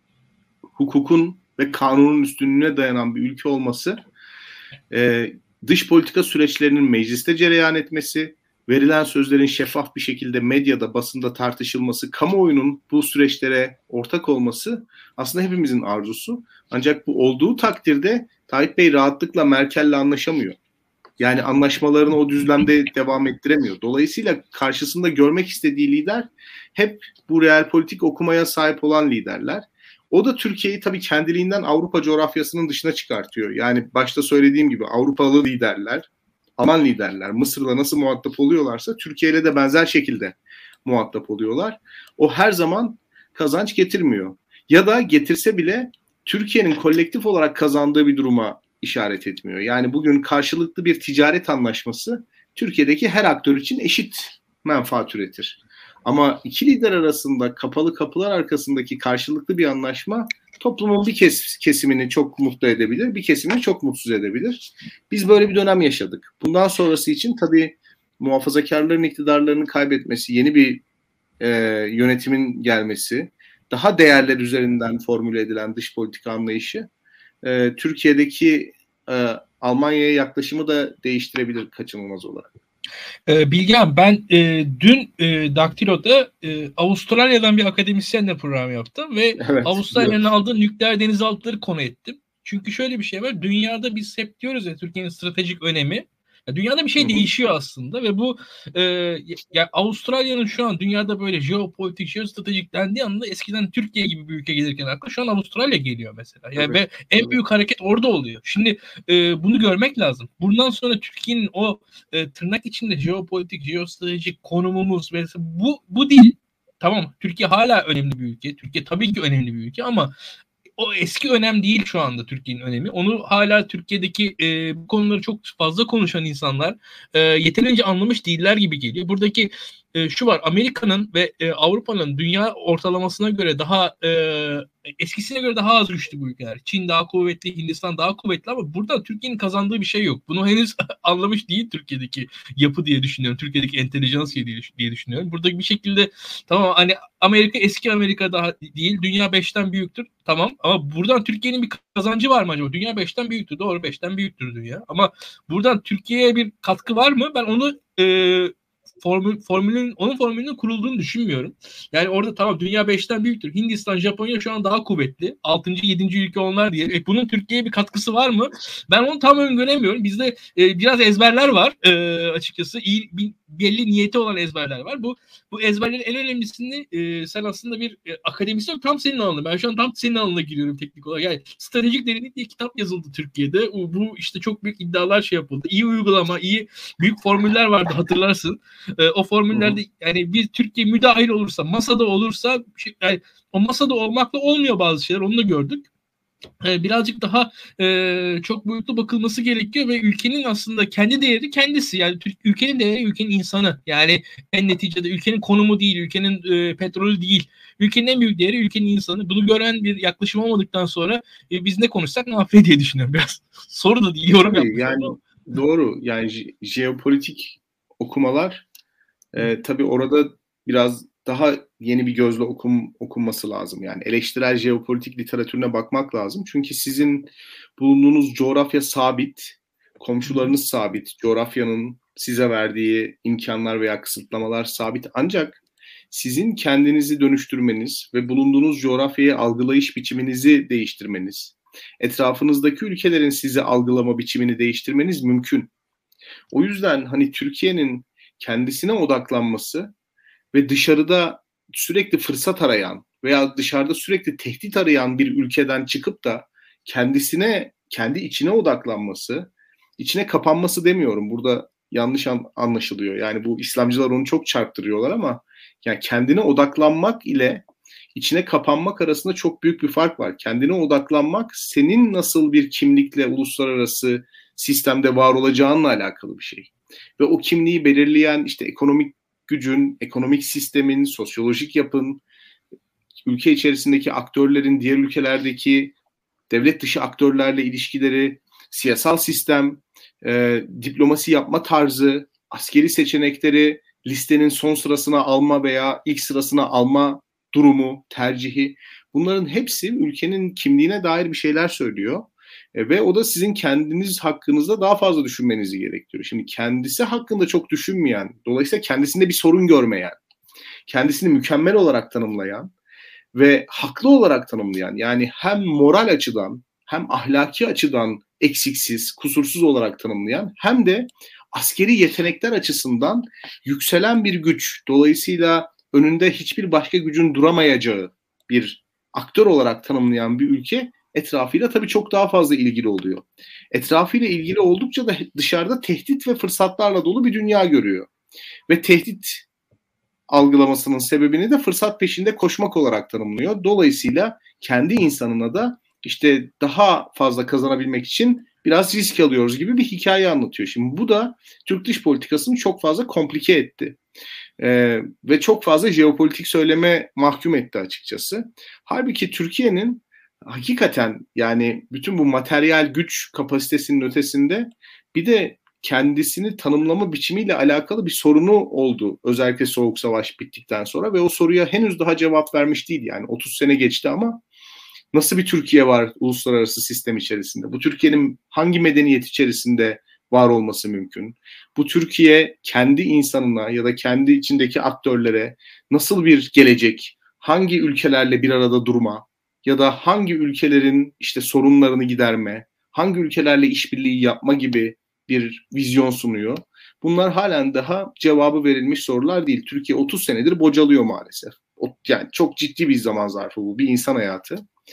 hukukun ve kanunun üstünlüğüne dayanan bir ülke olması, e, dış politika süreçlerinin mecliste cereyan etmesi, verilen sözlerin şeffaf bir şekilde medyada, basında tartışılması, kamuoyunun bu süreçlere ortak olması aslında hepimizin arzusu. Ancak bu olduğu takdirde Tayyip Bey rahatlıkla Merkel'le anlaşamıyor. Yani anlaşmalarını o düzlemde devam ettiremiyor. Dolayısıyla karşısında görmek istediği lider hep bu real politik okumaya sahip olan liderler. O da Türkiye'yi tabii kendiliğinden Avrupa coğrafyasının dışına çıkartıyor. Yani başta söylediğim gibi Avrupalı liderler, Alman liderler Mısır'la nasıl muhatap oluyorlarsa Türkiye'yle de benzer şekilde muhatap oluyorlar. O her zaman kazanç getirmiyor. Ya da getirse bile Türkiye'nin kolektif olarak kazandığı bir duruma işaret etmiyor. Yani bugün karşılıklı bir ticaret anlaşması Türkiye'deki her aktör için eşit menfaat üretir. Ama iki lider arasında kapalı kapılar arkasındaki karşılıklı bir anlaşma toplumun bir kes- kesimini çok mutlu edebilir, bir kesimini çok mutsuz edebilir. Biz böyle bir dönem yaşadık. Bundan sonrası için tabii muhafazakarların iktidarlarını kaybetmesi, yeni bir e, yönetimin gelmesi, daha değerler üzerinden formüle edilen dış politika anlayışı e, Türkiye'deki e, Almanya'ya yaklaşımı da değiştirebilir kaçınılmaz olarak. E, Bilgehan, ben e, dün e, Daktilo'da e, Avustralya'dan bir akademisyenle program yaptım ve evet, Avustralya'nın aldığı nükleer denizaltıları konu ettim. Çünkü şöyle bir şey var, dünyada biz hep diyoruz ya Türkiye'nin stratejik önemi. Dünyada bir şey Hı-hı. değişiyor aslında ve bu e, ya Avustralya'nın şu an dünyada böyle jeopolitik, jeostratejik dendiği anda eskiden Türkiye gibi bir ülke gelirken akla şu an Avustralya geliyor mesela. Yani ve en büyük hareket orada oluyor. Şimdi e, bunu görmek lazım. Bundan sonra Türkiye'nin o e, tırnak içinde jeopolitik, jeostratejik konumumuz mesela bu bu değil. Tamam, Türkiye hala önemli bir ülke. Türkiye tabii ki önemli bir ülke ama o eski önem değil şu anda Türkiye'nin önemi. Onu hala Türkiye'deki e, bu konuları çok fazla konuşan insanlar e, yeterince anlamış değiller gibi geliyor. Buradaki e, şu var, Amerika'nın ve e, Avrupa'nın dünya ortalamasına göre daha e, eskisine göre daha az güçlü bu ülkeler. Çin daha kuvvetli, Hindistan daha kuvvetli ama burada Türkiye'nin kazandığı bir şey yok. Bunu henüz anlamış değil Türkiye'deki yapı diye düşünüyorum. Türkiye'deki entelijansiye diye, diye düşünüyorum. Burada bir şekilde tamam, hani Amerika eski Amerika daha değil. Dünya beşten büyüktür. Tamam ama buradan Türkiye'nin bir kazancı var mı acaba? Dünya beşten büyüktür. Doğru, beşten büyüktür dünya. Ama buradan Türkiye'ye bir katkı var mı? Ben onu e, formül, formülün onun formülünün kurulduğunu düşünmüyorum. Yani orada tamam dünya beşten büyüktür. Hindistan, Japonya şu an daha kuvvetli. altıncı yedinci ülke onlar diye. E, bunun Türkiye'ye bir katkısı var mı? Ben onu tam öngöremiyorum. Bizde e, biraz ezberler var e, açıkçası. İyi, bir, belli niyeti olan ezberler var. Bu bu ezberlerin en önemlisini e, sen aslında bir e, akademisyen, tam senin alanında. Ben şu an tam senin alanına giriyorum teknik olarak. Yani stratejik derinlik diye kitap yazıldı Türkiye'de. O, bu işte çok büyük iddialar şey yapıldı. İyi uygulama, iyi büyük formüller vardı hatırlarsın. E, o formüllerde yani bir Türkiye müdahil olursa, masada olursa yani o masada olmakla olmuyor bazı şeyler. Onu da gördük. Ee, birazcık daha e, çok boyutlu bakılması gerekiyor ve ülkenin aslında kendi değeri kendisi. Yani Türk, ülkenin değeri ülkenin insanı. Yani en neticede ülkenin konumu değil, ülkenin e, petrolü değil. Ülkenin en büyük değeri ülkenin insanı. Bunu gören bir yaklaşım olmadıktan sonra e, biz ne konuşsak ne yapıyor diye düşünüyorum biraz. Soru da değil, yorum yapmış. Yani ama. Doğru. Yani je- jeopolitik okumalar e, tabii orada biraz daha yeni bir gözle okum, okunması lazım. Yani eleştirel jeopolitik literatürüne bakmak lazım. Çünkü sizin bulunduğunuz coğrafya sabit, komşularınız sabit, coğrafyanın size verdiği imkanlar veya kısıtlamalar sabit. Ancak sizin kendinizi dönüştürmeniz ve bulunduğunuz coğrafyayı algılayış biçiminizi değiştirmeniz, etrafınızdaki ülkelerin sizi algılama biçimini değiştirmeniz mümkün. O yüzden hani Türkiye'nin kendisine odaklanması ve dışarıda sürekli fırsat arayan veya dışarıda sürekli tehdit arayan bir ülkeden çıkıp da kendisine, kendi içine odaklanması, içine kapanması demiyorum. Burada yanlış an, anlaşılıyor. Yani bu İslamcılar onu çok çarptırıyorlar ama yani kendine odaklanmak ile içine kapanmak arasında çok büyük bir fark var. Kendine odaklanmak senin nasıl bir kimlikle uluslararası sistemde var olacağınla alakalı bir şey. Ve o kimliği belirleyen işte ekonomik gücün, ekonomik sistemin, sosyolojik yapın, ülke içerisindeki aktörlerin diğer ülkelerdeki devlet dışı aktörlerle ilişkileri, siyasal sistem, e, diplomasi yapma tarzı, askeri seçenekleri listenin son sırasına alma veya ilk sırasına alma durumu, tercihi, bunların hepsi ülkenin kimliğine dair bir şeyler söylüyor. E, ve o da sizin kendiniz hakkınızda daha fazla düşünmenizi gerektiriyor. Şimdi kendisi hakkında çok düşünmeyen, dolayısıyla kendisinde bir sorun görmeyen, kendisini mükemmel olarak tanımlayan ve haklı olarak tanımlayan, yani hem moral açıdan hem ahlaki açıdan eksiksiz, kusursuz olarak tanımlayan hem de askeri yetenekler açısından yükselen bir güç, dolayısıyla önünde hiçbir başka gücün duramayacağı bir aktör olarak tanımlayan bir ülke etrafıyla tabii çok daha fazla ilgili oluyor. Etrafıyla ilgili oldukça da dışarıda tehdit ve fırsatlarla dolu bir dünya görüyor. Ve tehdit algılamasının sebebini de fırsat peşinde koşmak olarak tanımlıyor. Dolayısıyla kendi insanına da işte daha fazla kazanabilmek için biraz risk alıyoruz gibi bir hikaye anlatıyor. Şimdi bu da Türk dış politikasını çok fazla komplike etti. Ee, ve çok fazla jeopolitik söyleme mahkum etti açıkçası. Halbuki Türkiye'nin hakikaten yani bütün bu materyal güç kapasitesinin ötesinde bir de kendisini tanımlama biçimiyle alakalı bir sorunu oldu. Özellikle Soğuk Savaş bittikten sonra ve o soruya henüz daha cevap vermiş değil. Yani otuz sene geçti ama nasıl bir Türkiye var uluslararası sistem içerisinde? Bu Türkiye'nin hangi medeniyet içerisinde var olması mümkün? Bu Türkiye kendi insanına ya da kendi içindeki aktörlere nasıl bir gelecek, hangi ülkelerle bir arada durma ya da hangi ülkelerin işte sorunlarını giderme, hangi ülkelerle işbirliği yapma gibi bir vizyon sunuyor. Bunlar halen daha cevabı verilmiş sorular değil. Türkiye otuz senedir bocalıyor maalesef. Yani çok ciddi bir zaman zarfı bu, bir insan hayatı.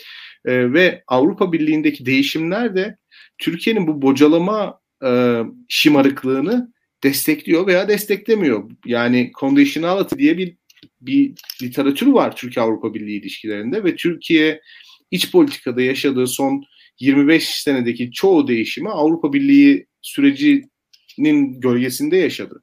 Ee, ve Avrupa Birliği'ndeki değişimler de Türkiye'nin bu bocalama e, şımarıklığını destekliyor veya desteklemiyor. Yani conditionality diye bir bir literatür var Türkiye-Avrupa Birliği ilişkilerinde ve Türkiye iç politikada yaşadığı son yirmi beş senedeki çoğu değişimi Avrupa Birliği sürecinin gölgesinde yaşadı.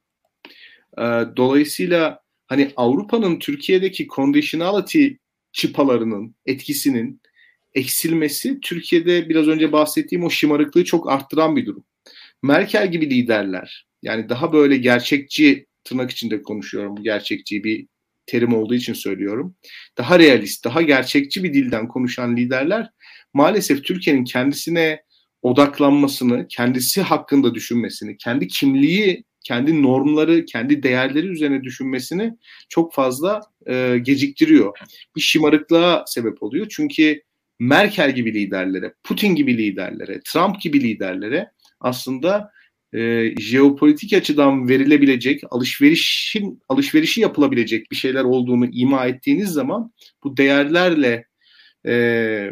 Dolayısıyla hani Avrupa'nın Türkiye'deki conditionality çıpalarının etkisinin eksilmesi Türkiye'de biraz önce bahsettiğim o şımarıklığı çok arttıran bir durum. Merkel gibi liderler, yani daha böyle gerçekçi, tırnak içinde konuşuyorum, bu gerçekçi bir terim olduğu için söylüyorum. Daha realist, daha gerçekçi bir dilden konuşan liderler maalesef Türkiye'nin kendisine odaklanmasını, kendisi hakkında düşünmesini, kendi kimliği, kendi normları, kendi değerleri üzerine düşünmesini çok fazla e, geciktiriyor. Bir şımarıklığa sebep oluyor. Çünkü Merkel gibi liderlere, Putin gibi liderlere, Trump gibi liderlere aslında e, jeopolitik açıdan verilebilecek, alışverişin alışverişi yapılabilecek bir şeyler olduğunu ima ettiğiniz zaman bu değerlerle e,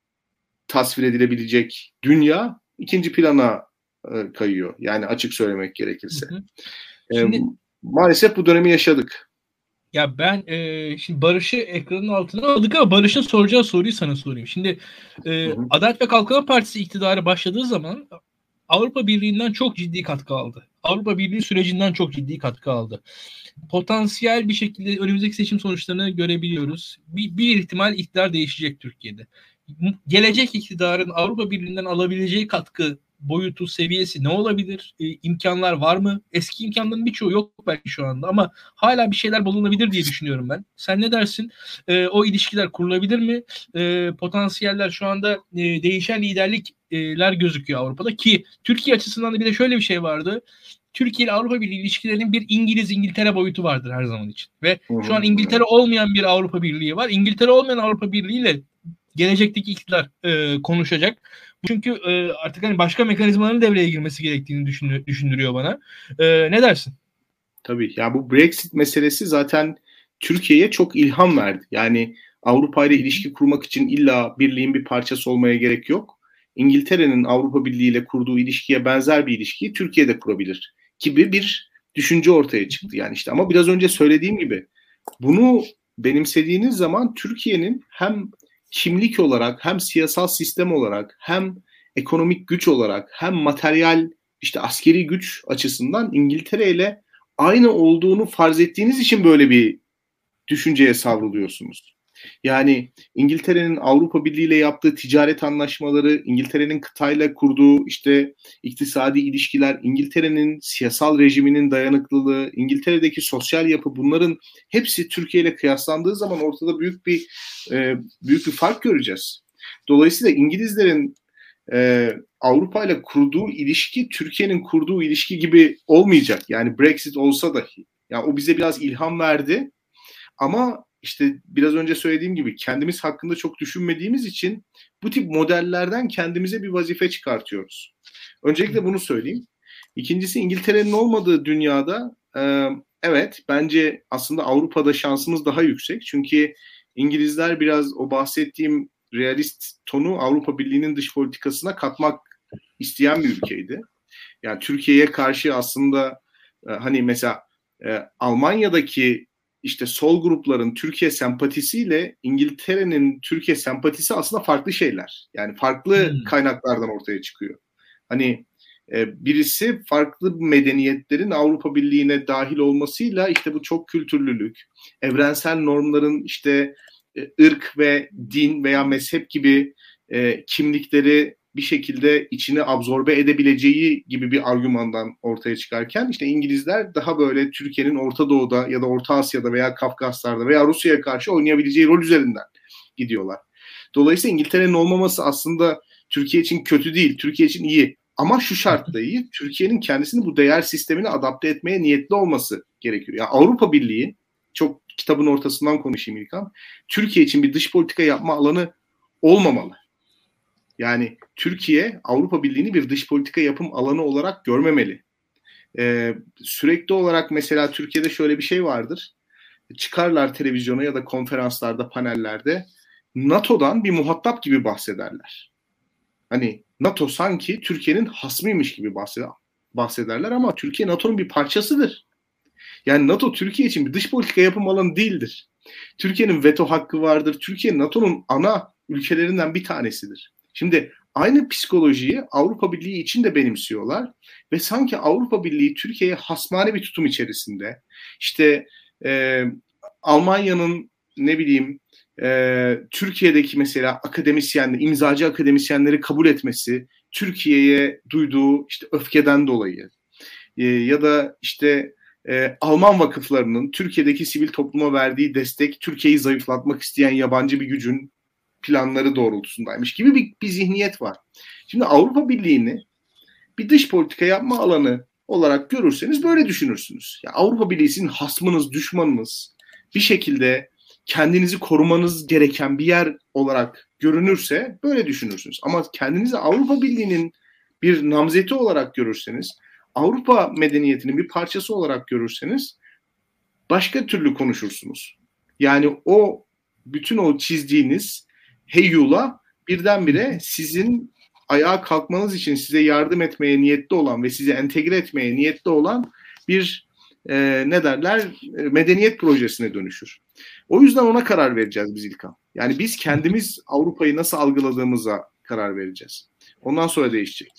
tasvir edilebilecek dünya ikinci plana e, kayıyor. Yani açık söylemek gerekirse. Hı hı. Şimdi, e, maalesef bu dönemi yaşadık. Ya ben e, şimdi Barış'ı ekranın altına aldık ama Barış'ın soracağı soruyu sana sorayım. Şimdi e, Adalet ve Kalkınma Partisi iktidara başladığı zaman Avrupa Birliği'nden çok ciddi katkı aldı. Avrupa Birliği sürecinden çok ciddi katkı aldı. Potansiyel bir şekilde önümüzdeki seçim sonuçlarını görebiliyoruz. Bir, bir ihtimal iktidar değişecek Türkiye'de. Gelecek iktidarın Avrupa Birliği'nden alabileceği katkı boyutu, seviyesi ne olabilir? E, imkanlar var mı? Eski imkanların birçoğu yok belki şu anda ama hala bir şeyler bulunabilir diye düşünüyorum ben. Sen ne dersin? E, o ilişkiler kurulabilir mi? E, potansiyeller şu anda e, değişen liderlikler gözüküyor Avrupa'da ki Türkiye açısından da bir de şöyle bir şey vardı. Türkiye ile Avrupa Birliği ilişkilerinin bir İngiliz-İngiltere boyutu vardır her zaman için. Ve şu an İngiltere olmayan bir Avrupa Birliği var. İngiltere olmayan Avrupa Birliği ile gelecekteki iktidar e, konuşacak. Çünkü e, artık hani başka mekanizmaların devreye girmesi gerektiğini düşündür- düşündürüyor bana. E, ne dersin? Tabii. Ya bu Brexit meselesi zaten Türkiye'ye çok ilham verdi. Yani Avrupa ile ilişki kurmak için illa birliğin bir parçası olmaya gerek yok. İngiltere'nin Avrupa Birliği ile kurduğu ilişkiye benzer bir ilişkiyi Türkiye'de kurabilir gibi bir düşünce ortaya çıktı. Yani işte ama biraz önce söylediğim gibi bunu benimsediğiniz zaman Türkiye'nin hem kimlik olarak, hem siyasal sistem olarak, hem ekonomik güç olarak, hem materyal işte askeri güç açısından İngiltere ile aynı olduğunu farz ettiğiniz için böyle bir düşünceye savruluyorsunuz. Yani İngiltere'nin Avrupa Birliği ile yaptığı ticaret anlaşmaları, İngiltere'nin kıtayla kurduğu işte iktisadi ilişkiler, İngiltere'nin siyasal rejiminin dayanıklılığı, İngiltere'deki sosyal yapı, bunların hepsi Türkiye ile kıyaslandığı zaman ortada büyük bir e, büyük bir fark göreceğiz. Dolayısıyla İngilizlerin e, Avrupa ile kurduğu ilişki Türkiye'nin kurduğu ilişki gibi olmayacak. Yani Brexit olsa dahi. Yani o bize biraz ilham verdi. Ama işte biraz önce söylediğim gibi kendimiz hakkında çok düşünmediğimiz için bu tip modellerden kendimize bir vazife çıkartıyoruz. Öncelikle bunu söyleyeyim. İkincisi, İngiltere'nin olmadığı dünyada e, evet bence aslında Avrupa'da şansımız daha yüksek. Çünkü İngilizler biraz o bahsettiğim realist tonu Avrupa Birliği'nin dış politikasına katmak isteyen bir ülkeydi. Yani Türkiye'ye karşı aslında e, hani mesela e, Almanya'daki İşte sol grupların Türkiye sempatisiyle İngiltere'nin Türkiye sempatisi aslında farklı şeyler. Yani farklı hmm. kaynaklardan ortaya çıkıyor. Hani e, birisi farklı medeniyetlerin Avrupa Birliği'ne dahil olmasıyla işte bu çok kültürlülük, evrensel normların işte e, ırk ve din veya mezhep gibi e, kimlikleri bir şekilde içine absorbe edebileceği gibi bir argümandan ortaya çıkarken işte İngilizler daha böyle Türkiye'nin Orta Doğu'da ya da Orta Asya'da veya Kafkaslar'da veya Rusya'ya karşı oynayabileceği rol üzerinden gidiyorlar. Dolayısıyla İngiltere'nin olmaması aslında Türkiye için kötü değil, Türkiye için iyi. Ama şu şartla iyi, Türkiye'nin kendisini bu değer sistemine adapte etmeye niyetli olması gerekiyor. Yani Avrupa Birliği, çok kitabın ortasından konuşayım İlkan, Türkiye için bir dış politika yapma alanı olmamalı. Yani Türkiye Avrupa Birliği'ni bir dış politika yapım alanı olarak görmemeli. Ee, sürekli olarak mesela Türkiye'de şöyle bir şey vardır. Çıkarlar televizyona ya da konferanslarda, panellerde NATO'dan bir muhatap gibi bahsederler. Hani NATO sanki Türkiye'nin hasmıymış gibi bahsederler ama Türkiye NATO'nun bir parçasıdır. Yani NATO Türkiye için bir dış politika yapım alanı değildir. Türkiye'nin veto hakkı vardır. Türkiye NATO'nun ana ülkelerinden bir tanesidir. Şimdi aynı psikolojiyi Avrupa Birliği için de benimsiyorlar ve sanki Avrupa Birliği Türkiye'ye hasmane bir tutum içerisinde. İşte e, Almanya'nın ne bileyim e, Türkiye'deki mesela akademisyenleri, imzacı akademisyenleri kabul etmesi, Türkiye'ye duyduğu işte öfkeden dolayı e, ya da işte e, Alman vakıflarının Türkiye'deki sivil topluma verdiği destek, Türkiye'yi zayıflatmak isteyen yabancı bir gücün planları doğrultusundaymış gibi bir, bir zihniyet var. Şimdi Avrupa Birliği'ni bir dış politika yapma alanı olarak görürseniz böyle düşünürsünüz. Yani Avrupa Birliği sizin hasmınız, düşmanınız, bir şekilde kendinizi korumanız gereken bir yer olarak görünürse böyle düşünürsünüz. Ama kendinizi Avrupa Birliği'nin bir namzeti olarak görürseniz, Avrupa medeniyetinin bir parçası olarak görürseniz başka türlü konuşursunuz. Yani o bütün o çizdiğiniz heyula birdenbire sizin ayağa kalkmanız için size yardım etmeye niyetli olan ve sizi entegre etmeye niyetli olan bir e, ne derler medeniyet projesine dönüşür. O yüzden ona karar vereceğiz biz İlkan. Yani biz kendimiz Avrupa'yı nasıl algıladığımıza karar vereceğiz. Ondan sonra değişecek.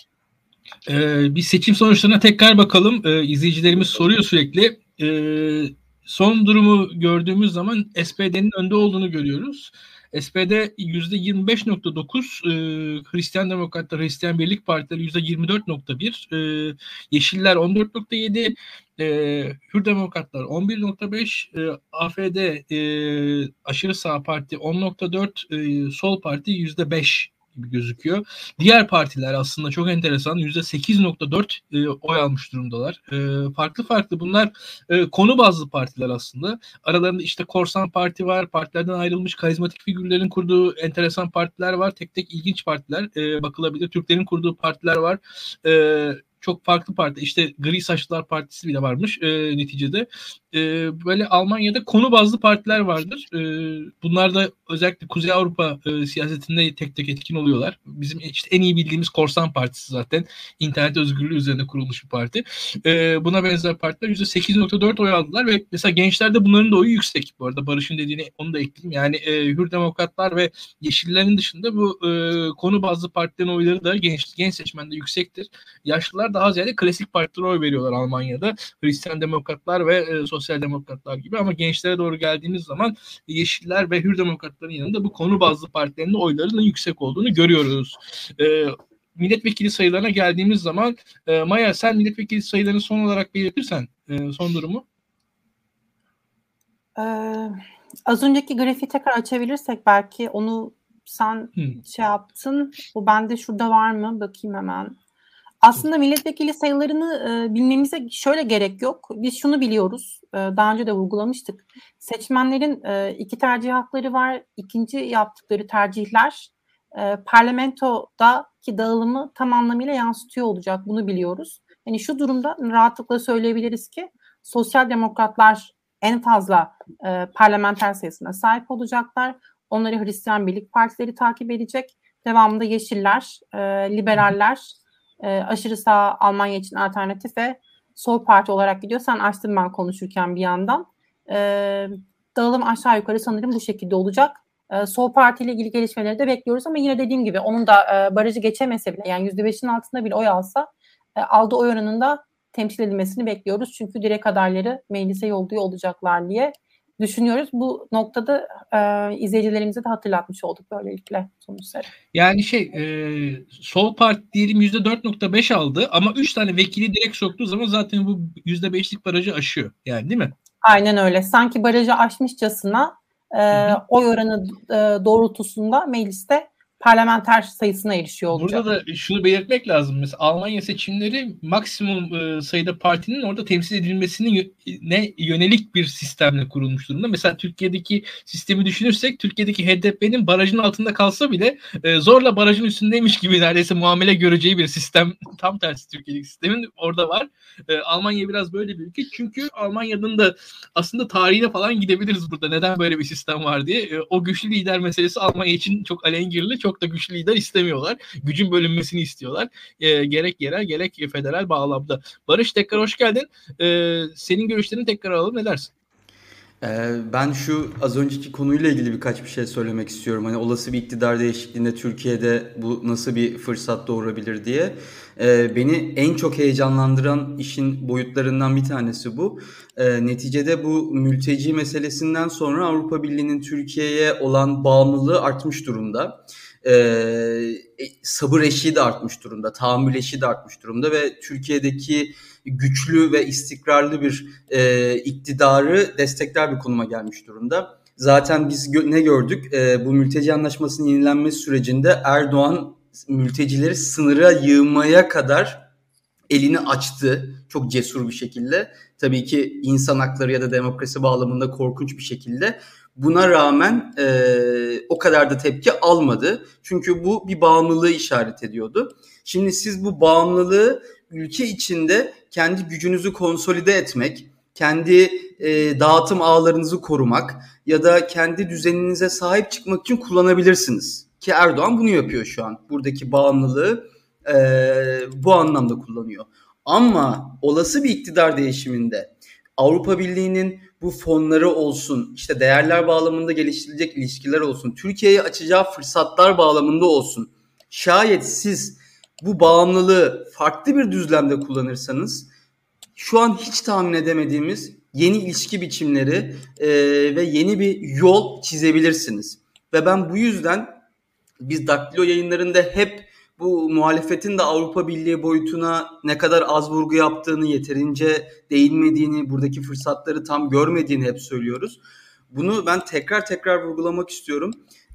Ee, bir seçim sonuçlarına tekrar bakalım. Ee, izleyicilerimiz soruyor sürekli. Ee, son durumu gördüğümüz zaman S P D'nin önde olduğunu görüyoruz. S P D yüzde yirmi beş nokta dokuz, e, Hristiyan Demokratlar, Hristiyan Birlik Partileri yüzde yirmi dört nokta bir, e, Yeşiller on dört nokta yedi, e, Hür Demokratlar on bir nokta beş, e, A F D e, Aşırı Sağ Parti on nokta dört, e, Sol Parti yüzde beş gibi gözüküyor. Diğer partiler aslında çok enteresan. yüzde sekiz nokta dört e, oy almış durumdalar. E, farklı farklı bunlar e, konu bazlı partiler aslında. Aralarında işte Korsan Parti var. Partilerden ayrılmış karizmatik figürlerin kurduğu enteresan partiler var. Tek tek ilginç partiler e, bakılabilir. Türklerin kurduğu partiler var. E, çok farklı parti. İşte Gri Saçlılar Partisi bile varmış e, neticede. E, böyle Almanya'da konu bazlı partiler vardır. E, bunlar da özellikle Kuzey Avrupa e, siyasetinde tek tek etkin oluyorlar. Bizim işte en iyi bildiğimiz Korsan Partisi zaten. İnternet özgürlüğü üzerine kurulmuş bir parti. E, buna benzer partiler yüzde sekiz nokta dört oy aldılar ve mesela gençlerde bunların da oyu yüksek. Bu arada Barış'ın dediğini onu da ekleyeyim. Yani e, Hür Demokratlar ve Yeşillerin dışında bu e, konu bazlı partilerin oyları da genç, genç seçmende yüksektir. Yaşlılar daha ziyade klasik partilere oy veriyorlar Almanya'da. Hristiyan Demokratlar ve e, Sosyal Demokratlar gibi, ama gençlere doğru geldiğimiz zaman Yeşiller ve Hür Demokratların yanında bu konu bazlı partilerin oylarının yüksek olduğunu görüyoruz. E, milletvekili sayılarına geldiğimiz zaman e, Maya, sen milletvekili sayılarını son olarak belirtirsen e, son durumu. Ee, az önceki grafiği tekrar açabilirsek belki onu sen hmm. şey yaptın. Bu bende şurada var mı? Bakayım hemen. Aslında milletvekili sayılarını e, bilmemize şöyle gerek yok. Biz şunu biliyoruz. E, daha önce de vurgulamıştık. Seçmenlerin e, iki tercih hakları var. İkinci yaptıkları tercihler e, parlamentodaki dağılımı tam anlamıyla yansıtıyor olacak. Bunu biliyoruz. Yani şu durumda rahatlıkla söyleyebiliriz ki sosyal demokratlar en fazla e, parlamenter sayısına sahip olacaklar. Onları Hristiyan Birlik Partileri takip edecek. Devamında Yeşiller, e, Liberaller, e, aşırı sağ Almanya için alternatif ve Sol Parti olarak gidiyor. Sen açtın ben konuşurken bir yandan. E, dağılım aşağı yukarı sanırım bu şekilde olacak. E, Sol Parti ile ilgili gelişmeleri de bekliyoruz ama yine dediğim gibi onun da e, barajı geçemese bile, yani yüzde beşin altında bile oy alsa e, aldığı oy oranında temsil edilmesini bekliyoruz. Çünkü direkt adayları meclise yolluyor olacaklar diye düşünüyoruz. Bu noktada e, izleyicilerimize de hatırlatmış olduk böylelikle sonuçları. Yani şey e, Sol Parti diyelim yüzde dört nokta beş aldı ama üç tane vekili direkt soktuğu zaman zaten bu yüzde beşlik barajı aşıyor. Yani değil mi? Aynen öyle. Sanki barajı aşmışçasına e, oy oranı e, doğrultusunda mecliste parlamenter sayısına erişiyor olacak. Burada da şunu belirtmek lazım. Mesela Almanya seçimleri maksimum e, sayıda partinin orada temsil edilmesine yönelik bir sistemle kurulmuş durumda. Mesela Türkiye'deki sistemi düşünürsek, Türkiye'deki H D P'nin barajın altında kalsa bile e, zorla barajın üstündeymiş gibi neredeyse muamele göreceği bir sistem. Tam tersi Türkiye'deki sistemin orada var. E, Almanya biraz böyle bir ülke. Çünkü Almanya'nın da aslında tarihine falan gidebiliriz burada. Neden böyle bir sistem var diye. E, o güçlü lider meselesi Almanya için çok alengirli. Çok da güçlü lider istemiyorlar. Gücün bölünmesini istiyorlar. E, gerek yerel gerek federal bağlamda. Barış, tekrar hoş geldin. E, senin görüşlerini tekrar alalım. Ne dersin? Ben şu az önceki konuyla ilgili birkaç bir şey söylemek istiyorum. Hani olası bir iktidar değişikliğinde Türkiye'de bu nasıl bir fırsat doğurabilir diye. Beni en çok heyecanlandıran işin boyutlarından bir tanesi bu. Neticede bu mülteci meselesinden sonra Avrupa Birliği'nin Türkiye'ye olan bağımlılığı artmış durumda. Sabır eşiği de artmış durumda, tahammül eşiği de artmış durumda ve Türkiye'deki güçlü ve istikrarlı bir e, iktidarı destekler bir konuma gelmiş durumda. Zaten biz gö- ne gördük? E, bu mülteci anlaşmasının yenilenmesi sürecinde Erdoğan mültecileri sınıra yığmaya kadar elini açtı. Çok cesur bir şekilde. Tabii ki insan hakları ya da demokrasi bağlamında korkunç bir şekilde. Buna rağmen e, o kadar da tepki almadı. Çünkü bu bir bağımlılığı işaret ediyordu. Şimdi siz bu bağımlılığı ülke içinde kendi gücünüzü konsolide etmek, kendi e, dağıtım ağlarınızı korumak ya da kendi düzeninize sahip çıkmak için kullanabilirsiniz. Ki Erdoğan bunu yapıyor şu an. Buradaki bağımlılığı e, bu anlamda kullanıyor. Ama olası bir iktidar değişiminde Avrupa Birliği'nin bu fonları olsun, işte değerler bağlamında geliştirilecek ilişkiler olsun, Türkiye'ye açacağı fırsatlar bağlamında olsun. Şayet siz bu bağımlılığı farklı bir düzlemde kullanırsanız şu an hiç tahmin edemediğimiz yeni ilişki biçimleri e, ve yeni bir yol çizebilirsiniz. Ve ben bu yüzden biz Daktilo yayınlarında hep bu muhalefetin de Avrupa Birliği boyutuna ne kadar az vurgu yaptığını, yeterince değinmediğini, buradaki fırsatları tam görmediğini hep söylüyoruz. Bunu ben tekrar tekrar vurgulamak istiyorum.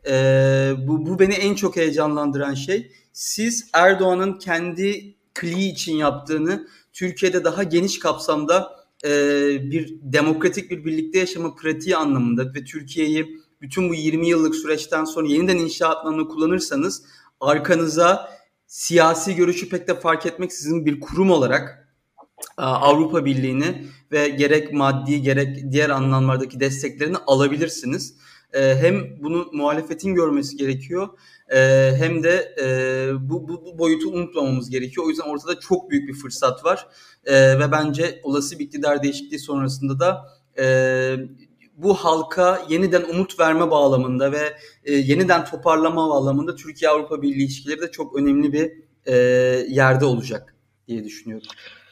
Ee, bu, bu beni en çok heyecanlandıran şey. Siz Erdoğan'ın kendi kliği için yaptığını Türkiye'de daha geniş kapsamda e, bir demokratik bir birlikte yaşama pratiği anlamında ve Türkiye'yi bütün bu yirmi yıllık süreçten sonra yeniden inşa etmeni kullanırsanız arkanıza siyasi görüşü pek de fark etmeksizin bir kurum olarak Avrupa Birliği'ni ve gerek maddi gerek diğer anlamlardaki desteklerini alabilirsiniz. Hem bunu muhalefetin görmesi gerekiyor hem de bu, bu, bu boyutu unutmamamız gerekiyor. O yüzden ortada çok büyük bir fırsat var ve bence olası bir iktidar değişikliği sonrasında da bu halka yeniden umut verme bağlamında ve e, yeniden toparlama bağlamında Türkiye-Avrupa Birliği ilişkileri de çok önemli bir e, yerde olacak diye düşünüyorum.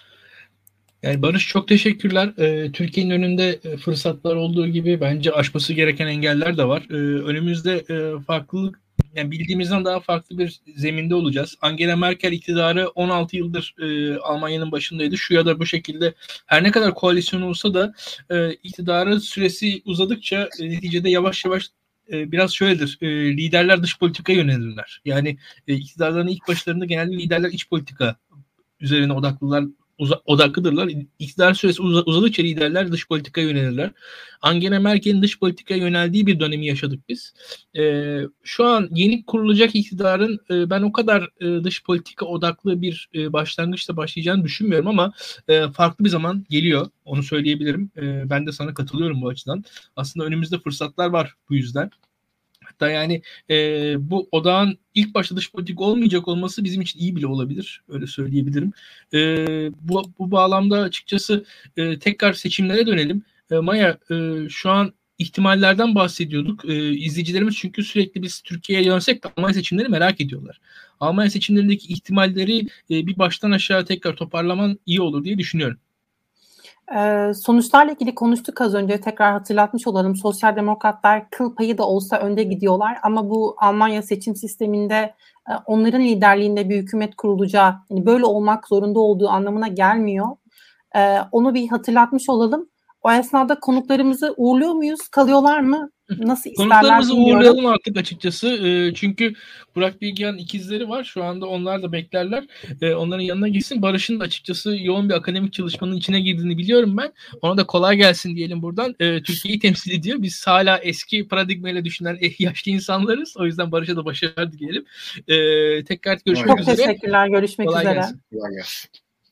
Yani Barış, çok teşekkürler. Ee, Türkiye'nin önünde fırsatlar olduğu gibi bence aşması gereken engeller de var. Ee, önümüzde e, farklılık, yani bildiğimizden daha farklı bir zeminde olacağız. Angela Merkel iktidarı on altı yıldır e, Almanya'nın başındaydı. Şu ya da bu şekilde her ne kadar koalisyon olsa da e, iktidarı süresi uzadıkça e, neticede yavaş yavaş e, biraz şöyledir. E, liderler dış politikaya yönelirler. Yani e, iktidarların ilk başlarında genelde liderler iç politika üzerine odaklılar. odaklıdırlar. İktidar süresi uzadıkça liderler dış politikaya yönelirler. Angela Merkel'in dış politikaya yöneldiği bir dönemi yaşadık biz. Ee, şu an yeni kurulacak iktidarın e, ben o kadar e, dış politika odaklı bir e, başlangıçta başlayacağını düşünmüyorum ama e, farklı bir zaman geliyor. Onu söyleyebilirim. E, ben de sana katılıyorum bu açıdan. Aslında önümüzde fırsatlar var bu yüzden. Hatta yani e, bu odağın ilk başta dış politik olmayacak olması bizim için iyi bile olabilir. Öyle söyleyebilirim. E, bu, bu bağlamda açıkçası e, tekrar seçimlere dönelim. E, Maya, e, şu an ihtimallerden bahsediyorduk. E, izleyicilerimiz çünkü sürekli biz Türkiye'ye dönsek de Almanya seçimleri merak ediyorlar. Almanya seçimlerindeki ihtimalleri e, bir baştan aşağı tekrar toparlaman iyi olur diye düşünüyorum. Ee, sonuçlarla ilgili konuştuk az önce, tekrar hatırlatmış olalım. Sosyal demokratlar kıl payı da olsa önde gidiyorlar ama bu Almanya seçim sisteminde e, onların liderliğinde bir hükümet kurulacağı, yani böyle olmak zorunda olduğu anlamına gelmiyor. Ee, onu bir hatırlatmış olalım. O esnada konuklarımızı uğurluyor muyuz? Kalıyorlar mı? Nasıl isterler? Konuklarımızı uğurlayalım artık açıkçası. E, çünkü Burak Bilgehan ikizleri var. Şu anda onlar da beklerler. E, onların yanına gitsin. Barış'ın da açıkçası yoğun bir akademik çalışmanın içine girdiğini biliyorum ben. Ona da kolay gelsin diyelim buradan. E, Türkiye'yi temsil ediyor. Biz hala eski paradigmayla düşünen yaşlı insanlarız. O yüzden Barış'a da başarılar dileyelim. E, tekrar görüşmek Çok üzere. Çok teşekkürler. Görüşmek kolay üzere. Gelsin. Kolay gelsin.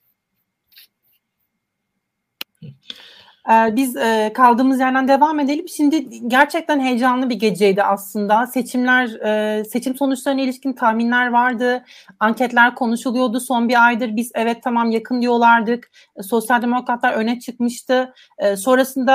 Biz kaldığımız yerden devam edelim. Şimdi gerçekten heyecanlı bir geceydi aslında. Seçimler, seçim sonuçlarına ilişkin tahminler vardı. Anketler konuşuluyordu son bir aydır. Biz evet tamam yakın diyorlardık. Sosyal demokratlar öne çıkmıştı. Sonrasında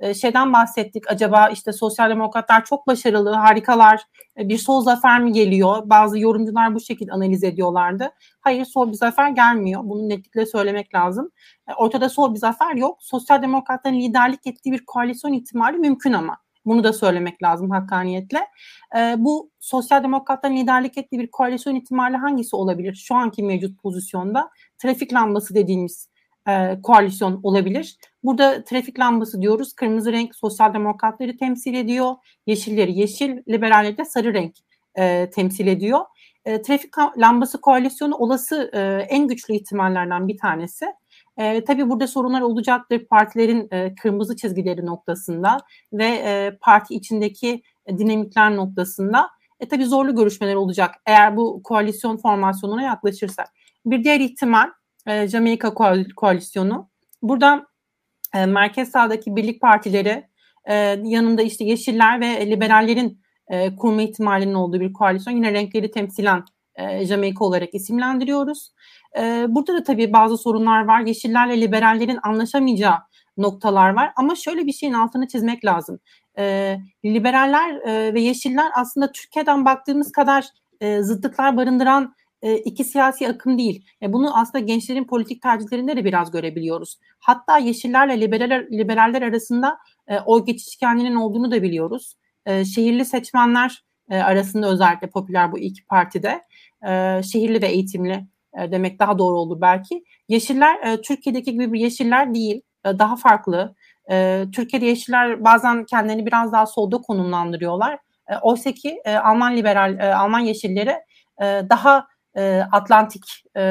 e, şeyden bahsettik. Acaba işte sosyal demokratlar çok başarılı, harikalar, e, bir sol zafer mi geliyor? Bazı yorumcular bu şekilde analiz ediyorlardı. Hayır, sol bir zafer gelmiyor. Bunu netlikle söylemek lazım. E, ortada sol bir zafer yok. Sosyal demokratların liderlik ettiği bir koalisyon ihtimali mümkün ama. Bunu da söylemek lazım hakkaniyetle. E, bu sosyal demokratların liderlik ettiği bir koalisyon ihtimali hangisi olabilir? Şu anki mevcut pozisyonda trafik lambası dediğimiz e, koalisyon olabilir. Burada trafik lambası diyoruz. Kırmızı renk sosyal demokratları temsil ediyor. Yeşilleri yeşil, liberalleri de sarı renk e, temsil ediyor. E, trafik lambası koalisyonu olası e, en güçlü ihtimallerden bir tanesi. E, tabii burada sorunlar olacaktır partilerin e, kırmızı çizgileri noktasında ve e, parti içindeki e, dinamikler noktasında. E, tabii zorlu görüşmeler olacak eğer bu koalisyon formasyonuna yaklaşırsak. Bir diğer ihtimal e, Jamaika koal- koalisyonu. Burada e, merkez sağdaki birlik partileri e, yanında işte Yeşiller ve Liberallerin e, kurma ihtimalinin olduğu bir koalisyon. Yine renkleri temsilen e, Jamaika olarak isimlendiriyoruz. E, burada da tabii bazı sorunlar var. Yeşillerle Liberallerin anlaşamayacağı noktalar var. Ama şöyle bir şeyin altını çizmek lazım. E, liberaller e, ve Yeşiller aslında Türkiye'den baktığımız kadar e, zıtlıklar barındıran e, iki siyasi akım değil. E, bunu aslında gençlerin politik tercihlerinde de biraz görebiliyoruz. Hatta Yeşillerle liberaller, liberaller arasında e, oy geçişkenliğinin olduğunu da biliyoruz. E, şehirli seçmenler e, arasında özellikle popüler bu iki partide. E, şehirli ve eğitimli e, demek daha doğru olur belki. Yeşiller e, Türkiye'deki gibi bir Yeşiller değil. E, daha farklı. E, Türkiye'de Yeşiller bazen kendilerini biraz daha solda konumlandırıyorlar. E, oysa ki e, Alman liberal, e, Alman Yeşilleri e, daha e, Atlantik e,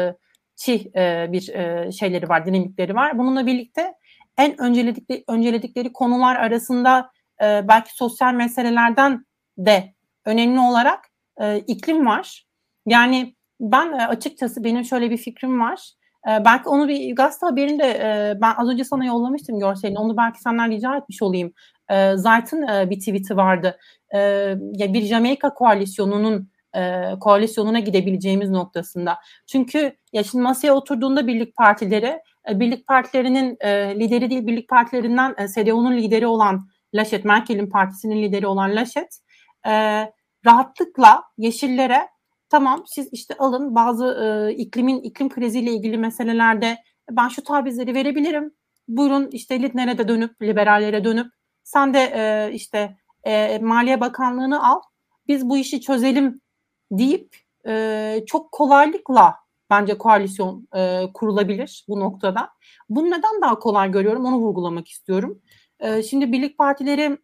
çi e, bir e, şeyleri var, dinamikleri var. Bununla birlikte en önceledikleri, önceledikleri konular arasında e, belki sosyal meselelerden de önemli olarak e, iklim var. Yani ben e, açıkçası benim şöyle bir fikrim var. E, belki onu bir gazete haberinde e, ben az önce sana yollamıştım görselini. Onu belki senden rica etmiş olayım. E, Zayt'ın e, bir tweet'i vardı. E, ya bir Jamaika koalisyonunun e, koalisyonuna gidebileceğimiz noktasında. Çünkü ya şimdi masaya oturduğunda birlik partileri, e, birlik partilerinin e, lideri değil, birlik partilerinden e, C D U'nun lideri olan Laschet, Merkel'in partisinin lideri olan Laschet e, rahatlıkla Yeşillere tamam siz işte alın bazı e, iklimin iklim kriziyle ilgili meselelerde ben şu tavizleri verebilirim. Buyurun işte Lindner'e de dönüp liberallere dönüp sen de e, işte e, Maliye Bakanlığı'nı al. Biz bu işi çözelim deyip e, çok kolaylıkla bence koalisyon e, kurulabilir bu noktada. Bunu neden daha kolay görüyorum onu vurgulamak istiyorum. E, şimdi birlik partileri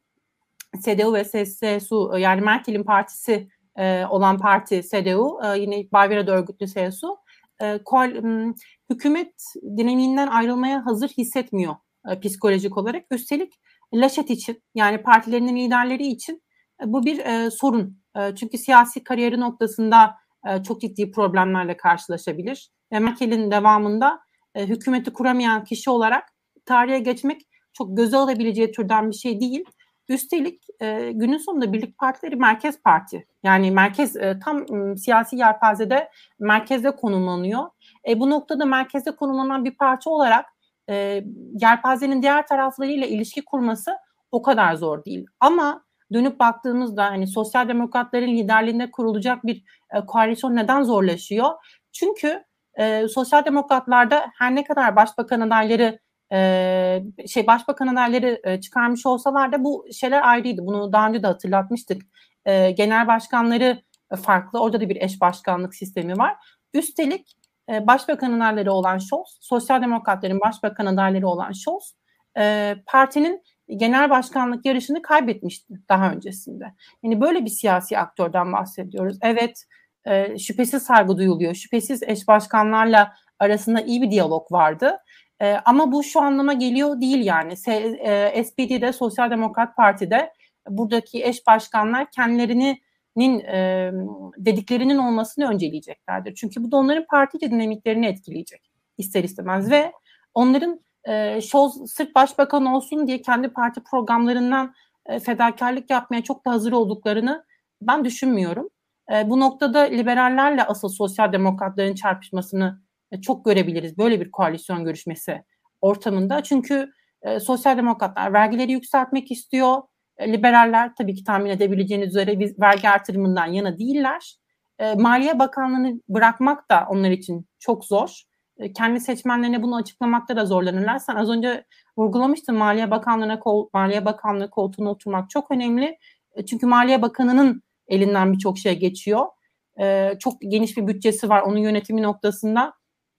C D U ve C S U yani Merkel'in partisi e, olan parti C D U e, yine Bavyera'da örgütlü C S U e, koal, m, hükümet dinamiğinden ayrılmaya hazır hissetmiyor e, psikolojik olarak. Üstelik Laschet için yani partilerinin liderleri için e, bu bir e, sorun. E, çünkü siyasi kariyeri noktasında e, çok ciddi problemlerle karşılaşabilir. Ve Merkel'in devamında e, hükümeti kuramayan kişi olarak tarihe geçmek çok göze alabileceği türden bir şey değil. Üstelik e, günün sonunda birlik partileri merkez parti. Yani merkez e, tam e, siyasi yelpazede merkezde konumlanıyor. E, bu noktada merkezde konumlanan bir parti olarak e, yelpazenin diğer taraflarıyla ilişki kurması o kadar zor değil. Ama dönüp baktığımızda hani sosyal demokratların liderliğinde kurulacak bir e, koalisyon neden zorlaşıyor? Çünkü e, sosyal demokratlarda her ne kadar başbakan adayları Ee, şey başbakan adayları e, çıkarmış olsalar da bu şeyler ayrıydı. Bunu daha önce de hatırlatmıştık. Ee, genel başkanları farklı. Orada da bir eş başkanlık sistemi var. Üstelik e, başbakan adayları olan Scholz, sosyal demokratların başbakan adayları olan Scholz e, partinin genel başkanlık yarışını kaybetmişti daha öncesinde. Yani böyle bir siyasi aktörden bahsediyoruz. Evet, e, şüphesiz saygı duyuluyor. Şüphesiz eş başkanlarla arasında iyi bir diyalog vardı. Ee, ama bu şu anlama geliyor değil yani. S, e, S P D'de, Sosyal Demokrat Parti'de buradaki eş başkanlar kendilerinin e, dediklerinin olmasını önceleyeceklerdir. Çünkü bu da onların parti dinamiklerini etkileyecek ister istemez ve onların e, Scholz sırf başbakan olsun diye kendi parti programlarından e, fedakarlık yapmaya çok da hazır olduklarını ben düşünmüyorum. E, bu noktada liberallerle asıl sosyal demokratların çarpışmasını çok görebiliriz böyle bir koalisyon görüşmesi ortamında. Çünkü E, sosyal demokratlar vergileri yükseltmek istiyor. E, liberaller tabii ki tahmin edebileceğiniz üzere biz vergi artırımından yana değiller. E, Maliye Bakanlığı'nı bırakmak da onlar için çok zor. E, kendi seçmenlerine bunu açıklamakta da zorlanırlar. Sen az önce vurgulamıştın, Maliye Bakanlığı'na kol, Maliye Bakanlığı koltuğuna oturmak çok önemli. E, çünkü Maliye Bakanı'nın elinden birçok şey geçiyor. E, çok geniş bir bütçesi var. Onun yönetimi noktasında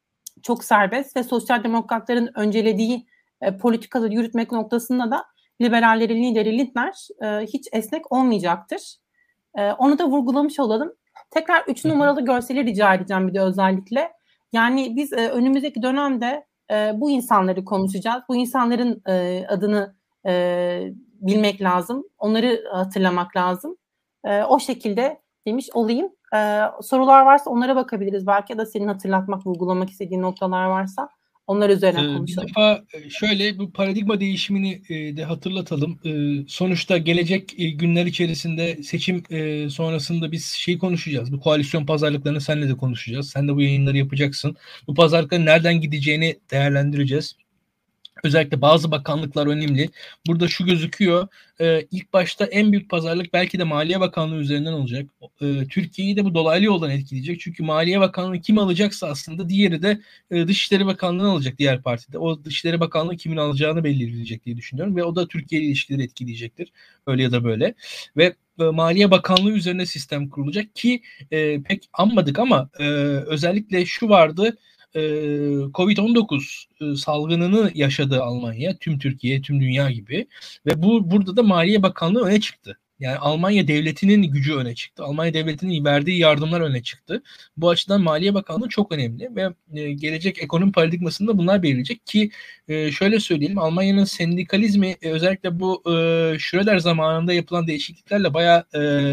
çok serbest ve sosyal demokratların öncelediği e, politikaları yürütmek noktasında da liberallerin lideri Lindner e, hiç esnek olmayacaktır. E, onu da vurgulamış olalım. Tekrar üç numaralı görseli rica edeceğim bir de özellikle. Yani biz e, önümüzdeki dönemde e, bu insanları konuşacağız. Bu insanların e, adını e, bilmek lazım. Onları hatırlamak lazım. E, o şekilde demiş olayım. Ee, sorular varsa onlara bakabiliriz. Belki ya da senin hatırlatmak, vurgulamak istediğin noktalar varsa onlar üzerine ee, konuşalım. Bir defa şöyle bu paradigma değişimini e, de hatırlatalım. E, sonuçta gelecek e, günler içerisinde seçim e, sonrasında biz şeyi konuşacağız. Bu koalisyon pazarlıklarını seninle de konuşacağız. Sen de bu yayınları yapacaksın. Bu pazarlıkların nereden gideceğini değerlendireceğiz. Özellikle bazı bakanlıklar önemli. Burada şu gözüküyor. E, ilk başta en büyük pazarlık belki de Maliye Bakanlığı üzerinden olacak. E, Türkiye'yi de bu dolaylı yoldan etkileyecek. Çünkü Maliye Bakanlığı kim alacaksa aslında diğeri de e, Dışişleri Bakanlığı'nı alacak diğer partide. O Dışişleri Bakanlığı kimin alacağını belirleyecek diye düşünüyorum. Ve o da Türkiye ile ilişkileri etkileyecektir. Öyle ya da böyle. Ve e, Maliye Bakanlığı üzerine sistem kurulacak ki e, pek anmadık ama e, özellikle şu vardı. kovid on dokuz salgınını yaşadı Almanya, tüm Türkiye, tüm dünya gibi ve bu burada da Maliye Bakanlığı öne çıktı. Yani Almanya devletinin gücü öne çıktı. Almanya devletinin verdiği yardımlar öne çıktı. Bu açıdan Maliye Bakanlığı çok önemli ve gelecek ekonomi paradigmasında bunlar belirleyecek ki şöyle söyleyelim, Almanya'nın sendikalizmi özellikle bu Schröder zamanında yapılan değişikliklerle bayağı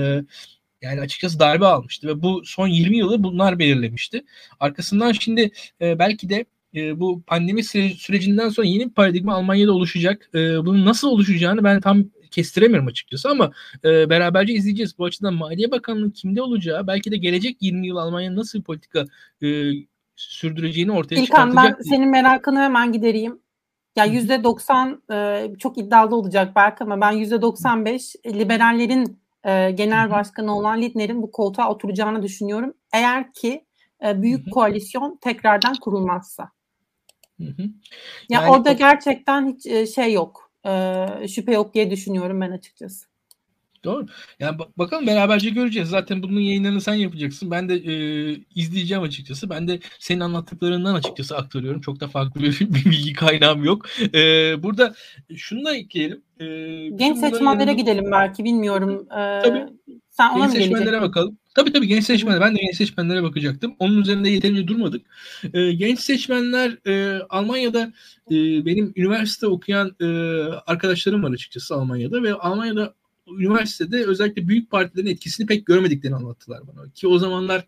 yani açıkçası darbe almıştı ve bu son yirmi yılı bunlar belirlemişti. Arkasından şimdi e, belki de e, bu pandemi süre- sürecinden sonra yeni bir paradigma Almanya'da oluşacak. E, bunun nasıl oluşacağını ben tam kestiremiyorum açıkçası ama e, beraberce izleyeceğiz. Bu açıdan Maliye Bakanlığı kimde olacağı, belki de gelecek yirmi yıl Almanya'nın nasıl bir politika e, sürdüreceğini ortaya İlkan, çıkartacak. ben senin merakını hemen gidereyim. Ya yüzde doksan e, çok iddialı olacak belki ama ben yüzde doksan beş liberallerin e, genel başkanı olan Lindner'in bu koltuğa oturacağını düşünüyorum. Eğer ki e, büyük hı hı. koalisyon tekrardan kurulmazsa. Hı hı. Ya yani orada o... gerçekten hiç e, şey yok. E, şüphe yok diye düşünüyorum ben açıkçası. Doğru. Yani bak- bakalım beraberce göreceğiz. Zaten bunun yayınlarını sen yapacaksın. Ben de e, izleyeceğim açıkçası. Ben de senin anlattıklarından açıkçası aktarıyorum. Çok da farklı bir, bir bilgi kaynağım yok. E, burada şunu da ekleyelim. E, genç seçmenlere yanında... gidelim belki. Bilmiyorum. E, tabii. Sen ona genç mı seçmenlere geleceksin? bakalım. Tabii tabii genç seçmenler. Ben de genç seçmenlere bakacaktım. Onun üzerinde yeterince durmadık. E, genç seçmenler e, Almanya'da e, benim üniversite okuyan e, arkadaşlarım var açıkçası Almanya'da ve Almanya'da üniversitede özellikle büyük partilerin etkisini pek görmediklerini anlattılar bana. Ki o zamanlar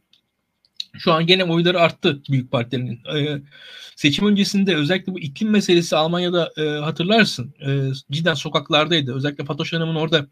şu an gene oyları arttı büyük partilerin. Ee, seçim öncesinde özellikle bu iklim meselesi Almanya'da e, hatırlarsın. E, cidden sokaklardaydı. Özellikle Fatoş Hanım'ın orada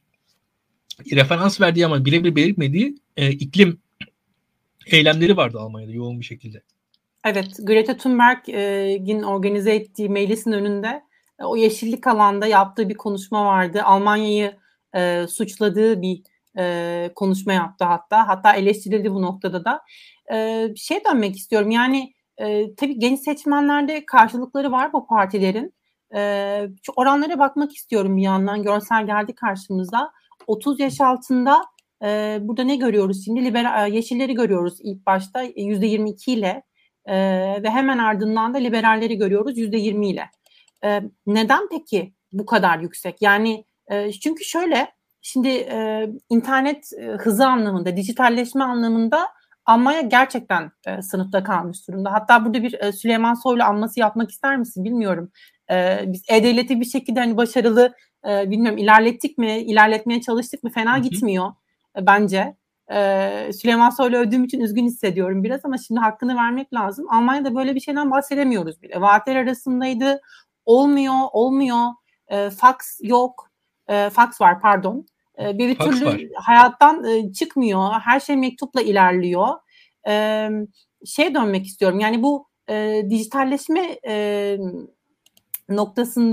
referans verdiği ama birebir belirtmediği e, iklim eylemleri vardı Almanya'da yoğun bir şekilde. Evet, Greta Thunberg'in organize ettiği meclisin önünde e, o yeşillik alanda yaptığı bir konuşma vardı. Almanya'yı E, suçladığı bir e, konuşma yaptı hatta. Hatta eleştirildi bu noktada da. E, şey dönmek istiyorum. Yani e, tabii genç seçmenlerde karşılıkları var bu partilerin. E, şu oranlara bakmak istiyorum bir yandan. Görsel geldi karşımıza. otuz yaş altında e, burada ne görüyoruz şimdi? Liberal, yeşilleri görüyoruz ilk başta yüzde yirmi iki ile e, ve hemen ardından da liberalleri görüyoruz yüzde yirmi ile. E, neden peki bu kadar yüksek? Yani çünkü şöyle, şimdi e, internet e, hızı anlamında, dijitalleşme anlamında Almanya gerçekten e, sınıfta kalmış durumda. Hatta burada bir e, Süleyman Soylu anması yapmak ister misin bilmiyorum. E, biz E-Devlet'i bir şekilde hani başarılı, e, bilmiyorum ilerlettik mi, ilerletmeye çalıştık mı fena Hı-hı. gitmiyor e, bence. E, Süleyman Soylu övdüğüm için üzgün hissediyorum biraz ama şimdi hakkını vermek lazım. Almanya'da böyle bir şeyden bahsedemiyoruz bile. Vaatler arasındaydı, olmuyor, olmuyor, e, fax yok. E, fax var pardon. E, bir fax türlü var. Hayattan e, çıkmıyor. Her şey mektupla ilerliyor. E, şeye dönmek istiyorum. Yani bu e, dijitalleşme e, noktasında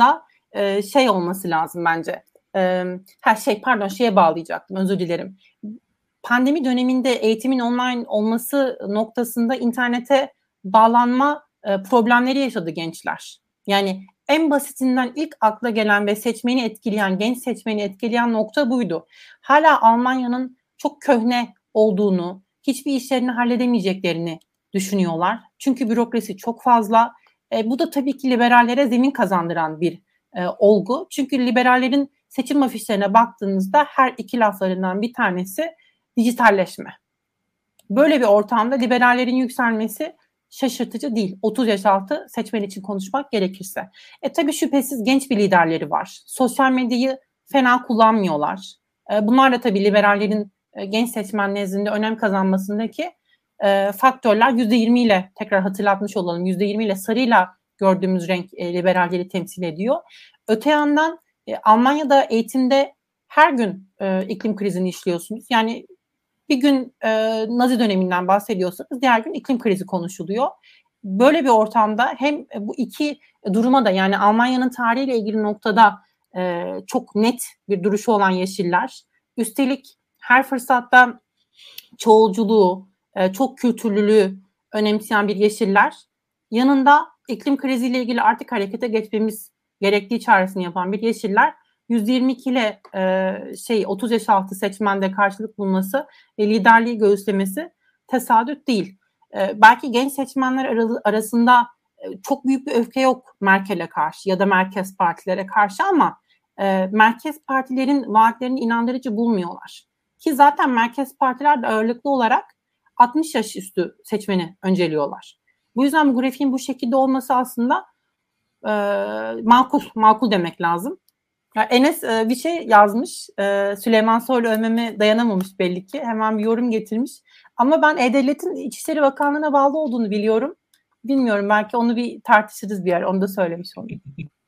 e, şey olması lazım bence. E, her şey pardon şeye bağlayacaktım, özür dilerim. Pandemi döneminde eğitimin online olması noktasında internete bağlanma e, problemleri yaşadı gençler. Yani en basitinden ilk akla gelen ve seçmeni etkileyen, genç seçmeni etkileyen nokta buydu. Hala Almanya'nın çok köhne olduğunu, hiçbir işlerini halledemeyeceklerini düşünüyorlar. Çünkü bürokrasi çok fazla. E, bu da tabii ki liberallere zemin kazandıran bir e, olgu. Çünkü liberallerin seçim afişlerine baktığınızda her iki laflarından bir tanesi dijitalleşme. Böyle bir ortamda liberallerin yükselmesi şaşırtıcı değil. otuz yaş altı seçmen için konuşmak gerekirse. E tabii şüphesiz genç bir liderleri var. Sosyal medyayı fena kullanmıyorlar. E, bunlar da tabii liberallerin e, genç seçmen nezdinde önem kazanmasındaki e, faktörler. yüzde yirmi ile tekrar hatırlatmış olalım. yüzde yirmi ile sarıyla gördüğümüz renk e, liberalleri temsil ediyor. Öte yandan e, Almanya'da eğitimde her gün e, iklim krizini işliyorsunuz. Yani bir gün e, Nazi döneminden bahsediyorsanız diğer gün iklim krizi konuşuluyor. Böyle bir ortamda hem bu iki duruma da, yani Almanya'nın tarihiyle ilgili noktada e, çok net bir duruşu olan Yeşiller, üstelik her fırsatta çoğulculuğu, e, çok kültürlülüğü önemseyen bir Yeşiller, yanında iklim kriziyle ilgili artık harekete geçmemiz gerektiği çağrısını yapan bir Yeşiller, yüzde yirmi iki ile e, şey otuz yaş altı seçmende karşılık bulması ve liderliği göğüslemesi tesadüf değil. E, belki genç seçmenler ar- arasında e, çok büyük bir öfke yok Merkel'e karşı ya da merkez partilere karşı, ama e, merkez partilerin vaatlerini inandırıcı bulmuyorlar. Ki zaten merkez partiler de ağırlıklı olarak altmış yaş üstü seçmeni önceliyorlar. Bu yüzden bu grafiğin bu şekilde olması aslında e, makul, makul demek lazım. Ya Enes e, bir şey yazmış. E, Süleyman Soylu övmeme dayanamamış belli ki. Hemen bir yorum getirmiş. Ama ben E-Devlet'in İçişleri Bakanlığı'na bağlı olduğunu biliyorum. Bilmiyorum, belki onu bir tartışırız bir yer. Onu da söylemiş olayım.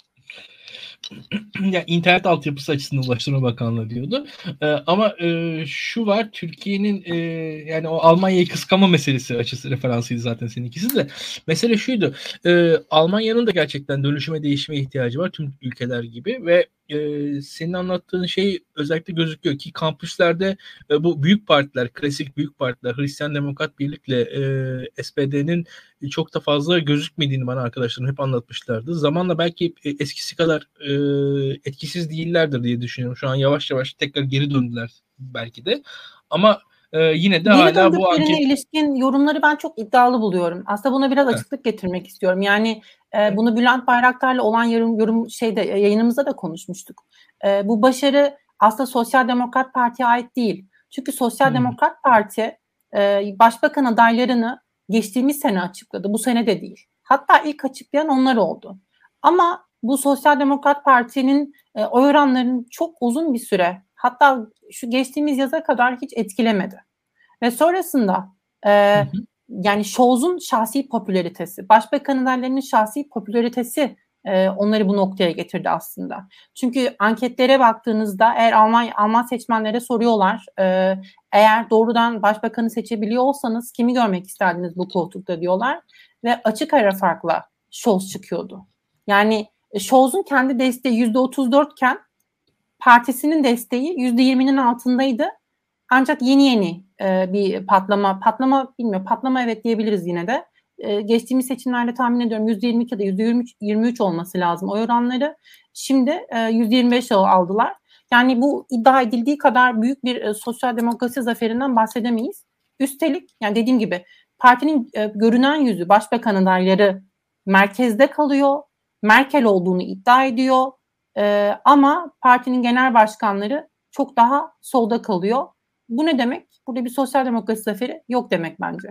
Ya internet altyapısı açısından Ulaştırma Bakanlığı diyordu. Ee, ama e, şu var, Türkiye'nin e, yani o Almanya'yı kıskanma meselesi açısı referansıydı zaten seninkisi de. Mesele şuydu. E, Almanya'nın da gerçekten dönüşüme, değişime ihtiyacı var tüm ülkeler gibi ve e, senin anlattığın şey özellikle gözüküyor ki kampüslerde e, bu büyük partiler, klasik büyük partiler, Hristiyan Demokrat Birlik'le e, S P D'nin çok da fazla gözükmediğini bana arkadaşlarım hep anlatmışlardı. Zamanla belki eskisi kadar e, etkisiz değillerdir diye düşünüyorum. Şu an yavaş yavaş tekrar geri döndüler belki de. Ama e, yine de geri hala bu anket... ilişkin yorumları ben çok iddialı buluyorum. Aslında buna biraz açıklık evet. getirmek istiyorum. Yani e, bunu Bülent Bayraktar'la olan yorum, yorum şeyde yayınımızda da konuşmuştuk. E, bu başarı aslında Sosyal Demokrat Parti'ye ait değil. Çünkü Sosyal hmm. Demokrat Parti e, başbakan adaylarını geçtiğimiz sene açıkladı. Bu sene de değil. Hatta ilk açıklayan onlar oldu. Ama bu Sosyal Demokrat Parti'nin e, oy oranlarını çok uzun bir süre, hatta şu geçtiğimiz yaza kadar hiç etkilemedi. Ve sonrasında e, hı hı. yani Scholz'un şahsi popülaritesi, başbakan adaylarının şahsi popülaritesi e, onları bu noktaya getirdi aslında. Çünkü anketlere baktığınızda eğer Alman, Alman seçmenlere soruyorlar, e, eğer doğrudan başbakanı seçebiliyor olsanız kimi görmek isterdiniz bu koltukta diyorlar. Ve açık ara farkla Scholz çıkıyordu. Yani Scholz'un kendi desteği yüzde otuz dört iken partisinin desteği yüzde yirminin altındaydı. Ancak yeni yeni e, bir patlama, patlama bilmiyorum, patlama evet diyebiliriz yine de. E, geçtiğimiz seçimlerde tahmin ediyorum yüzde yirmi iki ya da yüzde yirmi üç olması lazım oy oranları. Şimdi e, yüzde yirmi beş aldılar. Yani bu iddia edildiği kadar büyük bir e, sosyal demokrasi zaferinden bahsedemeyiz. Üstelik yani dediğim gibi partinin e, görünen yüzü, başbakan adayları merkezde kalıyor. Merkel olduğunu iddia ediyor. E, ama partinin genel başkanları çok daha solda kalıyor. Bu ne demek? Burada bir sosyal demokrasi zaferi yok demek bence.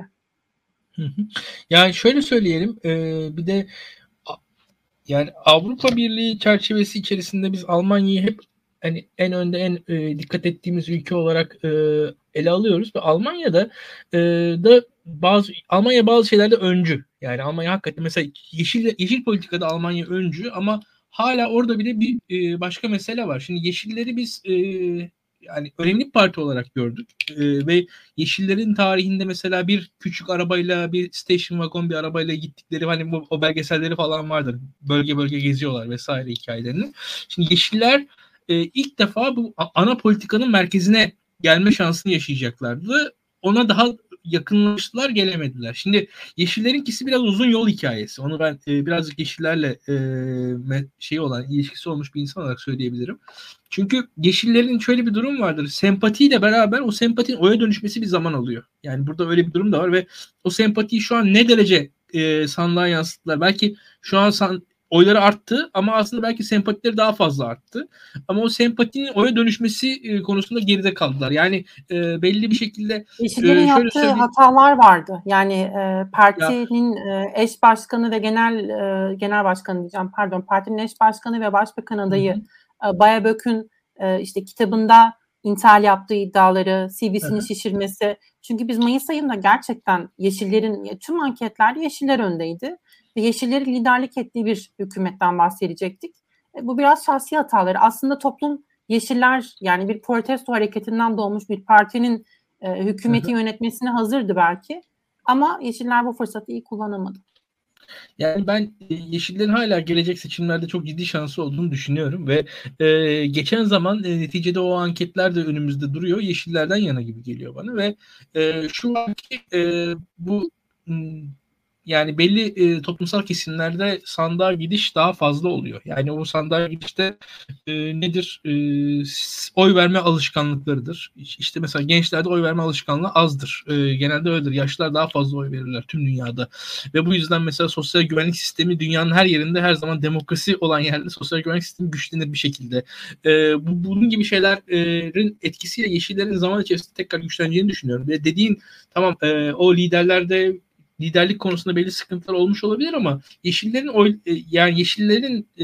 Hı hı. Yani şöyle söyleyelim, e, bir de yani Avrupa Birliği çerçevesi içerisinde biz Almanya'yı hep hani en önde, en e, dikkat ettiğimiz ülke olarak e, ele alıyoruz ve Almanya'da e, da bazı Almanya bazı şeylerde öncü. Yani Almanya hakikaten mesela yeşil yeşil politikada Almanya öncü ama hala orada bile bir e, başka mesele var. Şimdi yeşilleri biz e, yani önemli bir parti olarak gördük. Ee, ve Yeşillerin tarihinde mesela bir küçük arabayla, bir station wagon bir arabayla gittikleri hani bu, o belgeselleri falan vardır. Bölge bölge geziyorlar vesaire hikayelerini. Şimdi Yeşiller e, ilk defa bu ana politikanın merkezine gelme şansını yaşayacaklardı. Ona daha yakınlaştılar, gelemediler. Şimdi Yeşillerinkisi biraz uzun yol hikayesi. Onu ben e, birazcık Yeşillerle e, şey olan, ilişkisi olmuş bir insan olarak söyleyebilirim. Çünkü Yeşillerin şöyle bir durum vardır. Sempatiyle beraber o sempatinin oya dönüşmesi bir zaman alıyor. Yani burada öyle bir durum da var ve o sempatiyi şu an ne derece e, sandığa yansıttılar. Belki şu an san, oyları arttı ama aslında belki sempatileri daha fazla arttı. Ama o sempatinin oya dönüşmesi e, konusunda geride kaldılar. Yani e, belli bir şekilde Yeşillerin e, yaptığı söyleyeyim. hatalar vardı. Yani e, partinin e, eş başkanı ve genel e, genel başkanı diyeceğim pardon partinin eş başkanı ve başbakan adayı e, Bayabök'ün e, işte kitabında intihal yaptığı iddiaları, C V'sini şişirmesi. Çünkü biz Mayıs ayında gerçekten Yeşillerin tüm anketlerde Yeşiller öndeydi. Ve Yeşillerin liderlik ettiği bir hükümetten bahsedecektik. E, bu biraz şahsi hataları. Aslında toplum Yeşiller yani bir protesto hareketinden doğmuş bir partinin e, hükümeti hı hı. yönetmesine hazırdı belki. Ama Yeşiller bu fırsatı iyi kullanamadı. Yani ben Yeşillerin hala gelecek seçimlerde çok ciddi şansı olduğunu düşünüyorum ve e, geçen zaman e, neticede o anketler de önümüzde duruyor. Yeşillerden yana gibi geliyor bana ve e, şu anki e, bu m, yani belli e, toplumsal kesimlerde sandığa gidiş daha fazla oluyor. Yani o sandığa gidişte e, nedir? E, oy verme alışkanlıklarıdır. İşte mesela gençlerde oy verme alışkanlığı azdır. E, genelde öyledir. Yaşlılar daha fazla oy verirler tüm dünyada. Ve bu yüzden mesela sosyal güvenlik sistemi dünyanın her yerinde her zaman demokrasi olan yerde sosyal güvenlik sistemi güçlenir bir şekilde. E, bu, bunun gibi şeylerin etkisiyle Yeşillerin zaman içerisinde tekrar güçleneceğini düşünüyorum. Ve dediğin tamam e, o liderlerde liderlik konusunda belli sıkıntılar olmuş olabilir ama Yeşillerin oy, yani Yeşillerin e,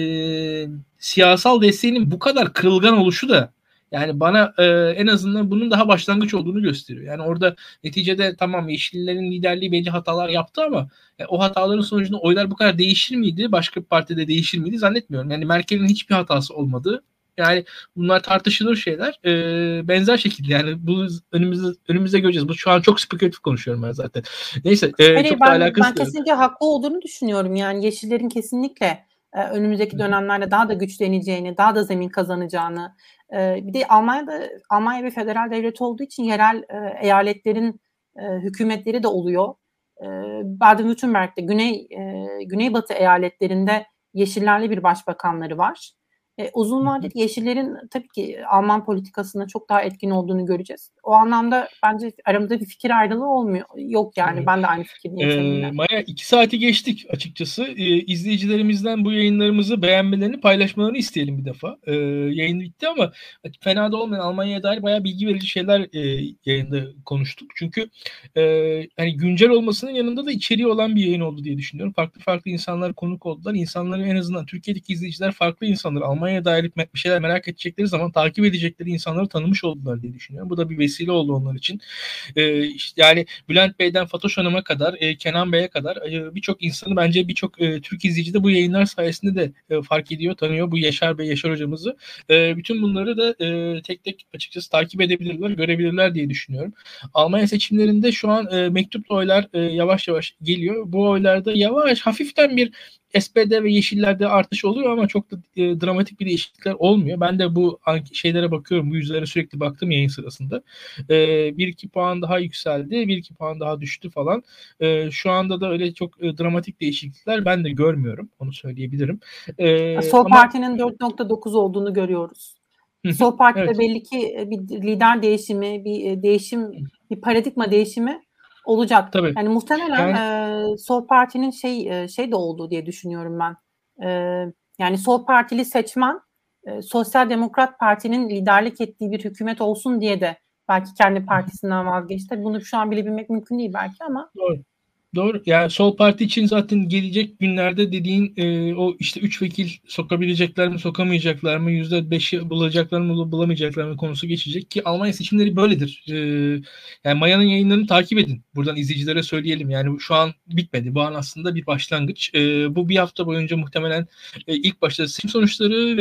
siyasal desteğinin bu kadar kırılgan oluşu da yani bana e, en azından bunun daha başlangıç olduğunu gösteriyor. Yani orada neticede tamam Yeşillerin liderliği belli hatalar yaptı ama e, o hataların sonucunda oylar bu kadar değişir miydi? Başka bir partide değişir miydi? Zannetmiyorum. Yani Merkel'in hiçbir hatası olmadı. Yani bunlar tartışılır şeyler. Ee, benzer şekilde yani bu önümüzde önümüzde göreceğiz. Bu şu an çok spekülatif konuşuyorum ben zaten. Neyse. E, Hayır, çok ben, da alakası ben kesinlikle haklı olduğunu düşünüyorum. Yani Yeşillerin kesinlikle e, önümüzdeki dönemlerde daha da güçleneceğini, daha da zemin kazanacağını. E, bir de Almanya'da Almanya bir federal devlet olduğu için yerel e, eyaletlerin e, hükümetleri de oluyor. E, Baden-Württemberg'de Güney e, Güneybatı eyaletlerinde Yeşillerle bir başbakanları var. E, uzun vadede Yeşillerin tabii ki Alman politikasında çok daha etkin olduğunu göreceğiz. O anlamda bence aramızda bir fikir ayrılığı olmuyor. Yok yani evet. Ben de aynı fikirdeyim ee, seninle. Maya iki saati geçtik açıkçası. Ee, izleyicilerimizden bu yayınlarımızı beğenmelerini, paylaşmalarını isteyelim bir defa. Ee, yayın bitti ama fena da olmayan Almanya'ya dair bayağı bilgi verici şeyler e, yayında konuştuk. Çünkü e, hani güncel olmasının yanında da içeriği olan bir yayın oldu diye düşünüyorum. Farklı farklı insanlar konuk oldular. İnsanların en azından Türkiye'deki izleyiciler farklı insanlar. Almanya'ya dair bir şeyler merak edecekleri zaman takip edecekleri insanları tanımış oldular diye düşünüyorum. Bu da bir vesile oldu onlar için. Ee, işte yani Bülent Bey'den Fatoş Hanım'a kadar, e, Kenan Bey'e kadar e, birçok insanı bence birçok e, Türk izleyici de bu yayınlar sayesinde de e, fark ediyor, tanıyor bu Yaşar Bey, Yaşar hocamızı. E, bütün bunları da e, tek tek açıkçası takip edebilirler, görebilirler diye düşünüyorum. Almanya seçimlerinde şu an e, mektuplu oylar e, yavaş yavaş geliyor. Bu oylarda yavaş, hafiften bir S P D ve Yeşiller'de artış oluyor ama çok da e, dramatik bir değişiklikler olmuyor. Ben de bu şeylere bakıyorum, bu yüzlere sürekli baktım yayın sırasında. E, bir iki puan daha yükseldi, bir iki puan daha düştü falan. E, şu anda da öyle çok e, dramatik değişiklikler ben de görmüyorum, onu söyleyebilirim. E, Sol ama... Parti'nin dört nokta dokuz olduğunu görüyoruz. Sol Parti'de evet. Belli ki bir lider değişimi, bir değişim, bir paradigma değişimi olacak. Tabii. Yani muhtemelen yani, e, Sol Parti'nin şey e, şey de olduğu diye düşünüyorum ben. E, yani Sol Partili seçmen e, Sosyal Demokrat Parti'nin liderlik ettiği bir hükümet olsun diye de belki kendi partisinden vazgeçti. Tabii bunu şu an bilebilmek mümkün değil belki ama. Doğru. Doğru. Yani Sol Parti için zaten gelecek günlerde dediğin e, o işte üç vekil sokabilecekler mi, sokamayacaklar mı, yüzde beşi bulacaklar mı, bulamayacaklar mı konusu geçecek ki Almanya seçimleri böyledir. E, yani Maya'nın yayınlarını takip edin. Buradan izleyicilere söyleyelim. Yani şu an bitmedi. Bu an aslında bir başlangıç. E, bu bir hafta boyunca muhtemelen e, ilk başta seçim sonuçları ve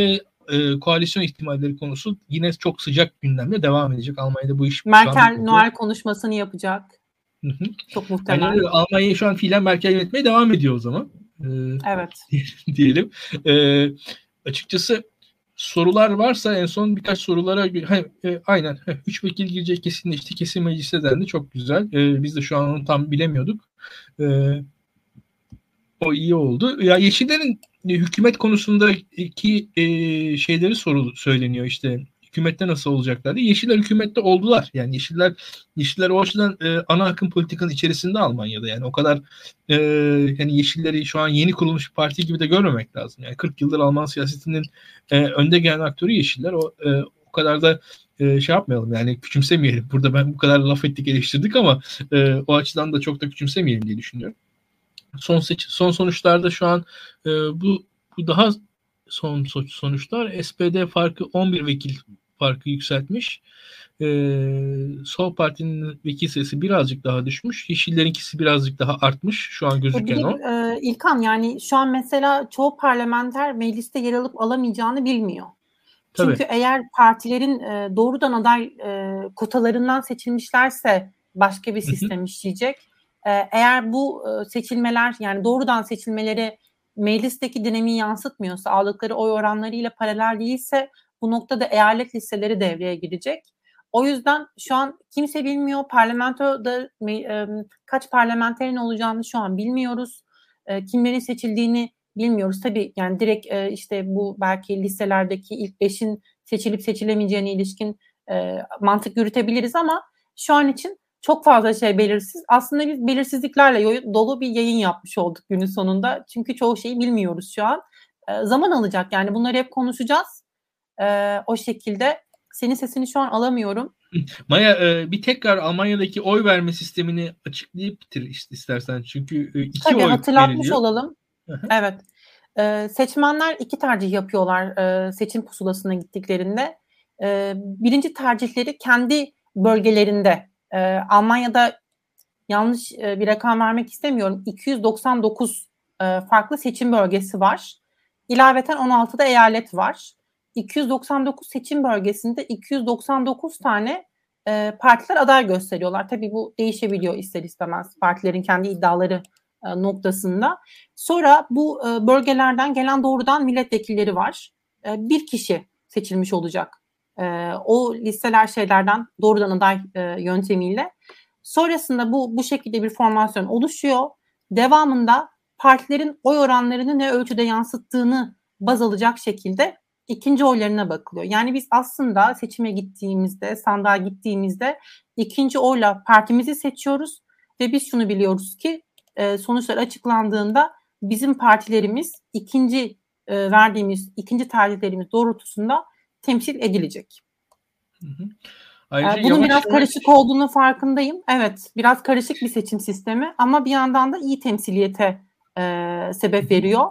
e, koalisyon ihtimalleri konusu yine çok sıcak gündemde devam edecek. Almanya'da bu iş... Merkel Noel konuşmasını yapacak. Hı hı. Çok muhtemel. Yani Almanya şu an fiilen Merkel yönetmeye devam ediyor o zaman. Ee, evet. diyelim. Ee, açıkçası sorular varsa en son birkaç sorulara he, e, aynen he, üç vekil girecek kesinleşti. Kesin meclise dendi. Çok güzel. Ee, biz de şu an onu tam bilemiyorduk. Ee, o iyi oldu. Ya Yeşillerin e, hükümet konusundaki e, şeyleri soru söyleniyor işte. Hükümette nasıl olacaklar diye. Yeşiller hükümette oldular. Yani Yeşiller Yeşiller o açıdan e, ana akım politikanın içerisinde Almanya'da. Yani o kadar e, yani Yeşilleri şu an yeni kurulmuş bir parti gibi de görmemek lazım. Yani kırk yıldır Alman siyasetinin e, önde gelen aktörü Yeşiller. O, e, o kadar da e, şey yapmayalım. Yani küçümsemeyelim. Burada ben bu kadar laf ettik, eleştirdik ama e, o açıdan da çok da küçümsemeyelim diye düşünüyorum. Son seç son sonuçlarda şu an e, bu bu daha son sonuçlar S P D farkı on bir vekil farkı yükseltmiş. Ee, Sol Parti'nin vekil sayısı birazcık daha düşmüş. Yeşillerinkisi birazcık daha artmış. Şu an gözüken bir, o. E, İlkan yani şu an mesela çoğu parlamenter mecliste yer alıp alamayacağını bilmiyor. Çünkü Tabii. eğer partilerin e, doğrudan aday e, kotalarından seçilmişlerse başka bir sistem işleyecek. E, eğer bu e, seçilmeler yani doğrudan seçilmeleri meclisteki dinamiği yansıtmıyorsa, aldıkları oy oranlarıyla paralel değilse bu noktada eyalet listeleri devreye girecek. O yüzden şu an kimse bilmiyor. Parlamentoda e, kaç parlamenterin olacağını şu an bilmiyoruz. E, kimlerin seçildiğini bilmiyoruz. Tabii yani direkt e, işte bu belki listelerdeki ilk beşin seçilip seçilemeyeceğine ilişkin e, mantık yürütebiliriz ama şu an için çok fazla şey belirsiz. Aslında biz belirsizliklerle dolu bir yayın yapmış olduk günün sonunda. Çünkü çoğu şeyi bilmiyoruz şu an. E, zaman alacak yani bunları hep konuşacağız. E, o şekilde. Senin sesini şu an alamıyorum. Maya e, bir tekrar Almanya'daki oy verme sistemini açıklayıp bitir işte istersen. Çünkü e, iki Tabii, oy hatırlatmış veriliyor. olalım. Evet. E, seçmenler iki tercih yapıyorlar e, seçim pusulasına gittiklerinde. E, birinci tercihleri kendi bölgelerinde. E, Almanya'da yanlış e, bir rakam vermek istemiyorum. iki yüz doksan dokuz e, farklı seçim bölgesi var. İlaveten on altıda eyalet var. iki yüz doksan dokuz seçim bölgesinde iki yüz doksan dokuz tane e, partiler aday gösteriyorlar. Tabii bu değişebiliyor ister istemez partilerin kendi iddiaları e, noktasında. Sonra bu e, bölgelerden gelen doğrudan milletvekilleri var. E, bir kişi seçilmiş olacak. E, o listeler şeylerden doğrudan aday e, yöntemiyle. Sonrasında bu bu şekilde bir formasyon oluşuyor. Devamında partilerin oy oranlarını ne ölçüde yansıttığını baz alacak şekilde ikinci oylarına bakılıyor. Yani biz aslında seçime gittiğimizde, sandığa gittiğimizde ikinci oyla partimizi seçiyoruz ve biz şunu biliyoruz ki e, sonuçlar açıklandığında bizim partilerimiz ikinci e, verdiğimiz ikinci tercihlerimiz doğrultusunda temsil edilecek. Hı hı. Ayrıca Bunun yavaş biraz yavaş... karışık olduğunu farkındayım. Evet, biraz karışık bir seçim sistemi ama bir yandan da iyi temsiliyete e, sebep veriyor.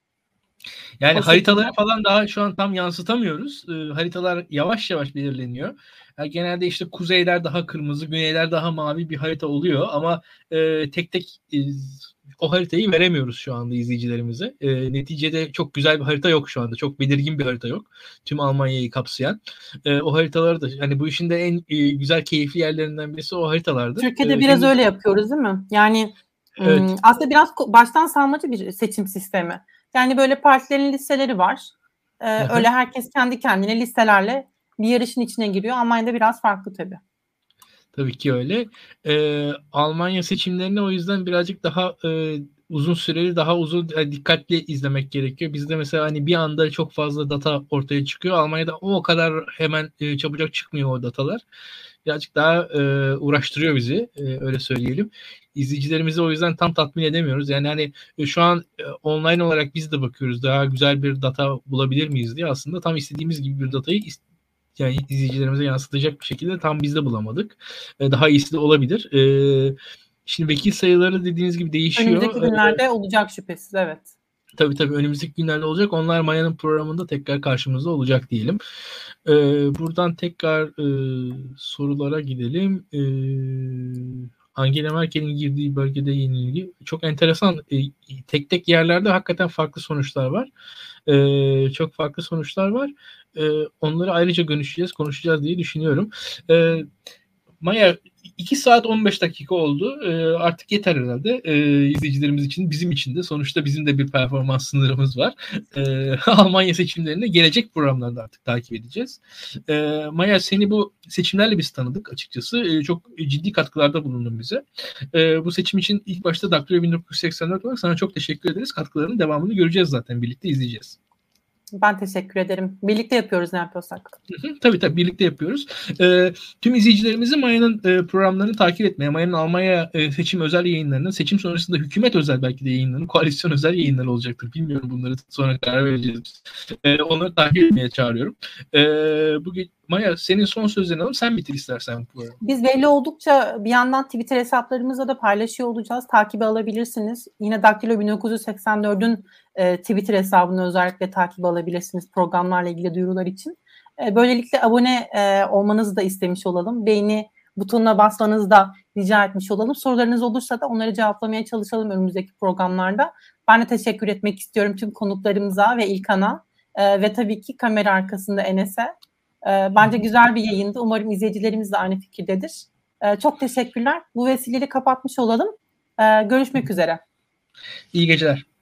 Yani O haritaları şekilde. falan daha şu an tam yansıtamıyoruz. E, haritalar yavaş yavaş belirleniyor. Yani genelde işte kuzeyler daha kırmızı, güneyler daha mavi bir harita oluyor ama e, tek tek e, o haritayı veremiyoruz şu anda izleyicilerimize. E, neticede çok güzel bir harita yok şu anda. Çok belirgin bir harita yok. Tüm Almanya'yı kapsayan. E, o haritaları da hani bu işin de en e, güzel, keyifli yerlerinden birisi o haritalardır. Türkiye'de E, biraz henüz... öyle yapıyoruz değil mi? Yani evet. ım, aslında biraz baştan salmacı bir seçim sistemi. Yani böyle partilerin listeleri var. Ee, öyle herkes kendi kendine listelerle bir yarışın içine giriyor. Almanya'da biraz farklı tabii. Tabii ki öyle. Ee, Almanya seçimlerini o yüzden birazcık daha e, uzun süreli, daha uzun e, dikkatli izlemek gerekiyor. Bizde mesela hani bir anda çok fazla data ortaya çıkıyor. Almanya'da o kadar hemen e, çabucak çıkmıyor o datalar. Birazcık daha e, uğraştırıyor bizi. E, öyle söyleyelim. İzleyicilerimizi o yüzden tam tatmin edemiyoruz. Yani hani e, şu an e, online olarak biz de bakıyoruz. Daha güzel bir data bulabilir miyiz diye. Aslında tam istediğimiz gibi bir datayı ist- yani izleyicilerimize yansıtacak bir şekilde tam biz de bulamadık. E, daha iyisi de olabilir. E, şimdi vekil sayıları dediğiniz gibi değişiyor. Önümüzdeki günlerde ee, olacak şüphesiz, evet. Tabii tabii önümüzdeki günlerde olacak. Onlar Maya'nın programında tekrar karşımızda olacak diyelim. Ee, buradan tekrar e, sorulara gidelim. Ee, Angela Merkel'in girdiği bölgede yenilgi. Çok enteresan. E, tek tek yerlerde hakikaten farklı sonuçlar var. E, çok farklı sonuçlar var. E, onları ayrıca konuşacağız, konuşacağız diye düşünüyorum. E, Maya, iki saat on beş dakika oldu. E, artık yeter herhalde e, izleyicilerimiz için, bizim için de. Sonuçta bizim de bir performans sınırımız var. E, Almanya seçimlerini gelecek programlarda artık takip edeceğiz. E, Maya, seni bu seçimlerle biz tanıdık açıkçası. E, çok ciddi katkılarda bulundun bize. E, bu seçim için ilk başta Daktilo bin dokuz yüz seksen dört olarak sana çok teşekkür ederiz. Katkılarının devamını göreceğiz zaten. Birlikte izleyeceğiz. Ben teşekkür ederim. Birlikte yapıyoruz ne yapıyorsak. Hı hı, tabii tabii birlikte yapıyoruz. E, tüm izleyicilerimizi Maya'nın e, programlarını takip etmeye, Maya'nın Almanya e, seçim özel yayınlarını, seçim sonrasında hükümet özel belki de yayınlarını, koalisyon özel yayınları olacaktır. Bilmiyorum, bunları sonra karar vereceğiz. E, onları takip etmeye çağırıyorum. E, bugün Maya, senin son sözlerini alalım. Sen bitir istersen. Biz belli oldukça bir yandan Twitter hesaplarımızda da paylaşıyor olacağız. Takibi alabilirsiniz. Yine Daktilo bin dokuz yüz seksen dördün e, Twitter hesabını özellikle takip alabilirsiniz programlarla ilgili duyurular için. E, böylelikle abone e, olmanızı da istemiş olalım. Beğeni butonuna basmanızı da rica etmiş olalım. Sorularınız olursa da onları cevaplamaya çalışalım önümüzdeki programlarda. Ben de teşekkür etmek istiyorum tüm konuklarımıza ve İlkan'a e, ve tabii ki kamera arkasında Enes'e. Bence güzel bir yayındı. Umarım izleyicilerimiz de aynı fikirdedir. Çok teşekkürler. Bu vesileyle kapatmış olalım. Görüşmek üzere. İyi geceler.